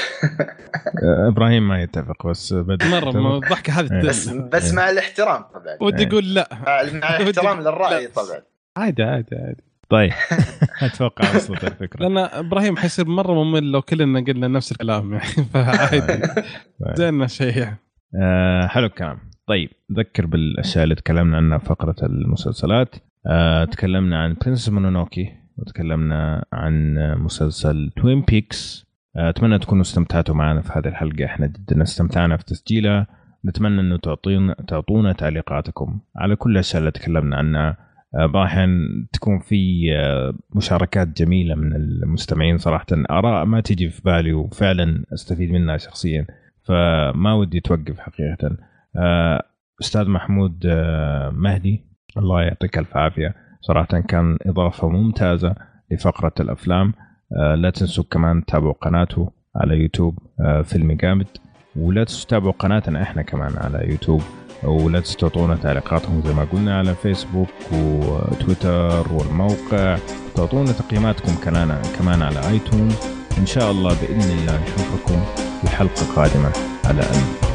إبراهيم ما يتفق بس مرة الضحكة هذه بس, بس مع الاحترام طبعا. ودي أقول لا مع الاحترام للرأي طبعا. عادي عادي عادي. طيب اتوقع وصلت الفكره. لان ابراهيم حيصير مره ممل لو كلنا قلنا نفس الكلام يعني. فعادي زين شيء يعني. آه حلو الكلام. طيب نذكر بالاشياء اللي تكلمنا عنها فقره المسلسلات. آه تكلمنا عن برنسس مونونوكي وتكلمنا عن مسلسل توين بيكس. آه اتمنى تكونوا استمتعتوا معنا في هذه الحلقه. احنا جدا استمتعنا في تسجيلها. نتمنى انه تعطينا تعطونا تعليقاتكم على كل الاشياء اللي تكلمنا عنها. باحن تكون في مشاركات جميلة من المستمعين صراحة. آراء ما تيجي في بالي وفعلا أستفيد منها شخصيا فما ودي توقف حقيقة. أستاذ محمود مهدي الله يعطيك الف عافية صراحة كان إضافة ممتازة لفقرة الأفلام. لا تنسوا كمان تتابعوا قناته على يوتيوب فيلمي جامد ولا تنسوا تتابعوا قناتنا إحنا كمان على يوتيوب ولا تستطيعون تعليقاتهم زي ما قلنا على فيسبوك وتويتر والموقع. تعطونا تقييماتكم كمان كمان على آيتونز. إن شاء الله بإذن الله نشوفكم في حلقة قادمة على أمل.